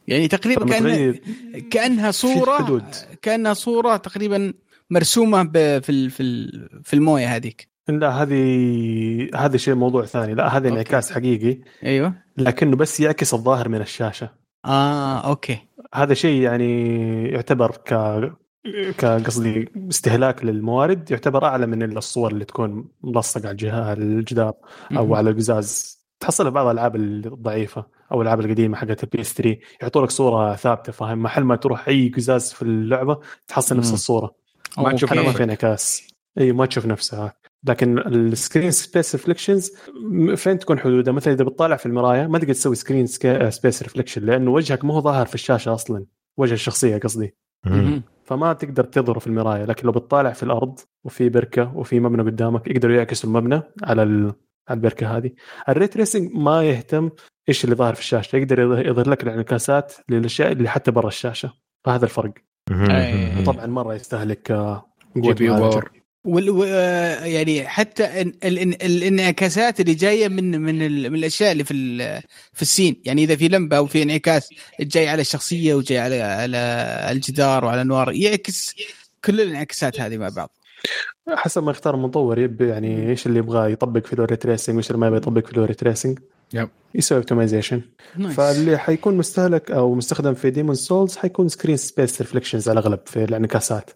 يعني تقريبا كأنها كأنها صورة كأنها صورة تقريبا مرسومة في في في المويه هذيك. لا هذه هذا شيء موضوع ثاني. لا هذا انعكاس حقيقي. ايوه لكنه بس يعكس الظاهر من الشاشة. اه اوكي. هذا شيء يعني يعتبر ك كقصدي استهلاك للموارد يعتبر اعلى من الصور اللي تكون ملصقة على الجهة الجدار او على القزاز. تحصلها بعض الالعاب الضعيفه او الالعاب القديمه حقت البي اس ثري يعطوا لك صوره ثابته، فاهم؟ محل ما تروح اي قزاز في اللعبه تحصل نفس الصوره، ما تشوف ما في انعكاس. اي ما تشوف نفسها. لكن السكرين سبيس ريفليكشنز فين تكون حدودها؟ مثلا اذا بتطالع في المرايه ما تقدر تسوي سكرين سبيس ريفليكشن لانه وجهك ما هو ظاهر في الشاشه اصلا، وجه الشخصيه قصدي، فما تقدر تظهره في المرايه. لكن لو بتطالع في الارض وفي بركه وفي مبنى قدامك يقدروا يعكسوا المبنى على ال... على البركه هذه. الري تريسنج ما يهتم ايش اللي ظاهر في الشاشه، يقدر يظهر لك الانعكاسات للاشياء اللي حتى برا الشاشه، فهذا الفرق. طبعا مره يستهلك قوه وال يعني حتى ال... ال... الانعكاسات اللي جايه من من, ال... من الاشياء اللي في ال... في السين. يعني اذا في لمبه او في انعكاس جاي على الشخصيه وجاي على على الجدار وعلى النوار، يعكس كل الانعكاسات هذه مع بعض حسب ما يختار المطور. يبي يعني ايش اللي يبغى يطبق في الري تريسنج وايش اللي ما يبغى يطبق في الري تريسنج، يب. يسوي اوبتمايزيشن. فاللي حيكون مستهلك او مستخدم في ديمون سولز حيكون سكرين سبيس ريفليكشنز على الاغلب في الانعكاسات.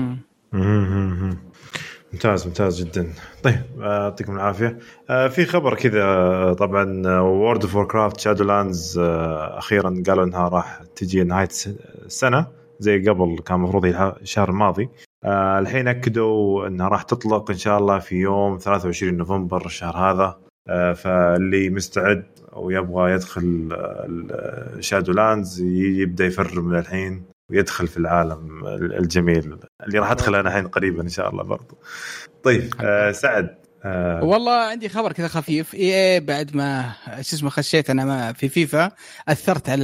ممتاز ممتاز جدا. طيب يعطيكم العافيه. في خبر كذا طبعا وورد اوف ووركرافت شادو لاندز اخيرا قالوا انها راح تجي نهايه السنه زي قبل كان المفروض الشهر الماضي. الحين اكدوا انها راح تطلق ان شاء الله في يوم ثلاثة وعشرين نوفمبر الشهر هذا. فاللي مستعد او يبغى يدخل شادو لاندز يبدا يفرم من الحين ويدخل في العالم الجميل اللي راح ادخل انا الحين قريبا ان شاء الله برضو. طيب آه سعد. آه والله عندي خبر كذا خفيف. اي بعد ما شو اسمه خشيت انا ما في فيفا اثرت على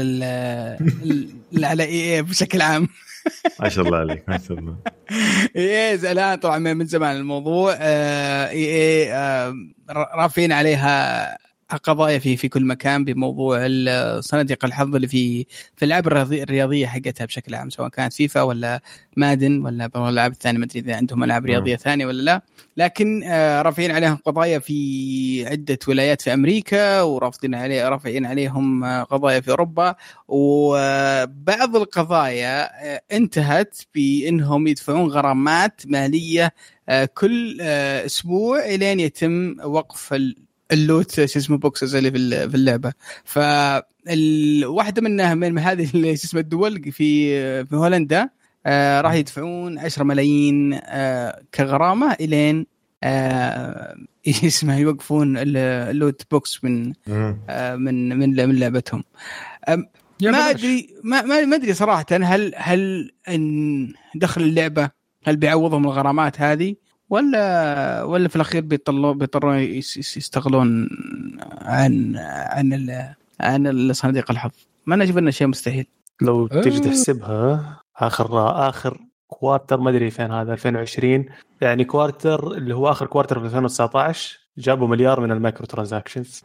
ال على اي بشكل عام. ما شاء الله عليك ما شاء الله. اي زعلان طبعا من زمان الموضوع. اي آه رافين عليها قضايا في في كل مكان بموضوع صناديق الحظ اللي في في الالعاب الرياضيه حقتها بشكل عام، سواء كانت فيفا ولا مادن ولا الالعاب الثانيه. ما ادري اذا عندهم العاب رياضيه ثانيه ولا لا، لكن رافعين عليهم قضايا في عده ولايات في امريكا، ورافضين عليه رافعين عليهم قضايا في اوروبا. وبعض القضايا انتهت بانهم يدفعون غرامات ماليه كل اسبوع الين يتم وقف اللوت شو اسمه بوكسز اللي في اللعبه. فالواحده منها من هذه اللي اسمها الدول في في هولندا آه راح يدفعون عشرة ملايين آه كغرامه الين آه اسمها يوقفون اللوت بوكس من آه من من من لعبتهم. ما ادري ما ما ادري صراحه هل هل ان دخل اللعبه هل بيعوضهم الغرامات هذه ولا ولا في الأخير بيطلعوا بيضطروا يستغلون عن عن عن صناديق الحظ. ما أنا أشوف إنه شيء مستحيل. لو تيجي تحسبها آخر آخر كوارتر ما أدري فين هذا ألفين وعشرين يعني كوارتر اللي هو آخر كوارتر في ألفين وتسعة عشر جابوا مليار من المايكرو ترانزاكشنز.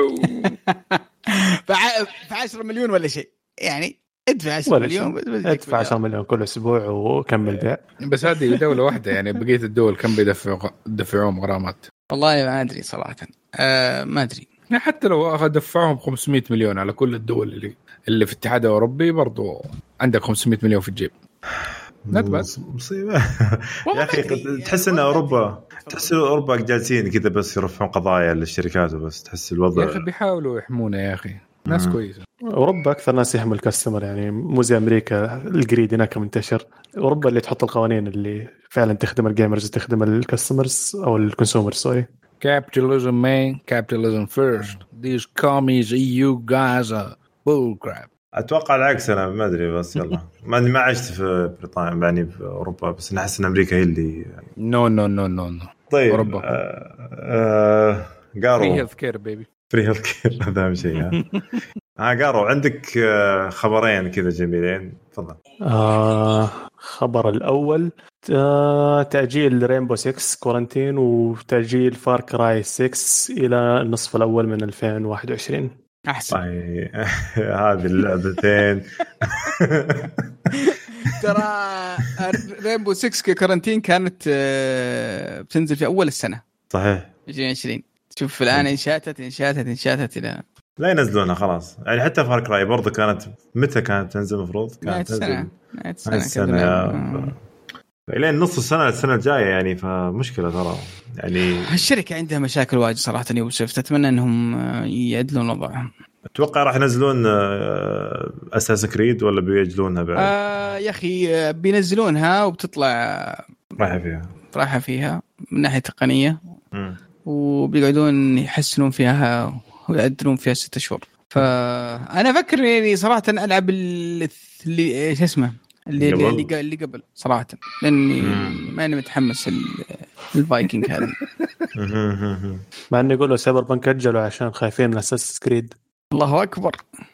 فعشرة مليون ولا شيء يعني. ادفع عشرة مليون ادفع عشرة مليون كل اسبوع وكمل بيع. بس هذه دوله واحده يعني بقيه الدول كم بيدفعوا يدفعون غرامات؟ والله ما ادري صراحه. أه ما ادري يعني حتى لو اخذ دفعهم خمسمية مليون على كل الدول اللي اللي في الاتحاد الاوروبي برضو عندك خمسمية مليون في الجيب. نتبس مصيبه يا اخي. تحس ان اوروبا تحس اوروبا جالسين كذا بس يرفعون قضايا للشركات وبس. تحس الوضع يا اخي بيحاولوا يحمونا يا اخي. ناس كويسه. اوروبا اكثر ناس يحمل الكاستمر يعني مو زي امريكا الجريد هناك منتشر. اوروبا اللي تحط القوانين اللي فعلا تخدم الجيمرز تخدم الكاستمرز او الكونسومرز. سوري capitalism man capitalism first these commies E U guys are bull crap. اتوقع العكس. انا ما ادري بس يلا ما ما عشت في بريطانيا يعني في اوروبا بس نحس ان امريكا هي اللي نو نو نو نو نو طيب اوروبا آه قارو فري هيلث كير بيبي فري هيلث كير هذا اهم شيء. ها ها قارو عندك خبرين كذا جميلين تفضل. آه خبر الاول آه تاجيل رينبو ستة كورنتين وتاجيل فار كراي ستة الى النصف الاول من ألفين وواحد وعشرين. احسن. هذه اللعبتين ترى رينبو ستة كارنتين كانت بتنزل في اول السنه صحيح عشرين عشرين. شوف الان انشاتت انشاتت انشاتت الى لا ينزلونها خلاص. يعني حتى فار كراي برضه كانت متى كانت تنزل المفروض كانت تنزل السنه السنه الين نص السنه السنه الجايه يعني. فمشكله ترى يعني الشركه عندها مشاكل واجد صراحه. يوسف اتمنى انهم يعدلون وضعهم. اتوقع راح ينزلون اساس كريد ولا بيجلونها بعد؟ آه يا اخي بينزلونها وبتطلع رايحه فيها رايحه فيها من ناحيه تقنيه م. وبيقعدون يحسنون فيها ويعدلون فيها ستة شهور. فانا افكر يعني صراحه العب اللي ايش اسمه اللي اللي, اللي قبل صراحه لاني ما انا متحمس الفايكنج هذا. مع انه يقولوا سايبر بانك اجلوا عشان خايفين من اساس كريد. الله اكبر.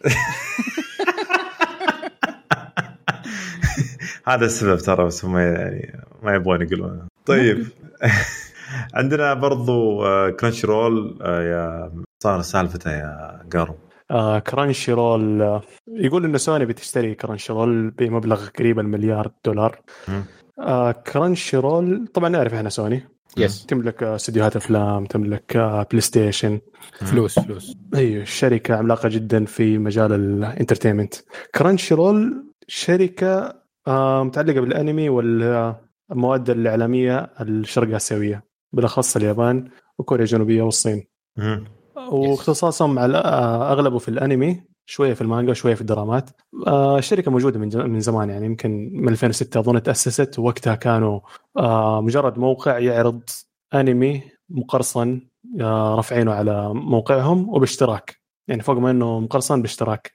هذا السبب ترى بس هم يعني ما يبغون يقولون. طيب عندنا برضو كرانشي رول. يا صار سالفته يا قارو. آه كرانشي رول آه يقول إنه سوني بتشتري كرانشي رول بمبلغ قريبا مليار دولار. آه كرانشي رول طبعا نعرف احنا سوني يس تملك استديوهات افلام تملك آه بلاي ستيشن فلوس فلوس ايوه شركه عملاقه جدا في مجال الانترتينمنت. كرانشي رول شركه آه متعلقه بالانمي والمواد الاعلاميه الشرق اسيويه بالاخص اليابان وكوريا الجنوبيه والصين. واختصاصهم على اغلبه في الانمي شويه في المانجا شويه في الدرامات. آه الشركه موجوده من من زمان يعني يمكن من ألفين وستة اظن تاسست. وقتها كانوا آه مجرد موقع يعرض انمي مقرصن آه رافعينه على موقعهم وباشتراك يعني فوق ما انه مقرصن باشتراك.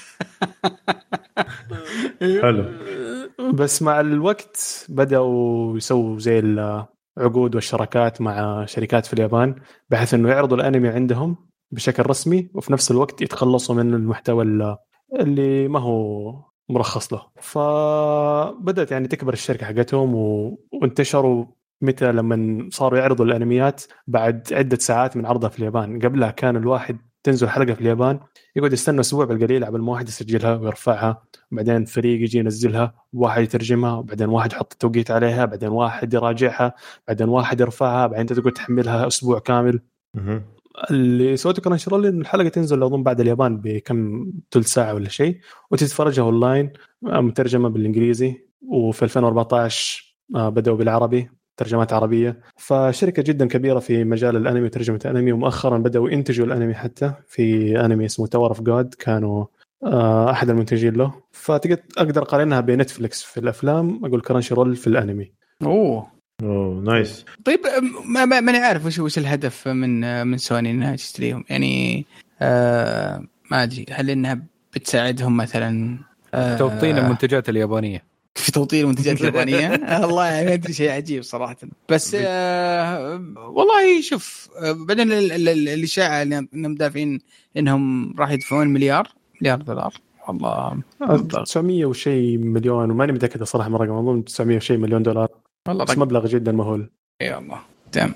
حلو. بس مع الوقت بدأوا يسووا زي العقود والشراكات مع شركات في اليابان بحيث انه يعرضوا الانمي عندهم بشكل رسمي وفي نفس الوقت يتخلصوا من المحتوى اللي ما هو مرخص له. فبدأت يعني تكبر الشركة حقتهم وانتشروا متى لما صاروا يعرضوا الانميات بعد عدة ساعات من عرضها في اليابان. قبلها كان الواحد تنزل حلقة في اليابان يقعد يستنى أسبوع بالقليل قبل ما واحد يسجلها ويرفعها بعدين فريق يجي ينزلها واحد يترجمها وبعدين واحد يحط التوقيت عليها بعدين واحد يراجعها بعدين واحد يرفعها بعدين تقعد تحملها أسبوع كامل. اللي سويته كرانشي رول إن الحلقة تنزل أظن بعد اليابان بكم ثلث ساعة ولا شيء وتتفرجها أونلاين مترجمة بالإنجليزي. وفي ألفين وأربعة عشر بدأوا بالعربي ترجمات عربية. فشركة جدا كبيرة في مجال الأنمي وترجمة الأنمي ومؤخرا بدأوا ينتجوا الأنمي حتى في أنمي اسمه تاور اوف جاد كانوا أحد المنتجين له. فأقدر أقارنها بنتفليكس في الأفلام أقول كرانشي رول في الأنمي. أوه أوه نايس. طيب ما ما ماني عارف وش وش الهدف من من سوني إنها تشتريهم يعني آه ما أدري هل إنها بتساعدهم مثلا آه توطين المنتجات اليابانية في توطين المنتجات اليابانية. الله ما أدري شيء عجيب صراحة. بس آه والله شوف بعدين الإشاعة اللي مدافعين إنهم راح يدفعون مليار مليار دولار والله تسعمية وشيء مليون وماني متأكد صراحة من الرقم أظن تسعمية وشيء مليون دولار والله بس مبلغ جدا مهول. يا الله تمام.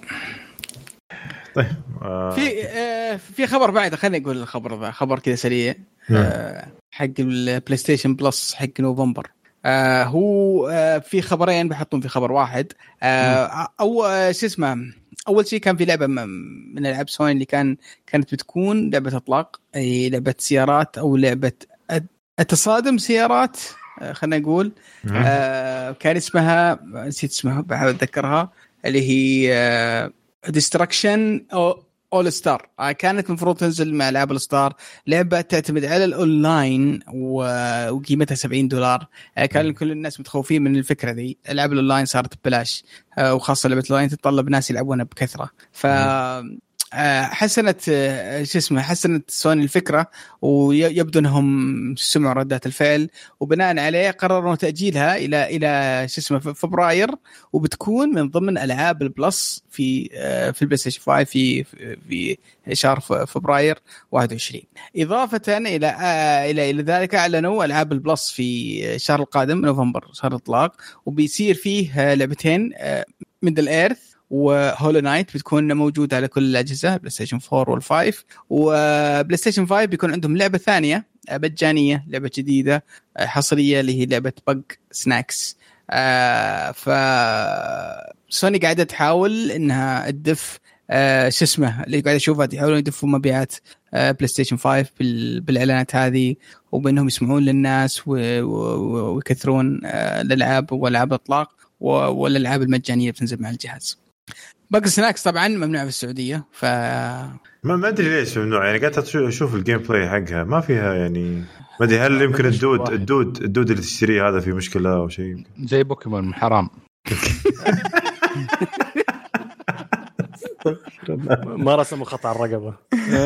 طيب آه في آه في خبر بعد خليني أقول الخبر ذا خبر كذا سريع آه حق البلاي ستيشن بلس حق نوفمبر. آه هو آه في خبرين بحطهم في خبر واحد. آه أو آه شو اسمه أول شيء كان في لعبة من العاب سوني اللي كان كانت بتكون لعبة إطلاق أي لعبة سيارات أو لعبة التصادم سيارات آه خلنا نقول آه كان اسمها نسيت اسمها بحاول أتذكرها اللي هي آه ديستركشن أو أول ستار. كانت المفروض تنزل مع لعبة الستار لعبة تعتمد على الأونلاين وقيمتها سبعين دولار. كان كل الناس متخوفين من الفكرة دي. العاب الأونلاين صارت ببلاش وخاصة لعبة الأونلاين تتطلب ناس يلعبونها بكثرة. ف حسنت شو اسمه حسنت سوني الفكرة ويبدو انهم سمعوا ردات الفعل وبناء عليه قرروا تأجيلها الى الى شو اسمه فبراير وبتكون من ضمن العاب البلس في في البلاي ستيشن خمسة في في شهر فبراير واحد وعشرين. إضافة الى الى الى ذلك اعلنوا العاب البلس في الشهر القادم نوفمبر شهر اطلاق وبيصير فيه لعبتين ميدل ايرث وهولو نايت بتكون موجودة على كل الأجهزة بلاي ستيشن فور والفايف. وبلاي ستيشن فايف بيكون عندهم لعبة ثانية مجانية، لعبة جديدة حصرية اللي هي لعبة بق سناكس. آه ف سوني قاعدة تحاول إنها تدف آه شو اسمه اللي قاعد أشوفها يحاولون يدفوا مبيعات آه بلاي ستيشن فايف بالإعلانات هذه، وبأنهم يسمعون للناس ويكثرون آه الألعاب والألعاب الإطلاق والألعاب المجانية بتنزل مع الجهاز. بق سناكس طبعا ممنوع في السعودية، ف ما ما ادري ليش ممنوع يعني. قاعد اشوف الجيم بلاي حقها ما فيها يعني، ما ادري هل يمكن الدود الدود الدود اللي تشتريه هذا في مشكله او شيء زي بوكيمون حرام. ما رسموا خط على الرقبه.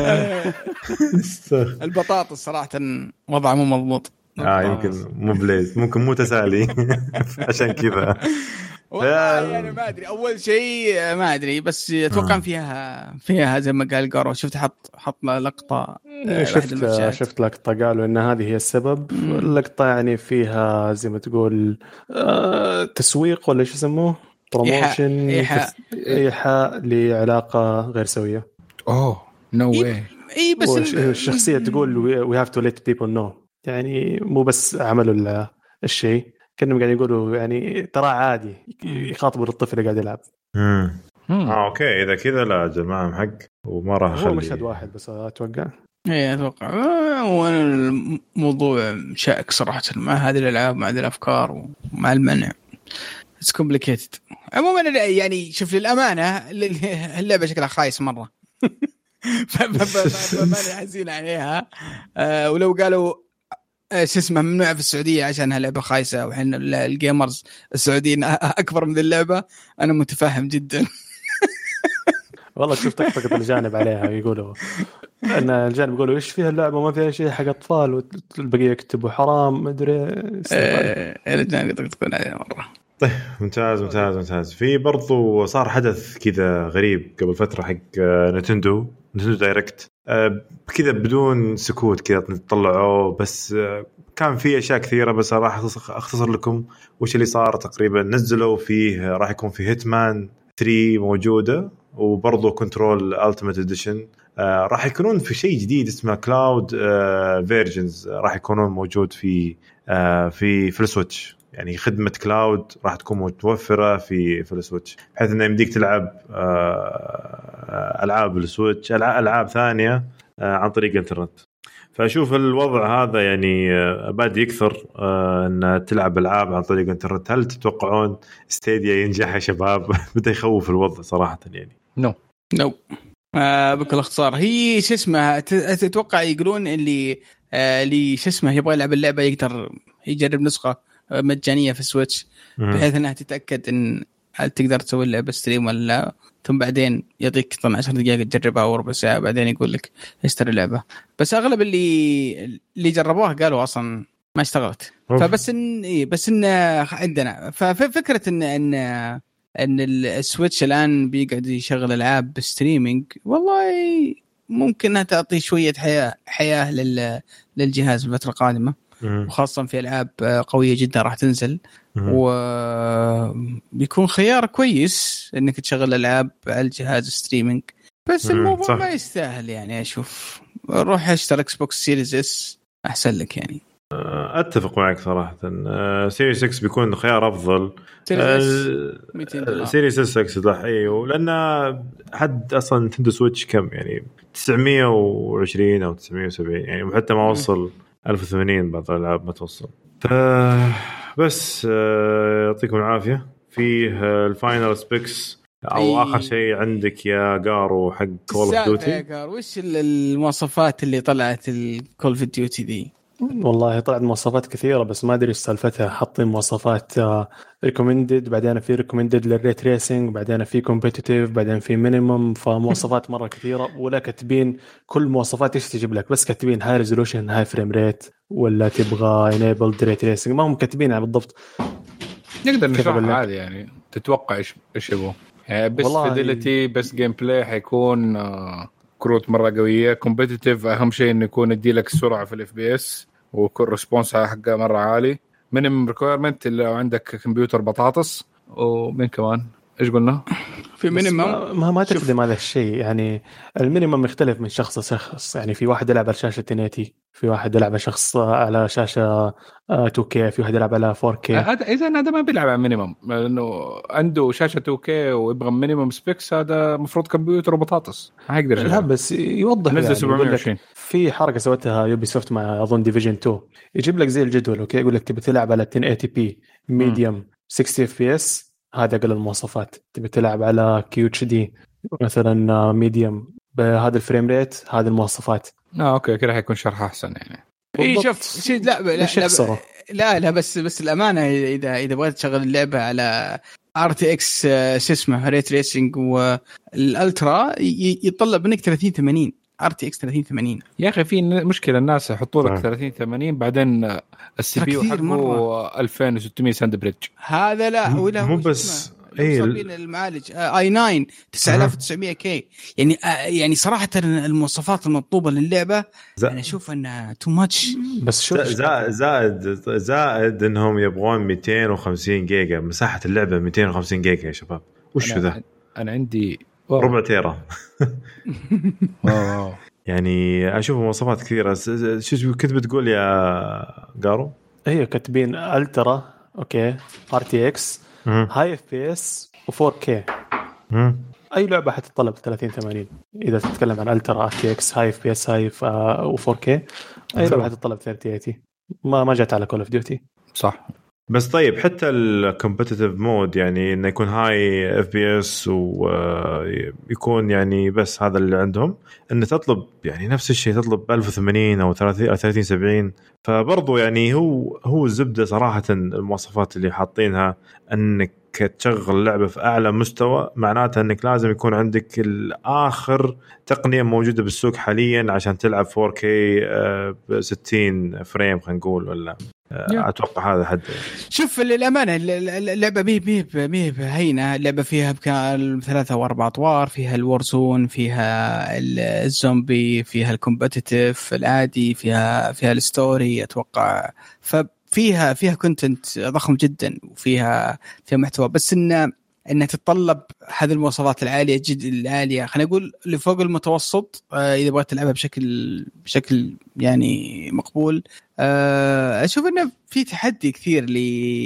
البطاطا صراحه وضعه مو مضبوط. اه يمكن مو بليز، ممكن مو تسالي عشان كذا. والله يعني ما ادري، اول شيء ما ادري، بس اتوقع فيها فيها زي ما قال قارو. شفت حط حط لقطه، شفت شفت لقطه قالوا ان هذه هي السبب. اللقطه يعني فيها زي ما تقول آه تسويق ولا ايش يسموه، بروموشن، ايحاء لعلاقه غير سويه. اوه نو واي. اي بس الشخصيه تقول وي هاف تو ليت بيبل نو، يعني مو بس عملوا الشيء كانوا قاعد يقولوا يعني ترى عادي يخاطبوا الطفل اللي قاعد يلعب. امم اه اوكي اذا كذا لا اجل معهم حق وما راح اخلي. هو مشهد واحد بس اتوقع. ايه اتوقع والموضوع شائك صراحه مع هذه الالعاب مع هذه الافكار ومع المنع. اتس كومبليكيتد. عموما يعني شوف للامانه اللعبه شكلها خايس مره. فما حزين عليها. أه ولو قالوا ايش اسمه ممنوع في السعوديه عشانها لعبه خايسه وحنا الجيمرز السعوديين اكبر من اللعبه، انا متفهم جدا. والله شفت طقطقه الجانب عليها يقولوا ان الجانب يقولوا ايش فيها اللعبه ما فيها شيء حق اطفال، والبقيه يكتبوا حرام ما ادري. الجانب يطقطقون عليها مره. طيب ممتاز ممتاز ممتاز. في برضو صار حدث كذا غريب قبل فتره حق نينتندو نينتندو دايركت كذا بدون سكوت كذا طلعوا، بس كان في اشياء كثيره بس راح اختصر لكم وش اللي صار. تقريبا نزلوا فيه راح يكون في هيتمان ثري موجوده، وبرضه كنترول التيميت اديشن راح يكونون في شيء جديد اسمه كلاود فيرجنز، راح يكونون موجود في في في السويتش. يعني خدمة كلاود راح تكون متوفرة في في السويتش، بحيث إنه يمديك تلعب ألعاب السويتش ألعاب ثانية عن طريق الإنترنت. فأشوف الوضع هذا يعني بادي يكثر إن تلعب ألعاب عن طريق الإنترنت. هل تتوقعون ستيديا ينجح يا شباب؟ بدأ يخوف الوضع صراحة يعني. نو نو آه بكل اختصار هي شو اسمه تتوقع يقولون اللي آه اللي شو اسمه يبغى يلعب اللعبة يقدر يجرب نسخة مجانية في السويتش بحيث انها تتأكد ان هل تقدر تسوي اللعبة ستريم ولا لا، ثم بعدين يعطيك طبعا عشر دقائق تجربها او ربع ساعة بعدين يقول لك اشتري اللعبة. بس اغلب اللي اللي جربوها قالوا اصلا ما اشتغلت. فبس ان إيه بس ان عندنا ففكرة ان ان ان السويتش الان بيقعد يشغل العاب بستريمينج والله ممكن انها تعطي شوية حياة حياة لل للجهاز بالفترة القادمة، وخاصة في ألعاب قوية جدا راح تنزل، وبيكون خيار كويس إنك تشغل ألعاب على الجهاز ستريمينج. بس الموضوع ما يستاهل يعني. أشوف روح اشتري إكس بوكس سيريز اس أحسن لك يعني. أتفق معك صراحة. سيريز إكس بيكون خيار أفضل. سيريز إس أقصد أيوه، لأن حد أصلا نينتندو سويتش كم يعني تسعمية وعشرين أو تسعمية وسبعين يعني، حتى ما وصل ألف وثمانين بعض الألعاب ما توصل. بس يعطيكم العافية. فيه الفاينل سبيكس أو أي. آخر شيء عندك يا قارو حق كول اوف ديوتي يا قارو، وش المواصفات اللي طلعت الكول اوف ديوتي دي؟ والله طلعت مواصفات كثيرة بس ما أدري إيش سالفتها. حاطين مواصفات ريكومندد، بعدين في ريكومندد للريت ريسنج، بعدين في كومبيتيتيف، بعدين في مينيمم. فمواصفات مرة كثيرة ولا كاتبين كل مواصفات إيش تجيب لك، بس كاتبين هاي ريزولوشن هاي فريم ريت ولا تبغى انيبلد ريت ريسنج، ما هم كاتبينها بالضبط. نقدر نشرح عادي يعني. تتوقع إيش إيش يبغوا يعني؟ بس فيديليتي بس جيم بلاي حيكون كروت مرة قوية. كومبيتيتيف أهم شيء إنه يكون يدي لك السرعة في الإف بي إس ويكون ريسبونس حقه مرة عالي. مينيمم ريكويرمنت اللي لو عندك كمبيوتر بطاطس. ومن كمان إيش قلنا في مينيمم ما ما, ما تخدم هذا الشيء يعني. المينيمم يختلف من شخص لشخص يعني. في واحد يلعب على شاشه عشرة ثمانين، في واحد يلعب على شخص على شاشه تو كيه، في واحد يلعب على فور كيه. هذا اذا هذا ما بيلعب على مينيمم، لانه عنده شاشه تو كيه ويبغى مينيمم سبيكس، هذا مفروض كمبيوتر وبطاطس ما يقدر. لا بس يوضح نزل يعني سبعمية وعشرين. في حركه سوتها يوبي سوفت مع اظن ديفيجن تو، يجيب لك زي الجدول اوكي، يقول لك تبي تلعب على عشرة ثمانين بي ميديوم ستين اف بي اس، هذا اقل المواصفات. تبي تلعب على كيو اتش دي مثلا ميديوم بهذا الفريم ريت، هذه المواصفات. اه اوكي كده حيكون شرح احسن يعني. اي شوف شيء لا لا لا, لا لا بس بس الامانه اذا اذا بغيت تشغل اللعبه على ار تي اكس شو اسمه ريت ريسنج والالترا يتطلب منك ثلاثين ثمانين ار تي اكس ثلاثين ثمانين. يا اخي في مشكله الناس يحطوا لك ثلاثين ثمانين بعدين السي بي يو حقه ألفين وستمية ساند بريدج. هذا لا ولا مو بس اي المعالج اي تسعة تسعة آلاف وتسعمية كي يعني آه يعني صراحه المواصفات المطلوبه للعبه انا اشوف انها تو ماتش. بس شوف زائد زائد زائد انهم يبغون مئتين وخمسين جيجا مساحه اللعبه، مئتين وخمسين جيجا يا شباب وش ذا؟ أنا, انا عندي ربع تيرا واو يعني اشوف مواصفات كثيره. شو كنت بتقول يا قارو؟ هي كاتبين الترا اوكي ار تي اكس هاي اف بي اس و4 كي. اي لعبه حتتطلب ثلاثين ثمانين اذا تتكلم عن الترا ار تي اكس هاي اف بي اس هاي و4 كي. اي لعبه حتتطلب ثلاثين ثمانين. ما ما جت على كول اوف ديوتي صح. بس طيب حتى الكومبيتيتيف مود يعني انه يكون هاي اف بي اس ويكون يعني بس هذا اللي عندهم، انه تطلب يعني نفس الشيء تطلب ألف وثمانين او ثلاثين سبعين. فبرضو يعني هو هو الزبده صراحه المواصفات اللي حاطينها انك تشغل لعبه في اعلى مستوى، معناتها انك لازم يكون عندك الاخر تقنيه موجوده بالسوق حاليا عشان تلعب فور كي ب ستين فريم خلينا نقول، ولا اتوقع هذا حد. شوف للامانه اللعبه مي مي مي هينه. اللعبه فيها بكال ثلاثة واربع اطوار، فيها الورزون، فيها الزومبي، فيها الكومبتيتيف العادي، فيها فيها الستوري اتوقع. ففيها فيها كونتنت ضخم جدا وفيها فيها محتوى، بس ان انها تتطلب هذه المواصفات العاليه جدا العاليه خلينا نقول اللي فوق المتوسط. آه اذا بغيت تلعبها بشكل بشكل يعني مقبول. آه اشوف انه في تحدي كثير ل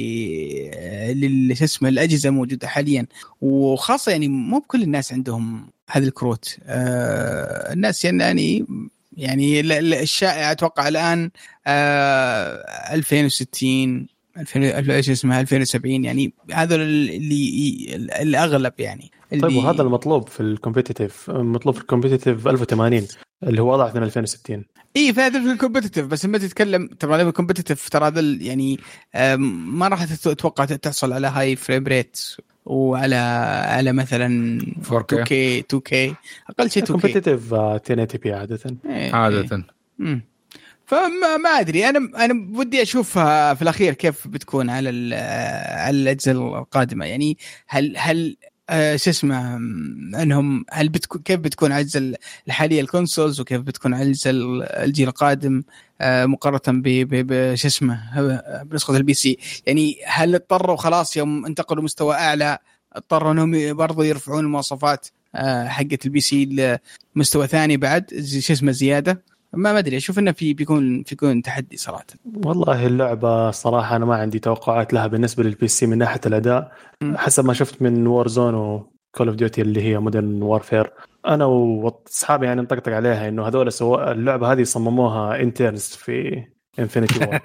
لل اسمه الاجهزه موجوده حاليا، وخاصه يعني مو بكل الناس عندهم هذه الكروت. آه الناس يعني يعني الشائع اتوقع الان آه ألفين وستين ألفين ايش اسمها ألفين وسبعين يعني هذا اللي الاغلب يعني. طيب وهذا المطلوب في الكومبيتيتيف، مطلوب في الكومبيتيتيف ألف وثمانين اللي هو اضعف من ألفين وستين. اي فهذا في الكومبيتيتيف، بس لما تتكلم ترى الكومبيتيتيف ترى هذا يعني ما راح تتوقع تحصل على هاي فريم ريت وعلى على مثلا تو كي تو كي اقل شيء تو كي. الكومبيتيتيف عشرة ثمانين بي عاده إيه عاده إيه. فما ما ادري انا انا ودي اشوفها في الاخير كيف بتكون على على الاجزاء القادمه يعني. هل هل آه شو اسمه انهم هل بتكون كيف بتكون على الاجزاء الحاليه الكونسولز، وكيف بتكون على الاجزاء الجيل القادم آه مقارنه ب شو اسمه بنسخه البي سي يعني. هل اضطروا خلاص يوم انتقلوا مستوى اعلى اضطروا انهم برضو يرفعون المواصفات آه حقه البي سي لمستوى ثاني بعد شو اسمه زياده؟ ما ما ادري اشوف انه في بيكون بيكون تحدي صراحه. والله اللعبه صراحه انا ما عندي توقعات لها بالنسبه للبي سي من ناحيه الاداء. م. حسب ما شفت من وورزون وكول اوف ديوتي اللي هي مودرن وارفير، انا واصحابي يعني نطقطق عليها انه هذول سووا اللعبه هذه صمموها انترنز في انفينيتي وورد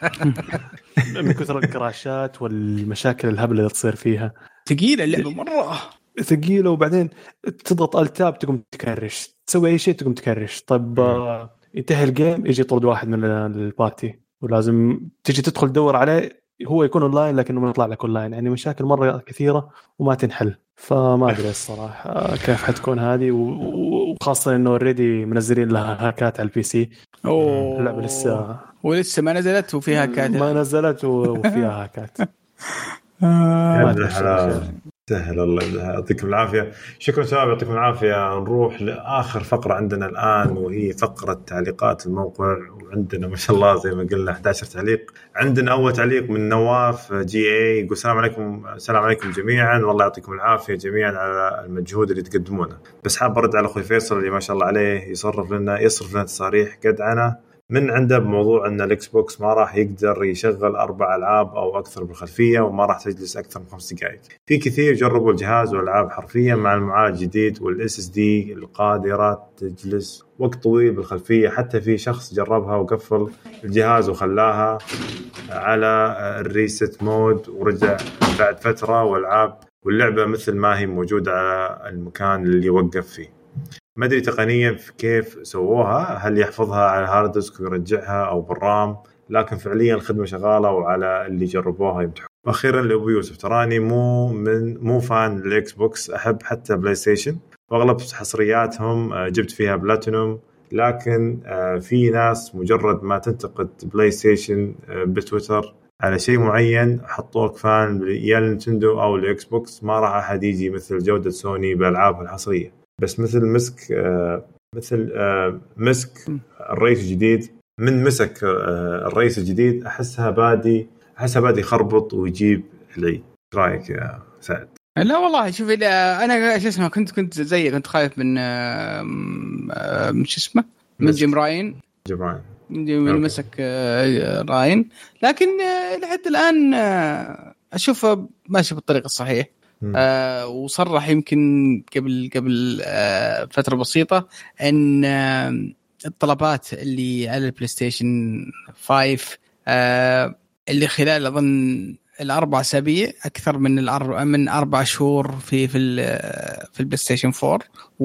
من كثر الكراشات والمشاكل الهبله اللي تصير فيها. ثقيله اللعبه مره ثقيله، وبعدين تضغط التاب تقوم تكرش، تسوي اي شيء تقوم تكرش. طب آه ينتهي الجيم يجي يطرد واحد من البارتي ولازم تيجي تدخل تدور عليه، هو يكون اونلاين لكنه ما يطلع لك اونلاين. يعني مشاكل مره كثيره وما تنحل. فما ادري الصراحه آه كيف حتكون هذه، وخاصه انه اوريدي منزلين لها هاكات على البي سي. اوه اللعبه لسه ولسه ما نزلت وفيها هاكات. ما نزلت وفيها هاكات. ما ادري سهل الله يعطيكم العافية. شكرا شباب يعطيكم العافية. نروح لآخر فقرة عندنا الآن وهي فقرة تعليقات الموقع، وعندنا ما شاء الله زي ما قلنا إحدى عشر تعليق. عندنا أول تعليق من نواف جي اي يقول السلام عليكم السلام عليكم جميعا، والله يعطيكم العافية جميعا على المجهود اللي تقدمونه. بس حاب أرد على أخوي فيصل اللي ما شاء الله عليه يصرف لنا يصرف لنا تصاريح قدعنا من عنده بموضوع أن الإكس بوكس ما راح يقدر يشغل أربع ألعاب أو أكثر بالخلفية وما راح تجلس أكثر من خمس دقائق. في كثير جربوا الجهاز والألعاب حرفيا مع المعالج الجديد والإس إس دي القادرة تجلس وقت طويل بالخلفية. حتى في شخص جربها وقفل الجهاز وخلاها على الريست مود ورجع بعد فترة والألعاب واللعبة مثل ما هي موجودة على المكان اللي يوقف فيه. ما أدري تقنيا كيف سووها، هل يحفظها على الهارد ديسك ويرجعها أو بالرام، لكن فعليا الخدمة شغالة وعلى اللي جربوها يمدحون. أخيرا لأبو يوسف، تراني مو من مو فان الإكس بوكس، أحب حتى بلاي ستيشن وأغلب حصرياتهم جبت فيها بلاتينوم، لكن في ناس مجرد ما تنتقد بلاي ستيشن بتويتر على شيء معين حطوك فان يا نينتندو أو الإكس بوكس، ما راح أحد يجي مثل جودة سوني بألعابها الحصرية. بس مثل مسك آه مثل آه مسك الرئيس الجديد من مسك آه الرئيس الجديد أحسها بادي أحسها بادي يخربط ويجيب العيد. رأيك يا سعد؟ لا والله شوف أنا شو اسمه كنت كنت زي كنت خايف من آه مش اسمه من جيم راين جيم راين من مسك آه راين، لكن آه لحد الآن آه أشوفه ماشي بالطريق الصحيح. آه وصرح يمكن قبل قبل آه فترة بسيطة أن آه الطلبات اللي على البلاي ستيشن خمسة آه اللي خلال أظن الأربع أسابيع أكثر من الأربع من أربع شهور في في في البلاي ستيشن فور،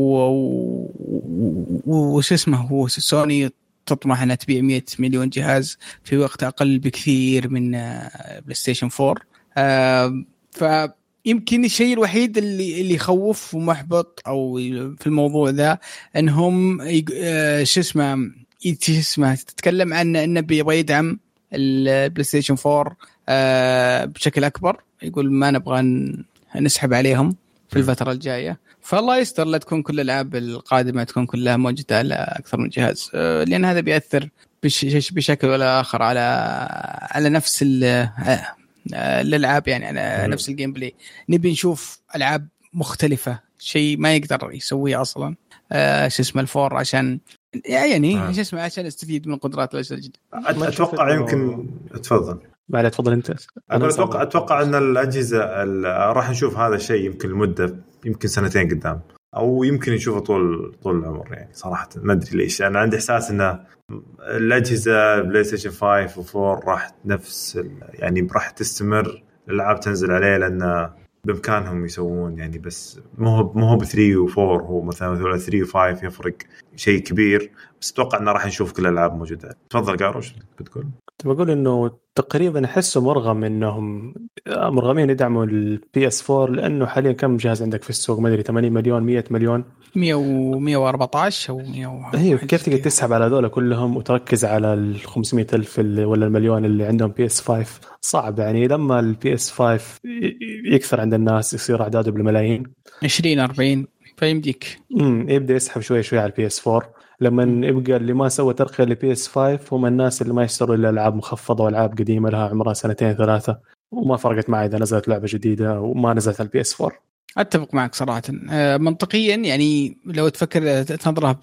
وش اسمه هو سوني تطمح أنها تبيع مئة مليون جهاز في وقت أقل بكثير من آه بلاي ستيشن فور. آه ف يمكن الشيء الوحيد اللي اللي يخوف ومحبط او في الموضوع ذا انهم شو اسمه اسمه تتكلم عن انه بيبغى يدعم البلاي ستيشن فور بشكل اكبر، يقول ما نبغى نسحب عليهم في الفتره الجايه. فالله يستر لا تكون كل الالعاب القادمه تكون كلها موجوده على اكثر من جهاز، لان هذا بيأثر بشكل ولا اخر على على نفس الالعاب، يعني على نفس الجيم بلاي. نبي نشوف العاب مختلفه، شيء ما يقدر يسويه اصلا آه شو اسمه الفور، عشان يعني آه. شو اسمه عشان استفيد من قدرات الاجهزه الجديده. اتوقع يمكن تفضل ما لا تفضل انت. انا اتوقع اتوقع ان الاجهزه راح نشوف هذا الشيء يمكن المده يمكن سنتين قدام، او يمكن نشوفه طول طول العمر. يعني صراحه ما ادري ليش، انا عندي احساس ان الاجهزه بلاي ستيشن خمسة وفور راح نفس يعني راح تستمر الالعاب تنزل عليه، لان بامكانهم يسوون يعني، بس مو هو مو هو ب ثري وفور، هو مثلا مثلا ثري وفايف يفرق شيء كبير. بس اتوقع انه راح نشوف كل الالعاب موجوده. تفضل قاروش بتقول. كنت بقول انه تقريبا احسه مرغم انهم مرغمين يدعموا البي اس فور، لانه حاليا كم جهاز عندك في السوق؟ ما ادري ثمانين مليون مية مليون مية وأربعة عشر او مية. هي كيف تقدر تسحب على هذول كلهم وتركز على ال خمسمية ألف ولا المليون اللي عندهم بي اس خمسة؟ صعب يعني. لما البي اس خمسة يكثر عند الناس يصير اعداده بالملايين عشرين أربعين فيمديك امم يبدا يسحب شوي شوي على البي اس فور. لما يبقى اللي ما سوى ترقية لبي اس خمسة هم الناس اللي ما يشتروا إلا ألعاب مخفضة والعاب قديمة لها عمرها سنتين ثلاثة، وما فرقت معي إذا نزلت لعبة جديدة وما نزلت على البي اس فور. أتفق معك صراحة. منطقيا يعني لو تفكر تنظرها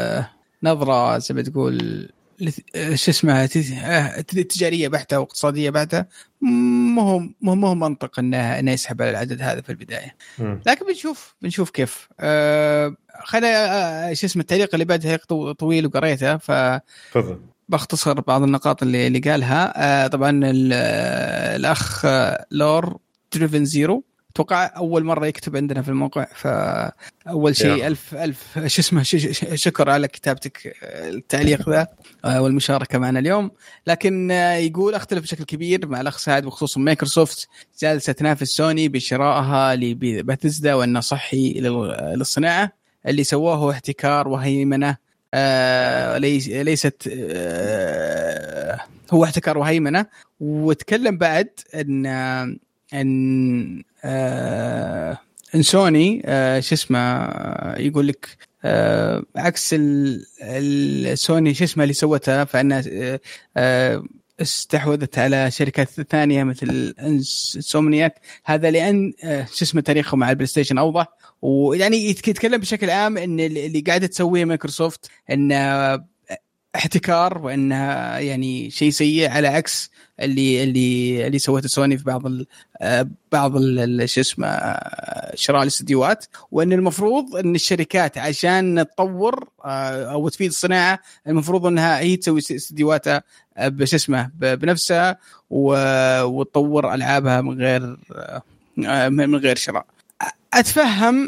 بنظرة زي ما تقول شو اسمها تجارية بحتة واقتصادية بحتة، مو مو مو منطق إنه إنه يسحب على العدد هذا في البداية. لكن بنشوف بنشوف كيف. أه خلينا شو اسمه التعليق اللي بعدها طويل وقريته، ف بختصر بعض النقاط اللي اللي قالها. أه طبعا الأخ لور دريفن زيرو توقع أول مرة يكتب عندنا في الموقع، فأول شيء ألف ألف شو اسمه شكر على كتابتك التعليق ذا والمشاركة معنا اليوم. لكن يقول أختلف بشكل كبير مع الأخ سعد، وخصوصا مايكروسوفت جالسة تنافس سوني بشرائها لبثزدا، وأنه صحي للصناعة. اللي سواه احتكار وهيمنة، آه ليس ليست آه هو احتكار وهيمنة. وتكلم بعد أن ان آه ان سوني آه شو اسمه آه يقول لك آه عكس السوني شو اسمه اللي سوتها، فانها آه آه استحوذت على شركات ثانيه مثل انسومنياك. هذا لان آه شو اسمه تاريخهم مع البلاي ستيشن اوضح، ويعني يتكلم بشكل عام ان اللي قاعده تسويه مايكروسوفت ان احتكار، وانها يعني شيء سيء، على عكس اللي اللي اللي سوته سوني في بعض ال بعض شو اسمه شراء الاستديوهات، وان المفروض ان الشركات عشان تطور او تفيد الصناعه المفروض انها هي تسوي استديوهاتها بش اسمه بنفسها وتطور العابها من غير من غير شراء. اتفهم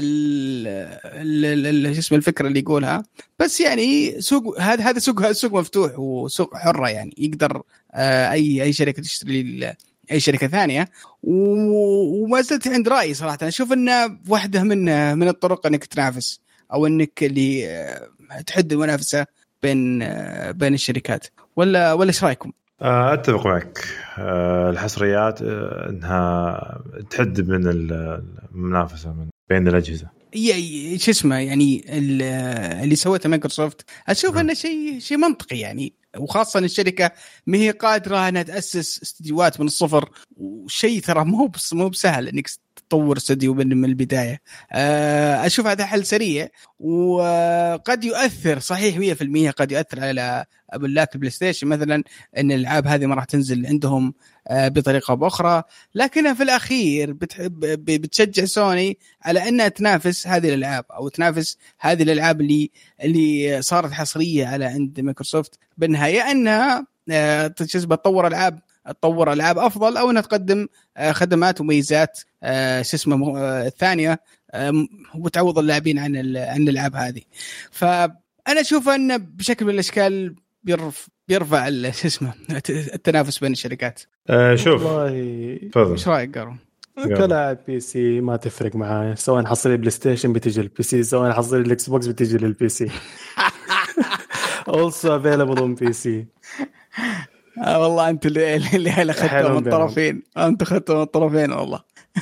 ال اسم الفكره اللي يقولها، بس يعني سوق هذا هذا سوق سوق مفتوح وسوق حره، يعني يقدر اي اي شركه تشتري اي شركه ثانيه. وما زلت عند رايي صراحه، اشوف ان واحده من من الطرق انك تنافس او انك اللي تحد المنافسه بين بين الشركات. ولا ولا ايش رايكم؟ اتفق معك. الحصريات انها تحد من المنافسه من بين الاجهزه. اي شو اسمه يعني اللي سوته مايكروسوفت اشوف انه شيء شيء منطقي يعني، وخاصه الشركه ما هي قادره انها تاسس استديوهات من الصفر، وشيء ترى مو مو بسهل انك تطور استديو من البدايه. اشوف هذا حل سريع، وقد يؤثر صحيح مية بالمية، قد يؤثر على ملاك البلاي ستيشن مثلا ان الالعاب هذه ما راح تنزل عندهم بطريقه باخرى، لكنها في الاخير بتشجع سوني على انها تنافس هذه الالعاب او تنافس هذه الالعاب اللي اللي صارت حصريه على عند مايكروسوفت، بالنهايه انها تطور العاب تطور العاب افضل، او انها تقدم خدمات وميزات شو اسمه الثانيه وتعوض اللاعبين عن عن الالعاب هذه. فانا اشوف ان بشكل من الاشكال بيرف بيرفع شو اسمه التنافس بين الشركات. أه شوف والله ايش رايك قارون؟ كلاعب بي سي ما تفرق معاي، سواء حصري بلاي ستيشن بتجي البي سي، سواء حصري الاكس بوكس بتجي للبي سي. also available on بي سي. آه والله انت اللي اللي اخذته من الطرفين، انت اخذته من الطرفين والله.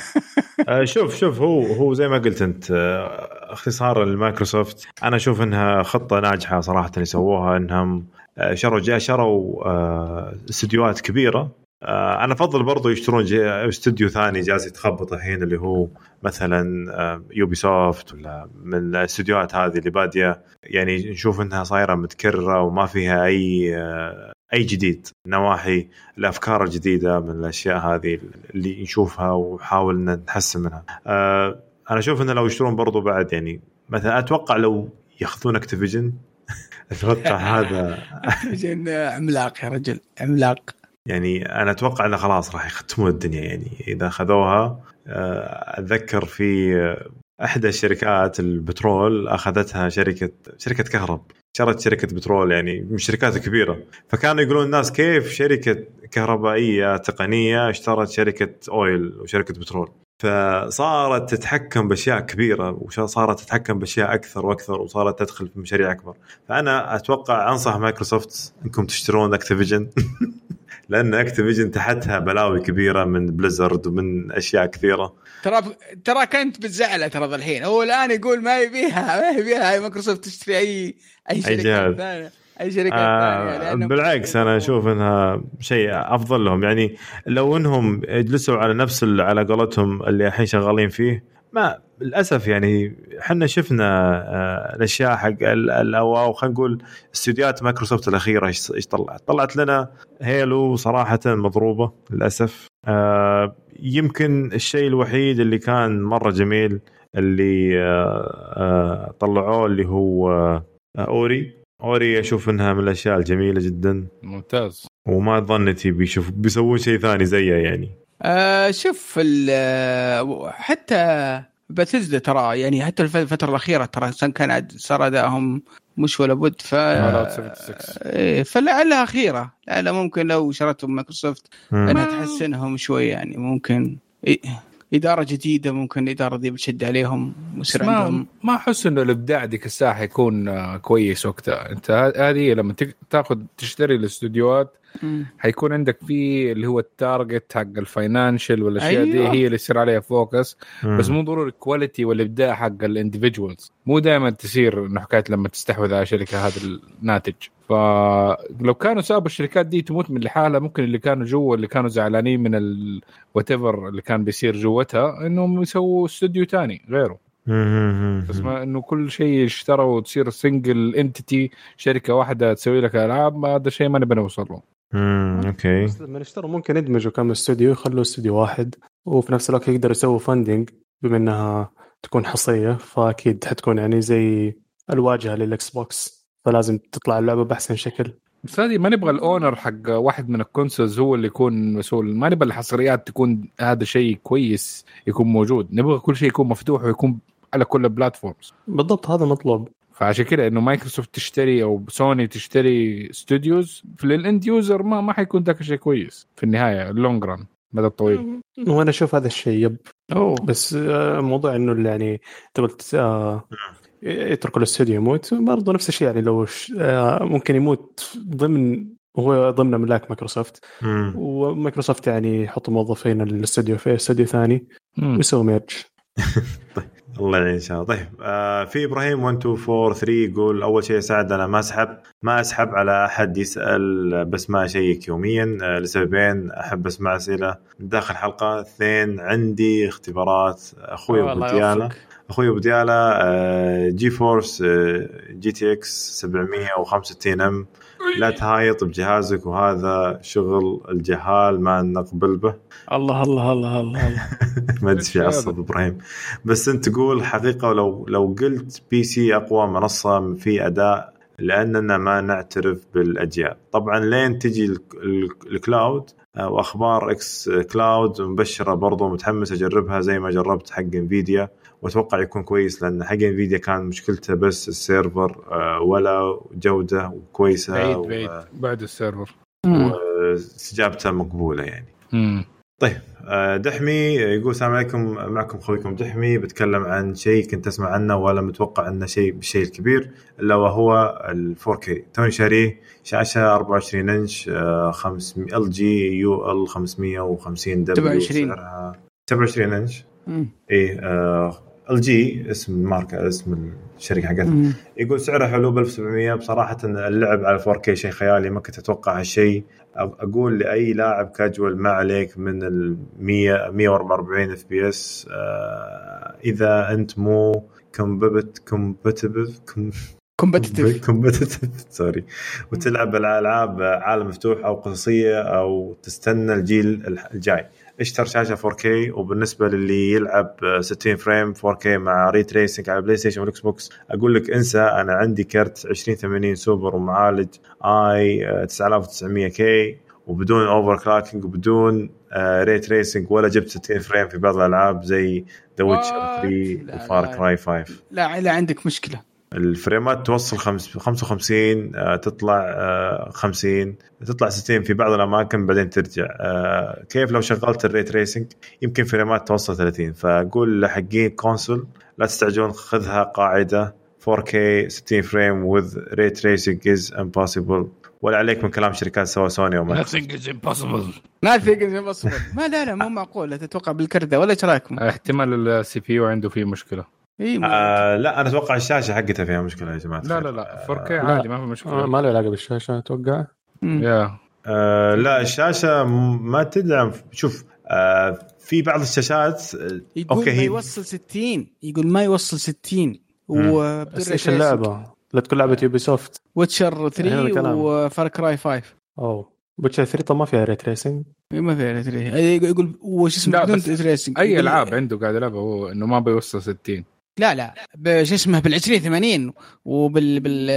أه شوف شوف هو هو زي ما قلت انت، اختصار المايكروسوفت انا اشوف انها خطه ناجحه صراحه يسووها، انهم شروا جاء شروا استديوهات كبيره. انا افضل برضو يشترون استوديو ثاني جالس يتخبط الحين اللي هو مثلا يوبي سوفت ولا من الاستديوهات هذه اللي باديه، يعني نشوف انها صايره متكرره وما فيها اي اي جديد نواحي الافكار الجديده من الاشياء هذه اللي نشوفها وحاول ان نحسن منها. انا اشوف انه لو يشترون برضو بعد يعني مثلا اتوقع لو ياخذون اكتيفيجن اتوقع هذا اكتيفيجن عملاق يا رجل عملاق، يعني انا اتوقع انه خلاص راح يختمون الدنيا يعني اذا اخذوها. اتذكر في احدى الشركات البترول اخذتها شركه شركه كهرب، شرت شركه بترول يعني من الشركات الكبيره، فكانوا يقولون الناس كيف شركه كهربائيه تقنيه اشترت شركه اويل وشركه بترول، فصارت تتحكم باشياء كبيره وصارت تتحكم باشياء اكثر واكثر وصارت تدخل في مشاريع اكبر. فانا اتوقع انصح مايكروسوفت انكم تشترون اكتيفيجن لان اكتيفيجن تحتها بلاوي كبيره من بليزرد ومن اشياء كثيره. ترى ترى كنت بتزعل ترى الحين، هو الان يقول ما يبيها ما يبيها مايكروسوفت تشتري اي اي شركه ثانيه اي شركه آه ثانيه. بالعكس انا اشوف انها شيء افضل لهم، يعني لو انهم يجلسوا على نفس على قولتهم اللي الحين شغالين فيه، ما للاسف يعني احنا شفنا آه الاشياء حق او خلينا نقول استديوهات مايكروسوفت الاخيره ايش طلعت طلعت لنا هيلو صراحه مضروبه للاسف. آه يمكن الشيء الوحيد اللي كان مره جميل اللي آه آه طلعوه اللي هو آه اوري اوري اشوف انها من الاشياء الجميله جدا ممتاز، وما ظنيتي بيشوف بيسوون شيء ثاني زيه يعني. آه شوف حتى بتزد ترى يعني حتى الفتره الاخيره ترى كان صار ادائهم مش ولا بد، ف فلعلها اخيره لعل ممكن لو شرتهم مايكروسوفت انها تحسنهم شوي، يعني ممكن إدارة جديدة ممكن الإدارة دي بتشد عليهم ويصير عندهم. ما أحس إنه الإبداع ديك الساحة يكون كويس وقتها. أنت هذه لما تاخذ تشتري الاستوديوهات حيكون عندك في اللي هو التارجت حق الفاينانشال والاشياء أيوة. دي هي اللي يصير عليها فوكس، بس مو ضروري الكواليتي والابداع حق الانديفيدوالز. مو دائما تصير انه حكايه لما تستحوذ على شركه هذا الناتج. فلو كانوا سابوا الشركات دي تموت من لحالها، ممكن اللي كانوا جوا اللي كانوا زعلانين من الواتيفر اللي كان بيصير جوتها انهم يسووا استوديو تاني غيره. بس ما انه كل شيء يشتروا وتصير سنجل انتيتي، شركه واحده تسوي لك العاب، هذا شيء ما نبي نوصل له. امم اوكي. لما يشتروا ممكن يدمجوا كم استوديو، يخلوا استوديو واحد، وفي نفس الوقت يقدروا يسووا فاندنج بما انها تكون حصريه، فاكيد حتكون يعني زي الواجهه للاكس بوكس، فلازم تطلع اللعبه باحسن شكل. بس هذه ما نبغى الاونر حق واحد من الكونسولز هو اللي يكون مسؤول، ما نبغى الحصريات تكون هذا شيء كويس يكون موجود، نبغى كل شيء يكون مفتوح ويكون على كل البلاتفورمز. بالضبط هذا مطلوب. فعشان كده انه مايكروسوفت تشتري او سوني تشتري استوديوز في الاند يوزر ما ما حيكون ذاك الشيء كويس في النهايه اللونج ران مدى الطويل. وانا اشوف هذا الشيء يب أوه. بس موضوع انه اللي يعني تبغى آه يترك الاستوديو يموت برضه نفس الشيء، يعني لو آه ممكن يموت ضمن وهو ضمن ملاك مايكروسوفت، ومايكروسوفت يعني يحط موظفين الاستوديو في استوديو ثاني ويسوي ميرج. طيب الله يعين ان شاء الله. طيب آه في ابراهيم واحد اثنين أربعة ثلاثة يقول اول شيء سعد انا ما اسحب ما اسحب على احد يسال، بس ما اشيك يوميا آه لسببين، احب اسمع اسئله من داخل الحلقه، اثنين عندي اختبارات. اخوي ابو دياله اخوي ابو دياله آه جي فورس آه جي تي اكس سبعمية وخمسة وستين ام، لا تهايط بجهازك وهذا شغل الجهال ما نقبل به. الله الله الله الله, الله. ما ادري في عصب ابراهيم، بس انت تقول حقيقه لو لو قلت بي سي اقوى منصه في اداء لاننا ما نعترف بالاجيال. طبعا لين تجي الكلاود واخبار اكس كلاود مبشره برضو، متحمس اجربها زي ما جربت حق انفيديا، واتوقع يكون كويس لان حق انفيديا كان مشكلته بس السيرفر ولا جوده كويسه بعيد بعيد و... بعد السيرفر واستجابته مقبوله يعني. مم. طيب دحمي يقول السلام عليكم، معكم خويكم دحمي، بتكلم عن شيء كنت اسمع عنه ولا متوقع انه شيء بالشيء الكبير الا وهو ال فور كي. توني شاريه شاشه أربعة وعشرين انش خمسمية ال جي يو ال خمسمية وخمسين دبليو، سعرها سبعة وعشرين انش. اي ال جي اسم الماركه اسم الشركه حقتها. يقول سعرها حلو ب ألف وسبعمية. بصراحه اللعب على فور كي شيء خيالي، ما كنت اتوقع هالشيء. اقول لاي لاعب كاجوال ما عليك من ال مية مية وأربعة وأربعين اف بي اس اذا انت مو كومبتيتيف كومبتيتيف كومبتيتيف سوري وتلعب الالعاب عالم مفتوح او قصصيه او تستنى الجيل الجاي. اشتر شاشه فور كي. وبالنسبه للي يلعب ستين فريم فور كي مع ري تريسنج على بلاي ستيشن والاكس بوكس، اقول لك انسى. انا عندي كرت عشرين ثمانين سوبر ومعالج اي تسعة آلاف وتسعمية كي وبدون اوفر كلاكينج وبدون ري تريسنج، ولا جبت ستين فريم في بعض الالعاب زي ذا ويتشر ثري وفار كراي خمسة. لا لا عندك مشكله، الفريمات توصل خمسة وخمسين تطلع خمسين تطلع ستين في بعض الأماكن بعدين ترجع. كيف لو شغلت الري تريسنج يمكن فريمات توصل ثلاثين. فأقول لحقين كونسول لا تستعجلون، خذها قاعدة فور كي ستين فريم with ray tracing is impossible. ولا عليك من كلام شركات سوا سوني وما nothing is impossible nothing is impossible. ما لا لا مو معقول تتوقع بالكرده ولا ايش رايكم؟ احتمال السي بي يو عنده فيه مشكله. إيه آه لا انا اتوقع الشاشه حقتها فيها مشكله يا جماعه. لا لا لا فور كي عادي ما في مشكله. آه ما له علاقه بالشاشه اتوقع. يا آه لا الشاشه ما تدعم. شوف آه في بعض الشاشات يقول أوكي ما يوصل ستين، يقول ما يوصل ستين وبدرش اللعبه لا تكون لعبه يوبي سوفت ويتشر ثري وفار كراي خمسة. اوه ويتشر ثري طب ما فيها ري تريسنج. ما فيها ري تريسنج. يقول وش اسمه بدون تريسنج. اي العاب عنده قاعد يلعبها هو انه ما بيوصل ستين. لا لا بش اسمه بالعشرين ثمانين وبال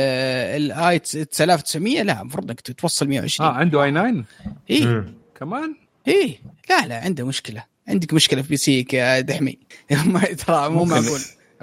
بالاي تسعة آلاف وتسعمية لا المفروض انك توصل مية وعشرين. اه عنده اي تسعة ايه كمان. ايه لا لا عنده مشكله. عندك مشكله في بي سي يا دحمي. ما ترى مو معقول.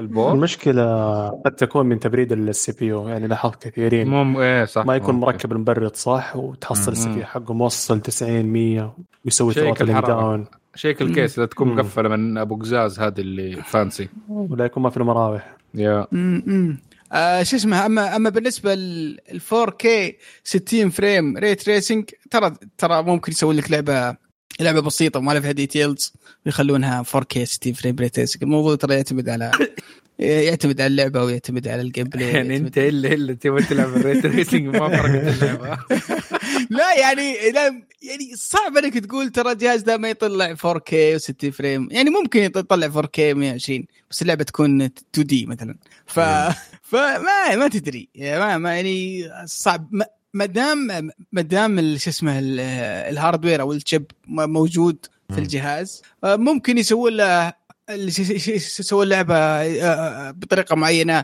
المشكله قد تكون من تبريد السي بي يو، يعني لاحظت كثيرين مو ايه صح ما يكون مركب المبرد صح وتحصل السي بي يو حقه موصل تسعين مية ويسوي ثروتلينج داون. شيك الكيس لا تكون مقفله من ابو قزاز هذا اللي فانسي ولا يكون ما في المراوح. يا امم آه شو اسمه اما اما بالنسبه لل فور كي ستين فريم ري تريسنج ترى ترى ممكن يسوي لك لعبه لعبه بسيطه وما لها ديتيلز ويخلونها فور كي ستين فريم ري تريسنج. الموضوع ترى يعتمد على يعتمد على اللعبه ويعتمد على الجيم بلاي. يعني انت اللي اللي تبغى تلعب الري تريسنج ما فرقت اللعبه. لا يعني لا يعني صعب انك تقول ترى الجهاز ده ما يطلع فور كي و60 فريم. يعني ممكن يطلع فور كي مية وعشرين بس اللعبه تكون تو دي مثلا. ف فما ما تدري ما, ما يعني صعب ما دام ما دام شو اسمه الهاردوير او الشيب موجود في الجهاز ممكن يسوي له يسوي اللعبه بطريقه معينه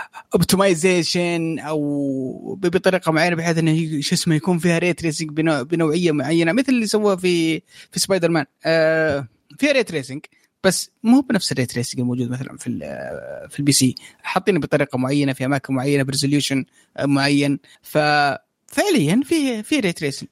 اوبتمايزيشن او بطريقه معينه بحيث انه شو اسمه يكون فيها ري تريسنج بنوعيه معينه مثل اللي سووه في في سبايدر مان. آه في ري تريسنج بس مو بنفس الري تريسنج الموجود مثلا في في البي سي حاطينه بطريقه معينه في اماكن معينه بريزوليوشن معين. ففعليا في في ري تريسنج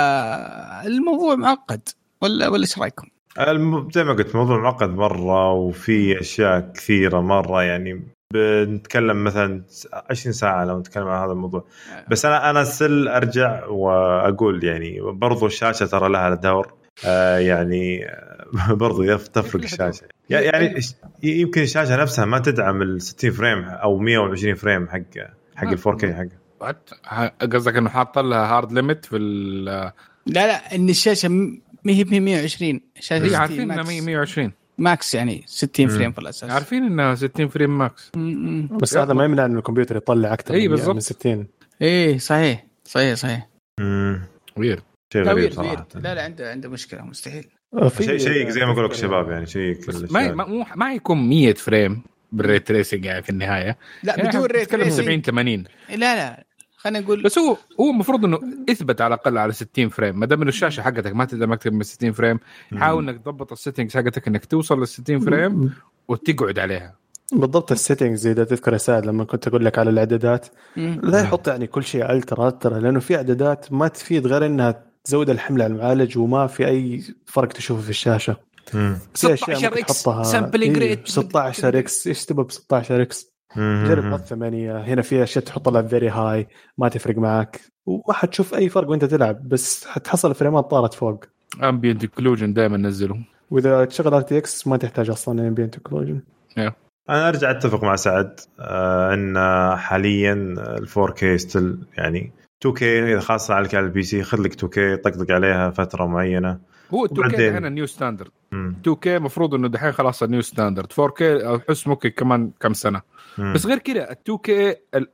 فالموضوع معقد ولا ولا ايش رايكم؟ زي ما قلت موضوع معقد مرة وفي أشياء كثيرة مرة. يعني بنتكلم مثلا عشرين ساعة لو نتكلم عن هذا الموضوع. بس أنا أنا سل أرجع وأقول يعني برضو الشاشة ترى لها دور. آه يعني برضو تفرق الشاشة. يعني يمكن الشاشة نفسها ما تدعم الستين فريم أو مية وعشرين فريم حق حق الفور كي حقه. قصدك إنه حاط لها هارد ليميت في ال لا لا إن الشاشة ما هي مية وعشرين. هي عارفين انها مية وعشرين ماكس يعني ستين فريم في الاساس. عارفين انها ستين فريم ماكس. م- م. بس هذا ما يمنع ان الكمبيوتر يطلع اكثر أي من ستين. ايه صحيح صحيح صحيح. امم وير شيء غريب صراحه. لا لا عنده عنده مشكله مستحيل. شيء شيء زي ما اقول لك شباب يعني شيء ما ما, ما يكون مية فريم بالري تريسنج يعني في النهايه. لا يعني بدون ري تريسنج سبعين ثمانين. لا لا خلينا نقول بس هو هو المفروض انه اثبت على الاقل على ستين فريم. ما دام انه الشاشه حقتك ما تقدر اكثر من ستين فريم حاول انك تضبط السيتنجز حقتك انك توصل لل ستين فريم وتقعد عليها بالضبط. السيتنجز اذا تذكر يا سعد لما كنت اقول لك على الاعدادات لا يحط يعني كل شيء الترا الترا لانه في اعدادات ما تفيد غير انها تزود الحمل على المعالج وما في اي فرق تشوفه في الشاشه. ستة عشر اكس سامبلينج ريت ستة عشر اكس ايش تبغى ب ستة عشر اكس؟ جرب حط ثمانية. هنا فيها اشياء تحط لها فيري هاي ما تفرق معك وما حتشوف اي فرق وانت تلعب بس حتحصل الفريمات طارت فوق. امبيانت اوكلوجن دائما نزله واذا تشغل ار تي اكس ما تحتاج اصلا امبيانت اوكلوجن. انا ارجع اتفق مع سعد آه ان حاليا الفور كي ستيل يعني تو كي اذا خاصه على البي سي خذ لك تو كي طقطق عليها فتره معينه. هو تو كي هنا نيو ستاندرد. تو كي مفروض انه دحين خلاص النيو ستاندرد. فور كي احس ممكن كمان كم سنه. مم. بس غير كده تو كي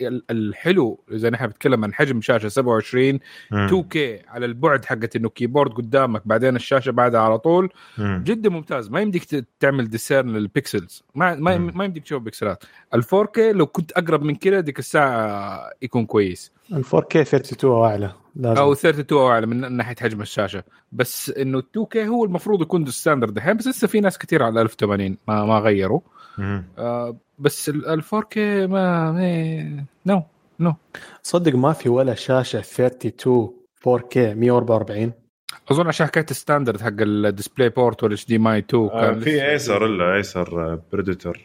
الحلو اذا نحن بنتكلم عن حجم شاشه سبعة وعشرين مم. تو كي على البعد حقت انه كيبورد قدامك بعدين الشاشه بعدها على طول مم. جدا ممتاز. ما يمديك تعمل ديسيرن للبيكسلز ما ما, ما يمديك تشوف بيكسلات. الفور كي لو كنت اقرب من كده ديك الساعه يكون كويس. الفور كي ثلاثة وثلاثين او اعلى لازم. او ثلاثة وثلاثين او اعلى من ناحيه حجم الشاشه. بس انه تو كي هو المفروض يكون الستاندرد الحين بس لسه في ناس كثير على ألف وثمانين ما ما غيروا. آه بس الفور كي ما نو نو no. صدق ما في ولا شاشه ثلاثة وثلاثين فور كي مية وأربعة وأربعين اظن عشان حكايه الستاندرد حق الديسبلاي بورت ولا اتش دي ماي تو كان في ايسر ولا ايسر بريديتور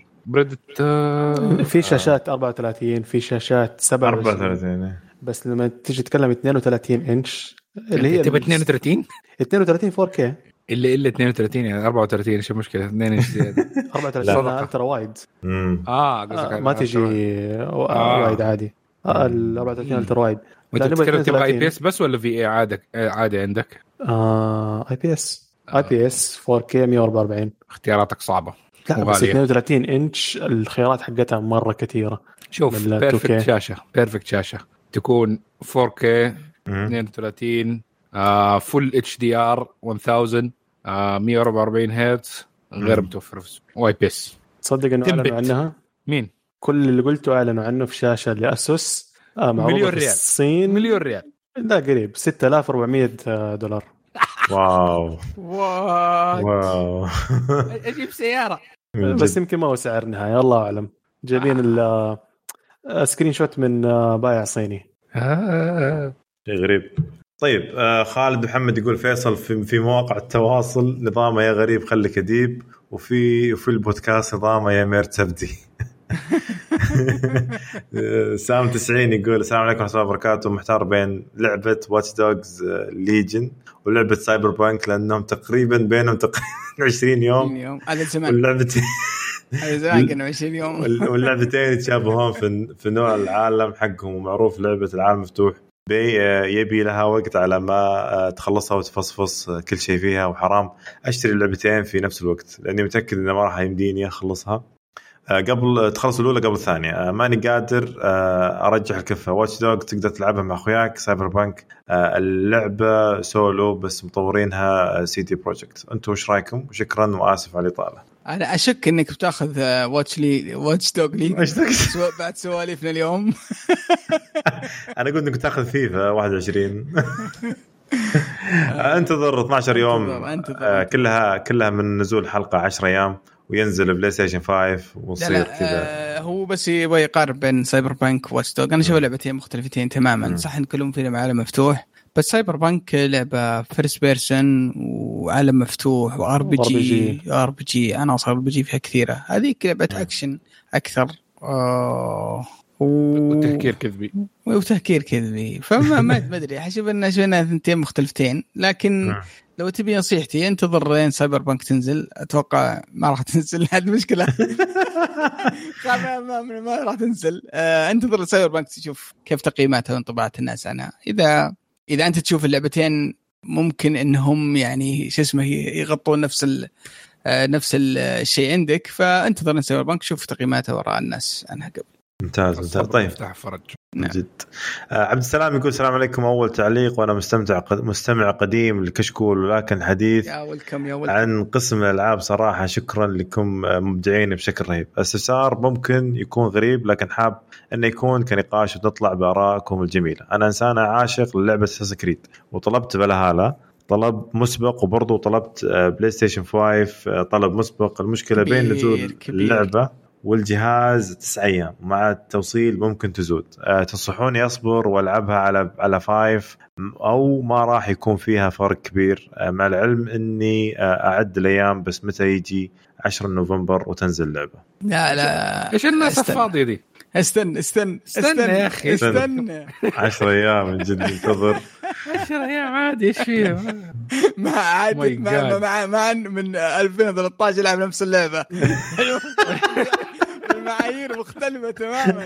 بريديتور في شاشات أربعة وثلاثين في شاشات سبعة وثلاثين بس لما تيجي تتكلم اثنين وثلاثين انش اللي هي تبى اثنين وثلاثين اثنين وثلاثين فور كي اللي الا اثنين وثلاثين يعني أربعة وثلاثين ايش المشكله اثنين انش زياده أربعة وثلاثين الترا وايد اه قصدك آه ما تجي آه. وايد عادي آه ال أربعة وثلاثين الترا وايد. انت بتتكلم تبغى اي بي اس بس ولا في اي عادك عادي عندك؟ اه اي بي اس اي بي اس فور كي مية وأربعة وأربعين. اختياراتك صعبه. لا بس اثنين وثلاثين انش الخيارات حقتها مره كثيره. شوف بيرفكت شاشه بيرفكت شاشه تكون فور كي اثنين وثلاثين آه فول اتش دي ار ألف آه مية وأربعة وأربعين هرتز غير متوفر في واي بي اس. تصدق انه اعلنوا عنها؟ مين؟ كل اللي قلته اعلنوا عنه في شاشه لاسوس آه مليون ريال. الصين مليون ريال لا قريب ستة آلاف وأربعمية دولار. واو واو اجيب سياره بس يمكن ما هو سعر نهائي الله اعلم. جايبين السكرين شوت من بائع صيني. شيء غريب. طيب آه خالد محمد يقول فيصل في, في مواقع التواصل نظامه يا غريب خليك أديب وفي في البودكاست نظامه يا مير تبدي. سام تسعين يقول السلام عليكم ورحمة الله وبركاته، محتار بين لعبة واتش دوجز ليجن ولعبة سايبر بانك لأنهم تقريبا بينهم تقريبا عشرين يوم. هذا زمان واللعبتين هذا زمان كانوا عشرين يوم. واللعبتين يتشابهون في في نوع العالم حقهم، ومعروف لعبة العالم مفتوح بي يبي لها وقت على ما تخلصها وتفصفص كل شيء فيها، وحرام أشتري اللعبتين في نفس الوقت لأني متأكد إنه ما راح يمديني أخلصها قبل تخلص الأولى قبل الثانية. ماني قادر أرجح الكفة. واتش دوغ تقدر تلعبها مع أخوياك، سايبر بانك اللعبة سولو بس مطورينها سي دي بروجكت. أنتوا وش رأيكم؟ وشكرا وآسف على الإطالة. أنا أشك إنك بتأخذ واتش لي واتش دوغ لي سو... بعد سواليفنا اليوم. أنا قلت إنك تأخذ فيفا واحد وعشرين. انتظر اثنا عشر يوم انتظر. كلها كلها من نزول حلقة عشرة أيام وينزل بلاي ستيشن خمسة ويصير كذا. آه هو بس يبغى يقارب بين سايبر بانك واتش دوغ. أنا شوف لعبتين مختلفتين تماما. م. صح إن كلهم فيهم عالم مفتوح، بس سايبر بانك لعبة فيرست بيرسون وعالم مفتوح وار بي جي ار بي جي عناصر ار بي جي فيها كثيرة. هذيك لعبة أكشن أكثر آه و... وتهكير كذبي وتهكير كذبي. فما ما أدري حسب إن شوينا ثنتين مختلفتين. لكن لو تبي نصيحتي انتظر لين سايبر بانك تنزل. أتوقع ما راح تنزل، هذه المشكلة. ما ما ما راح تنزل. آه انتظر سايبر بانك تشوف كيف تقييماتها وانطباعات الناس عنها. إذا إذا أنت تشوف اللعبتين ممكن إنهم يعني شو اسمه يغطون نفس ال نفس الشيء عندك، فانتظر لين سايبر بانك شوف تقييماتها وراء الناس عنها قبل. ممتاز ممتاز. طيب افتح فرج نعم. جد. آه عبد السلام يقول السلام عليكم. أول تعليق وأنا مستمتع قد... مستمع قديم لكشكول، ولكن حديث يا ولكم يا ولكم. عن قسم الألعاب صراحة شكرا لكم مبدعين بشكل رهيب. الاستفسار ممكن يكون غريب لكن حاب أنه يكون كنقاش وتطلع بآرائكم الجميلة. أنا إنسان عاشق للعبة أساسن كريد وطلبت فالهالا طلب مسبق، وبرضو طلبت بلاي ستيشن خمسة طلب مسبق. المشكلة بين نزول اللعبة والجهاز تسعة أيام، مع التوصيل ممكن تزود. أه تنصحوني أصبر وألعبها على على فايف أو ما راح يكون فيها فرق كبير؟ أه مع العلم إني أه أعد الأيام، بس متى يجي عشرة نوفمبر وتنزل اللعبة؟ لا لا إيش الناس الفاضية دي؟ استنى استنى استنى يا أخي استنى. عشرة أيام من جد انتظر. عشرة أيام عادي إيش فيه؟ ما عادي ما مع مع من ألفين وثلاثة عشر لعب نفس اللعبة. المعايير مختلفة تماما.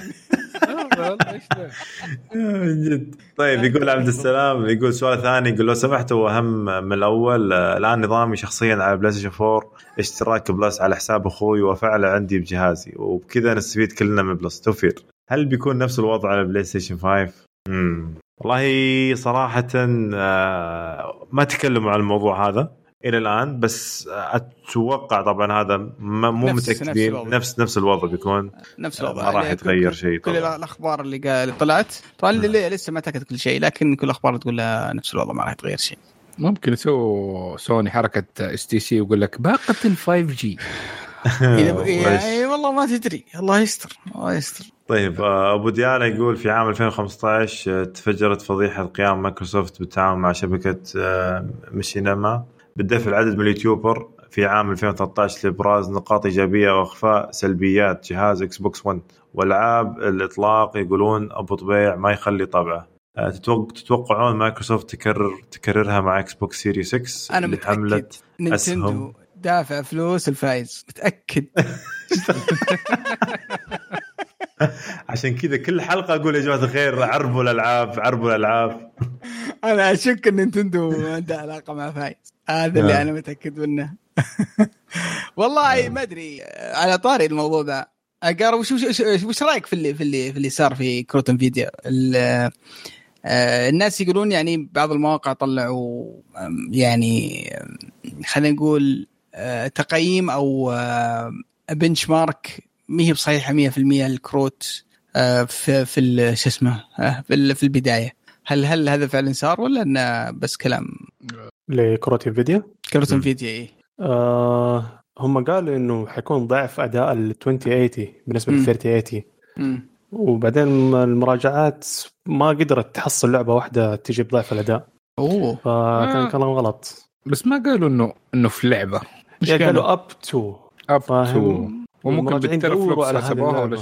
جد. طيب يقول عبد السلام يقول سؤال ثاني، يقول لو سمحتوا أهم من الأول، الآن نظامي شخصيا على بلاي ستيشن فور اشتراك بلس على حساب أخوي وفعله عندي بجهازي، وبكذا نستفيد كلنا من بلس توفير. هل بيكون نفس الوضع على بلاي ستيشن خمسة؟ امم والله صراحة ما تكلموا عن الموضوع هذا إلى الآن، بس أتوقع طبعا هذا مو متأكدين. نفس نفس, نفس الوضع بيكون نفس الوضع، ما راح يتغير شيء. كل الأخبار اللي قال طلعت طبعا اللي لسه ما تأكد كل شيء، لكن كل الأخبار تقول نفس الوضع ما راح يتغير شيء. ممكن يسوي سوني حركة اس تي سي ويقول لك باقة الفايف جي. يعني والله ما تدري، الله يستر الله يستر. طيب أبو ديانا يقول في عام ألفين وخمسة عشر تفجرت فضيحة قيام مايكروسوفت بالتعاون مع شبكة مشينما بالدفع عدد من اليوتيوبر في عام ألفين وثلاثة عشر لإبراز نقاط إيجابية وإخفاء سلبيات جهاز إكس بوكس ون والألعاب الإطلاق. يقولون أبو طبيع ما يخلي طبعه. تتوقعون مايكروسوفت تكرر تكررها مع إكس بوكس سيريس ستة؟ أنا متأكد نينتندو دافع فلوس الفايز، متأكد. عشان كذا كل حلقة أقول يا جماعة الخير عربوا الألعاب عربوا الألعاب. أنا أشك أن نينتندو عندها علاقة مع فايز، هذا اللي أنا متأكد منه. والله ما أدري. على طاري الموضوع ده أقارب وش وش وش رأيك في اللي في اللي في اللي صار في كروت انفيديا؟ الناس يقولون يعني بعض المواقع طلعوا يعني خلينا نقول تقييم أو بنش مارك ما هي بصحيحة مية في المية الكروت في في شو اسمه في في البداية. هل هل هذا فعلا صار ولا إنه بس كلام؟ لكروت انفيديا كروت انفيديا إيه آه هم قالوا إنه حيكون ضعف أداء ال عشرين ثمانين بالنسبة لل ثلاثين ثمانين، وبعدين المراجعات ما قدرت تحصل لعبة واحدة تجيب ضعف الأداء. أوه فكان آه. كلام غلط. بس ما قالوا إنه إنه في لعبة، قالوا up to up to وممكن بالترفلوكس حسبوها ولا شيء.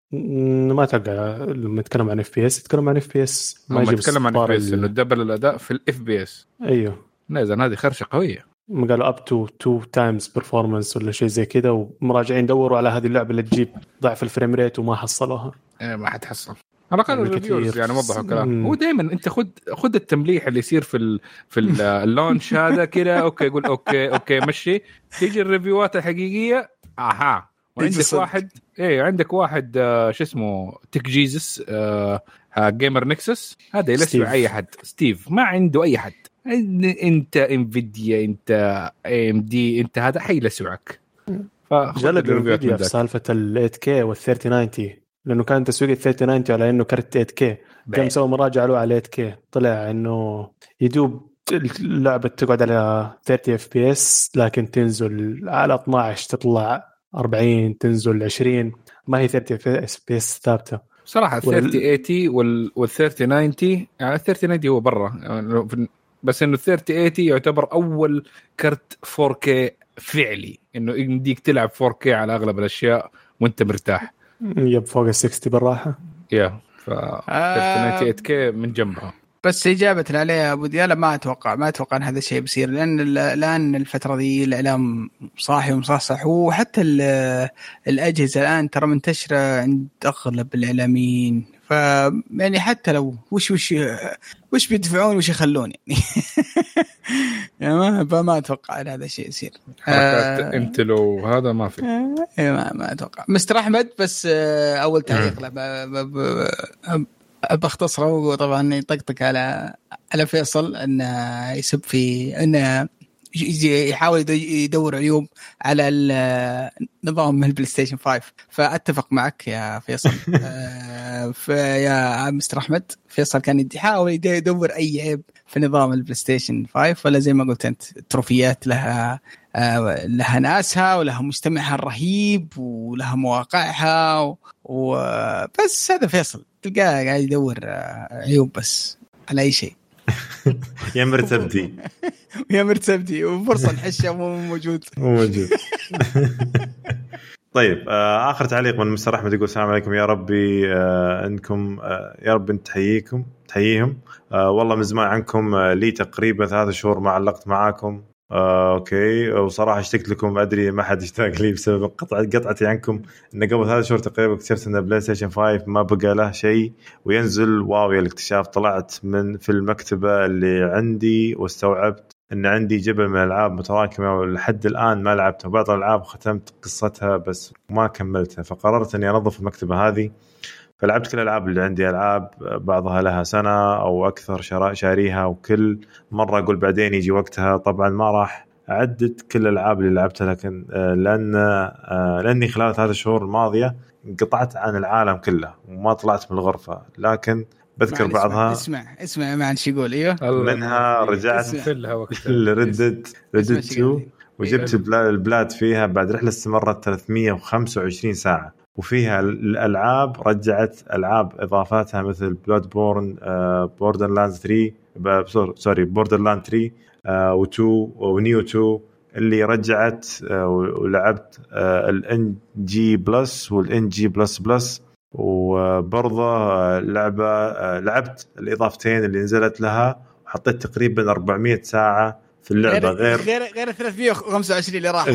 ما اتوقع لما نتكلم عن اف بي اس نتكلم عن اف بي اس ما نتكلم عن اف بي اس انه دبل الاداء في الاف بي اس. ايوه نازل هذه خرشه قويه، ما قالوا اب تو تو تايمز بيرفورمانس ولا شيء زي كذا، ومراجعين دوروا على هذه اللعبه اللي تجيب ضعف الفريم ريت وما حصلوها. ايه ما حتحصل على الاقل الريفيورز يعني وضحوا كلام. هو دائما انت خد خد التمليح اللي يصير في ال في اللونش هذا كده اوكي يقول اوكي اوكي مشي، تيجي الريفيوات الحقيقيه اها وعندك واحد ايه عندك واحد آه شو اسمه تك جيزس آه جيمر نكسس، هذا يلسع اي حد. ستيف ما عنده اي حد، انت انفيديا انت اي ام دي انت هذا حيلسعك. فجلد انفيديا في سالفه ال ثمانية كيه وال ثلاثين تسعين لانه كان تسويق ال ثلاثين تسعين على انه كرت ثمانية كيه، قام سوى مراجعه له على ثمانية كيه طلع انه يدوب اللعبه تقعد على ثلاثين اف بي اس لكن تنزل على اثناشر تطلع أربعين تنزل عشرين، ما هي ثلاثين اف بي اس ثابته صراحه. ثلاثين ثمانين وال وال ثلاثين تسعين يعني ثلاثين تسعين هو برا يعني، بس انه ثلاثين ثمانين يعتبر اول كرت فور كيه فعلي انه يمديك تلعب فور كيه على اغلب الاشياء وانت مرتاح. يب فوق ال ستين بالراحه. يا ف ثمانين كيه من جنبها. بس إجابة عليها أبو ديالة ما أتوقع ما أتوقع أن هذا الشيء بيصير، لأن الآن الفترة دي الإعلام صاحي ومصحصح، وحتى الأجهزة الآن ترى منتشرة عند أغلب الإعلاميين، ف يعني حتى لو وش وش وش بيدفعون وش يخلون يعني يعني ما ما أتوقع أن هذا الشيء يصير. آه أنت لو هذا ما في آه ما ما أتوقع. مستر أحمد بس آه أول تعليق له بختصره، وطبعا يطقطق على على فيصل انه يسب في انه يحاول يدور عيوب على النظام البلاي ستيشن خمسة. فاتفق معك يا فيصل. فيا مستر احمد فيصل كان يحاول يدور اي عيب في نظام البلاي ستيشن خمسة، ولا زي ما قلت انت التروفيات لها لها ناسها ولها مجتمعها الرهيب ولها مواقعها، وبس هذا فيصل تلقاه قاعد يدور عيوب بس على اي شيء. يا مرتبدي يا مرتبدي وفرصة الحشة مو موجود مو موجود. طيب آه آخر تعليق من مستر أحمد يقول السلام عليكم، يا ربي آه أنكم آه يا رب أنت تحييكم تحييهم آه والله من زمان عنكم آه لي تقريبا ثلاثة شهور ما علقت معاكم. آه، أوكي وصراحة اشتقت لكم، أدري ما حد اشتاق لي بسبب قطعة قطعتي عنكم إن قبل ثلاث شهور تقريبا اكتشفت إن بلاي ستيشن خمسة ما بقى له شيء وينزل. واو يا الاكتشاف، طلعت من في المكتبة اللي عندي واستوعبت إن عندي جبل من الألعاب متراكمة ولحد الآن ما لعبتها، بعض الألعاب ختمت قصتها بس ما كملتها، فقررت إني أنظف المكتبة هذه. فلعبت كل الألعاب اللي عندي، ألعاب بعضها لها سنة أو أكثر شاريها، وكل مرة أقول بعدين يجي وقتها. طبعا ما راح أعدد كل الألعاب اللي لعبتها، لكن لأن لأني خلال ثلاث شهور الماضية انقطعت عن العالم كله وما طلعت من الغرفة، لكن بذكر بعضها. اسمع اسمع ما عن شي يقول ايوه منها رجعت لردت ردت تو وجبت البلاد فيها بعد رحلة استمرت ثلاثمية وخمسة وعشرين ساعة، وفيها الألعاب رجعت ألعاب إضافاتها مثل بلاد بورن بوردر لاند ثلاثة سوري بوردر لاند ثلاثة وتو ونيو تو اللي رجعت ولعبت الان جي بلس والان جي بلس بلس، وبرضه لعبة لعبت الإضافتين اللي نزلت لها وحطيت تقريبا أربعمية ساعة في اللعبة غير غير غير ثلاثمية وخمسة وعشرين اللي راحت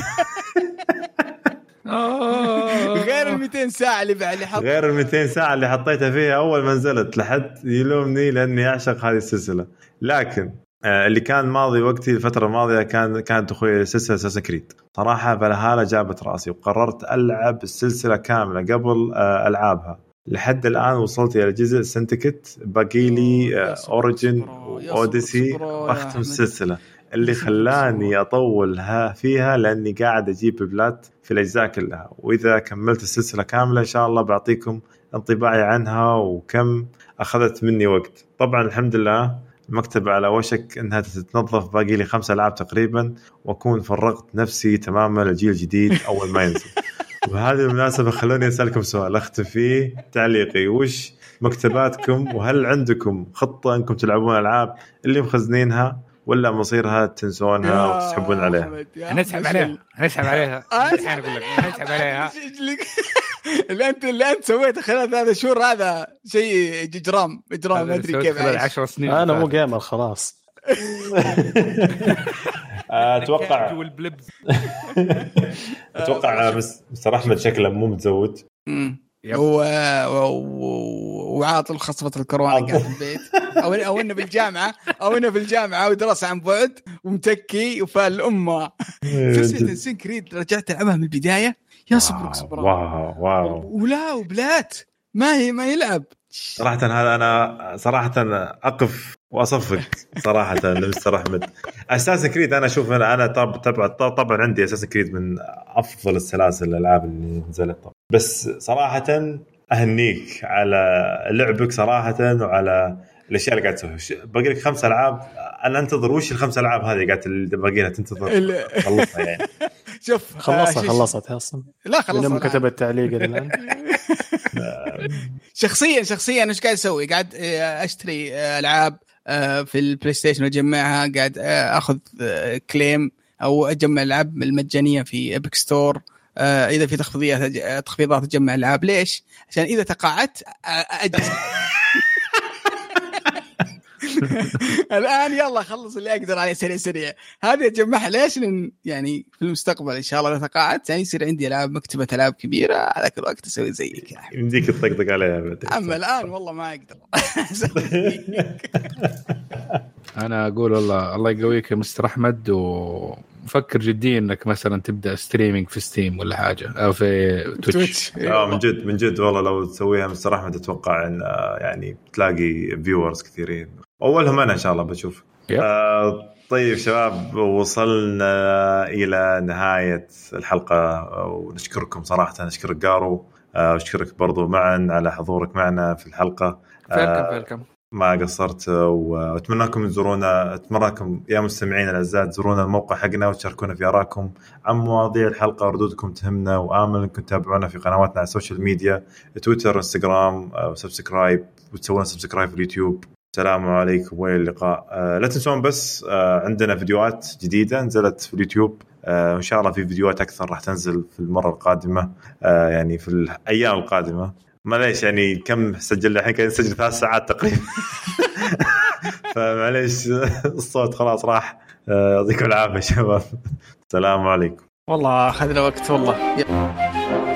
غير ال مئتين ساعة اللي بعد اللي حط غير ال مئتين ساعة اللي حطيتها فيها أول ما نزلت لحد يلومني لأني أعشق هذه السلسلة. لكن اللي كان ماضي وقتي الفترة الماضية كان كانت أخوي سلسلة أساسن كريد صراحة، فلهالة جابت رأسي وقررت ألعب السلسلة كاملة قبل ألعابها. لحد الآن وصلت إلى جزء سنتيكت، باقي لي أوريجين وأوديسي أختم السلسلة. اللي خلاني أطولها فيها لأني قاعد أجيب البلات في الأجزاء كلها، وإذا كملت السلسلة كاملة إن شاء الله بعطيكم انطباعي عنها وكم أخذت مني وقت. طبعا الحمد لله المكتبة على وشك أنها تتنظف، باقي لي خمسة ألعاب تقريبا وأكون فرغت نفسي تماما للجيل الجديد أول ما ينزل. وبهذه المناسبة خلوني أسألكم سؤال أختم فيه تعليقي، وش مكتباتكم وهل عندكم خطة أنكم تلعبون ألعاب اللي مخزنينها ولا مصيرها تنسونها وتسحبون عليها؟ نسحب عليها نسحب عليها نسحب عليها اللي انت اللي انت سويته خلال ثلاث شهور هذا شيء اجرام اجرام ما ادري كيف خلال عشر سنين. انا مو جيمر خلاص. اتوقع اتوقع مستر احمد شكله مو متزوج و... وعاطل خصفة الكورونا قاعد في البيت او او انه بالجامعه او انه بالجامعه ودرس عن بعد ومتكي وفالامه. سلسله سينكريد رجعت العبها من البدايه يا صبرك صبرك. واو واو ولا وبلات ما هي ما يلعب صراحه. هذا انا صراحه اقف واصفق صراحه لمستر احمد. اساسن كريد انا اشوف انا انا طب طبعا طبعا عندي اساسن كريد من افضل السلاسل الالعاب اللي نزلت طبعا. بس صراحه اهنيك على لعبك صراحه وعلى الاشياء اللي قاعد تسويها. باقي لك خمس العاب انا انتظر وش الخمس العاب هذه قاعد باقي لها تنتظر خلصها يعني. شوف خلصها خلصت اصلا لا خلصت لما كتب التعليق الان. شخصيا شخصيا انا ايش قاعد اسوي؟ قاعد اشتري العاب في البلاي ستيشن واجمعها. قاعد اخذ كليم او اجمع العاب المجانيه في ايبك ستور. اذا في تخفيضات تخفيضات اجمع العاب. ليش؟ عشان اذا تقاعدت اجلس الآن يلا خلص اللي أقدر عليه سريع سريع. هذه أجمعها ليش؟ لأن يعني في المستقبل إن شاء الله إذا تقاعدت يعني يصير عندي ألعاب مكتبة ألعاب كبيرة على كل وقت أسوي زيك. يمديك تطقطق عليها. أما الآن والله ما أقدر. أنا أقول والله الله يقويك يا مستر أحمد. وفكر جديا إنك مثلا تبدأ ستريمينج في ستيم ولا حاجة أو في تويتش. آه من جد من جد والله لو تسويها مستر أحمد أتوقع إن يعني تلاقي فيورز كثيرين. أولهم أنا إن شاء الله بشوف. آه طيب شباب وصلنا إلى نهاية الحلقة ونشكركم صراحة. نشكرك قارو آه ونشكرك برضو معا على حضورك معنا في الحلقة. آه ما قصرت وأتمنىكم تزورونا. أتمنىكم يا مستمعين الأعزاء تزورونا الموقع حقنا وتشاركونا في آراءكم عن مواضيع الحلقة وردودكم تهمنا. وآمل أنكم تتابعونا في قنواتنا على السوشيال ميديا تويتر انستغرام وسبسكرايب وتسوون سبسكرايب في اليوتيوب. السلام عليكم وإلى اللقاء. آه لا تنسون بس آه عندنا فيديوهات جديدة نزلت في اليوتيوب. آه إن شاء الله في فيديوهات أكثر راح تنزل في المرة القادمة آه يعني في الأيام القادمة. معليش يعني كم سجلنا الحين كان نسجل ثلاث ساعات تقريبا. فمعليش الصوت خلاص راح. يعطيكم العافية شباب. السلام عليكم. والله أخذنا وقت والله.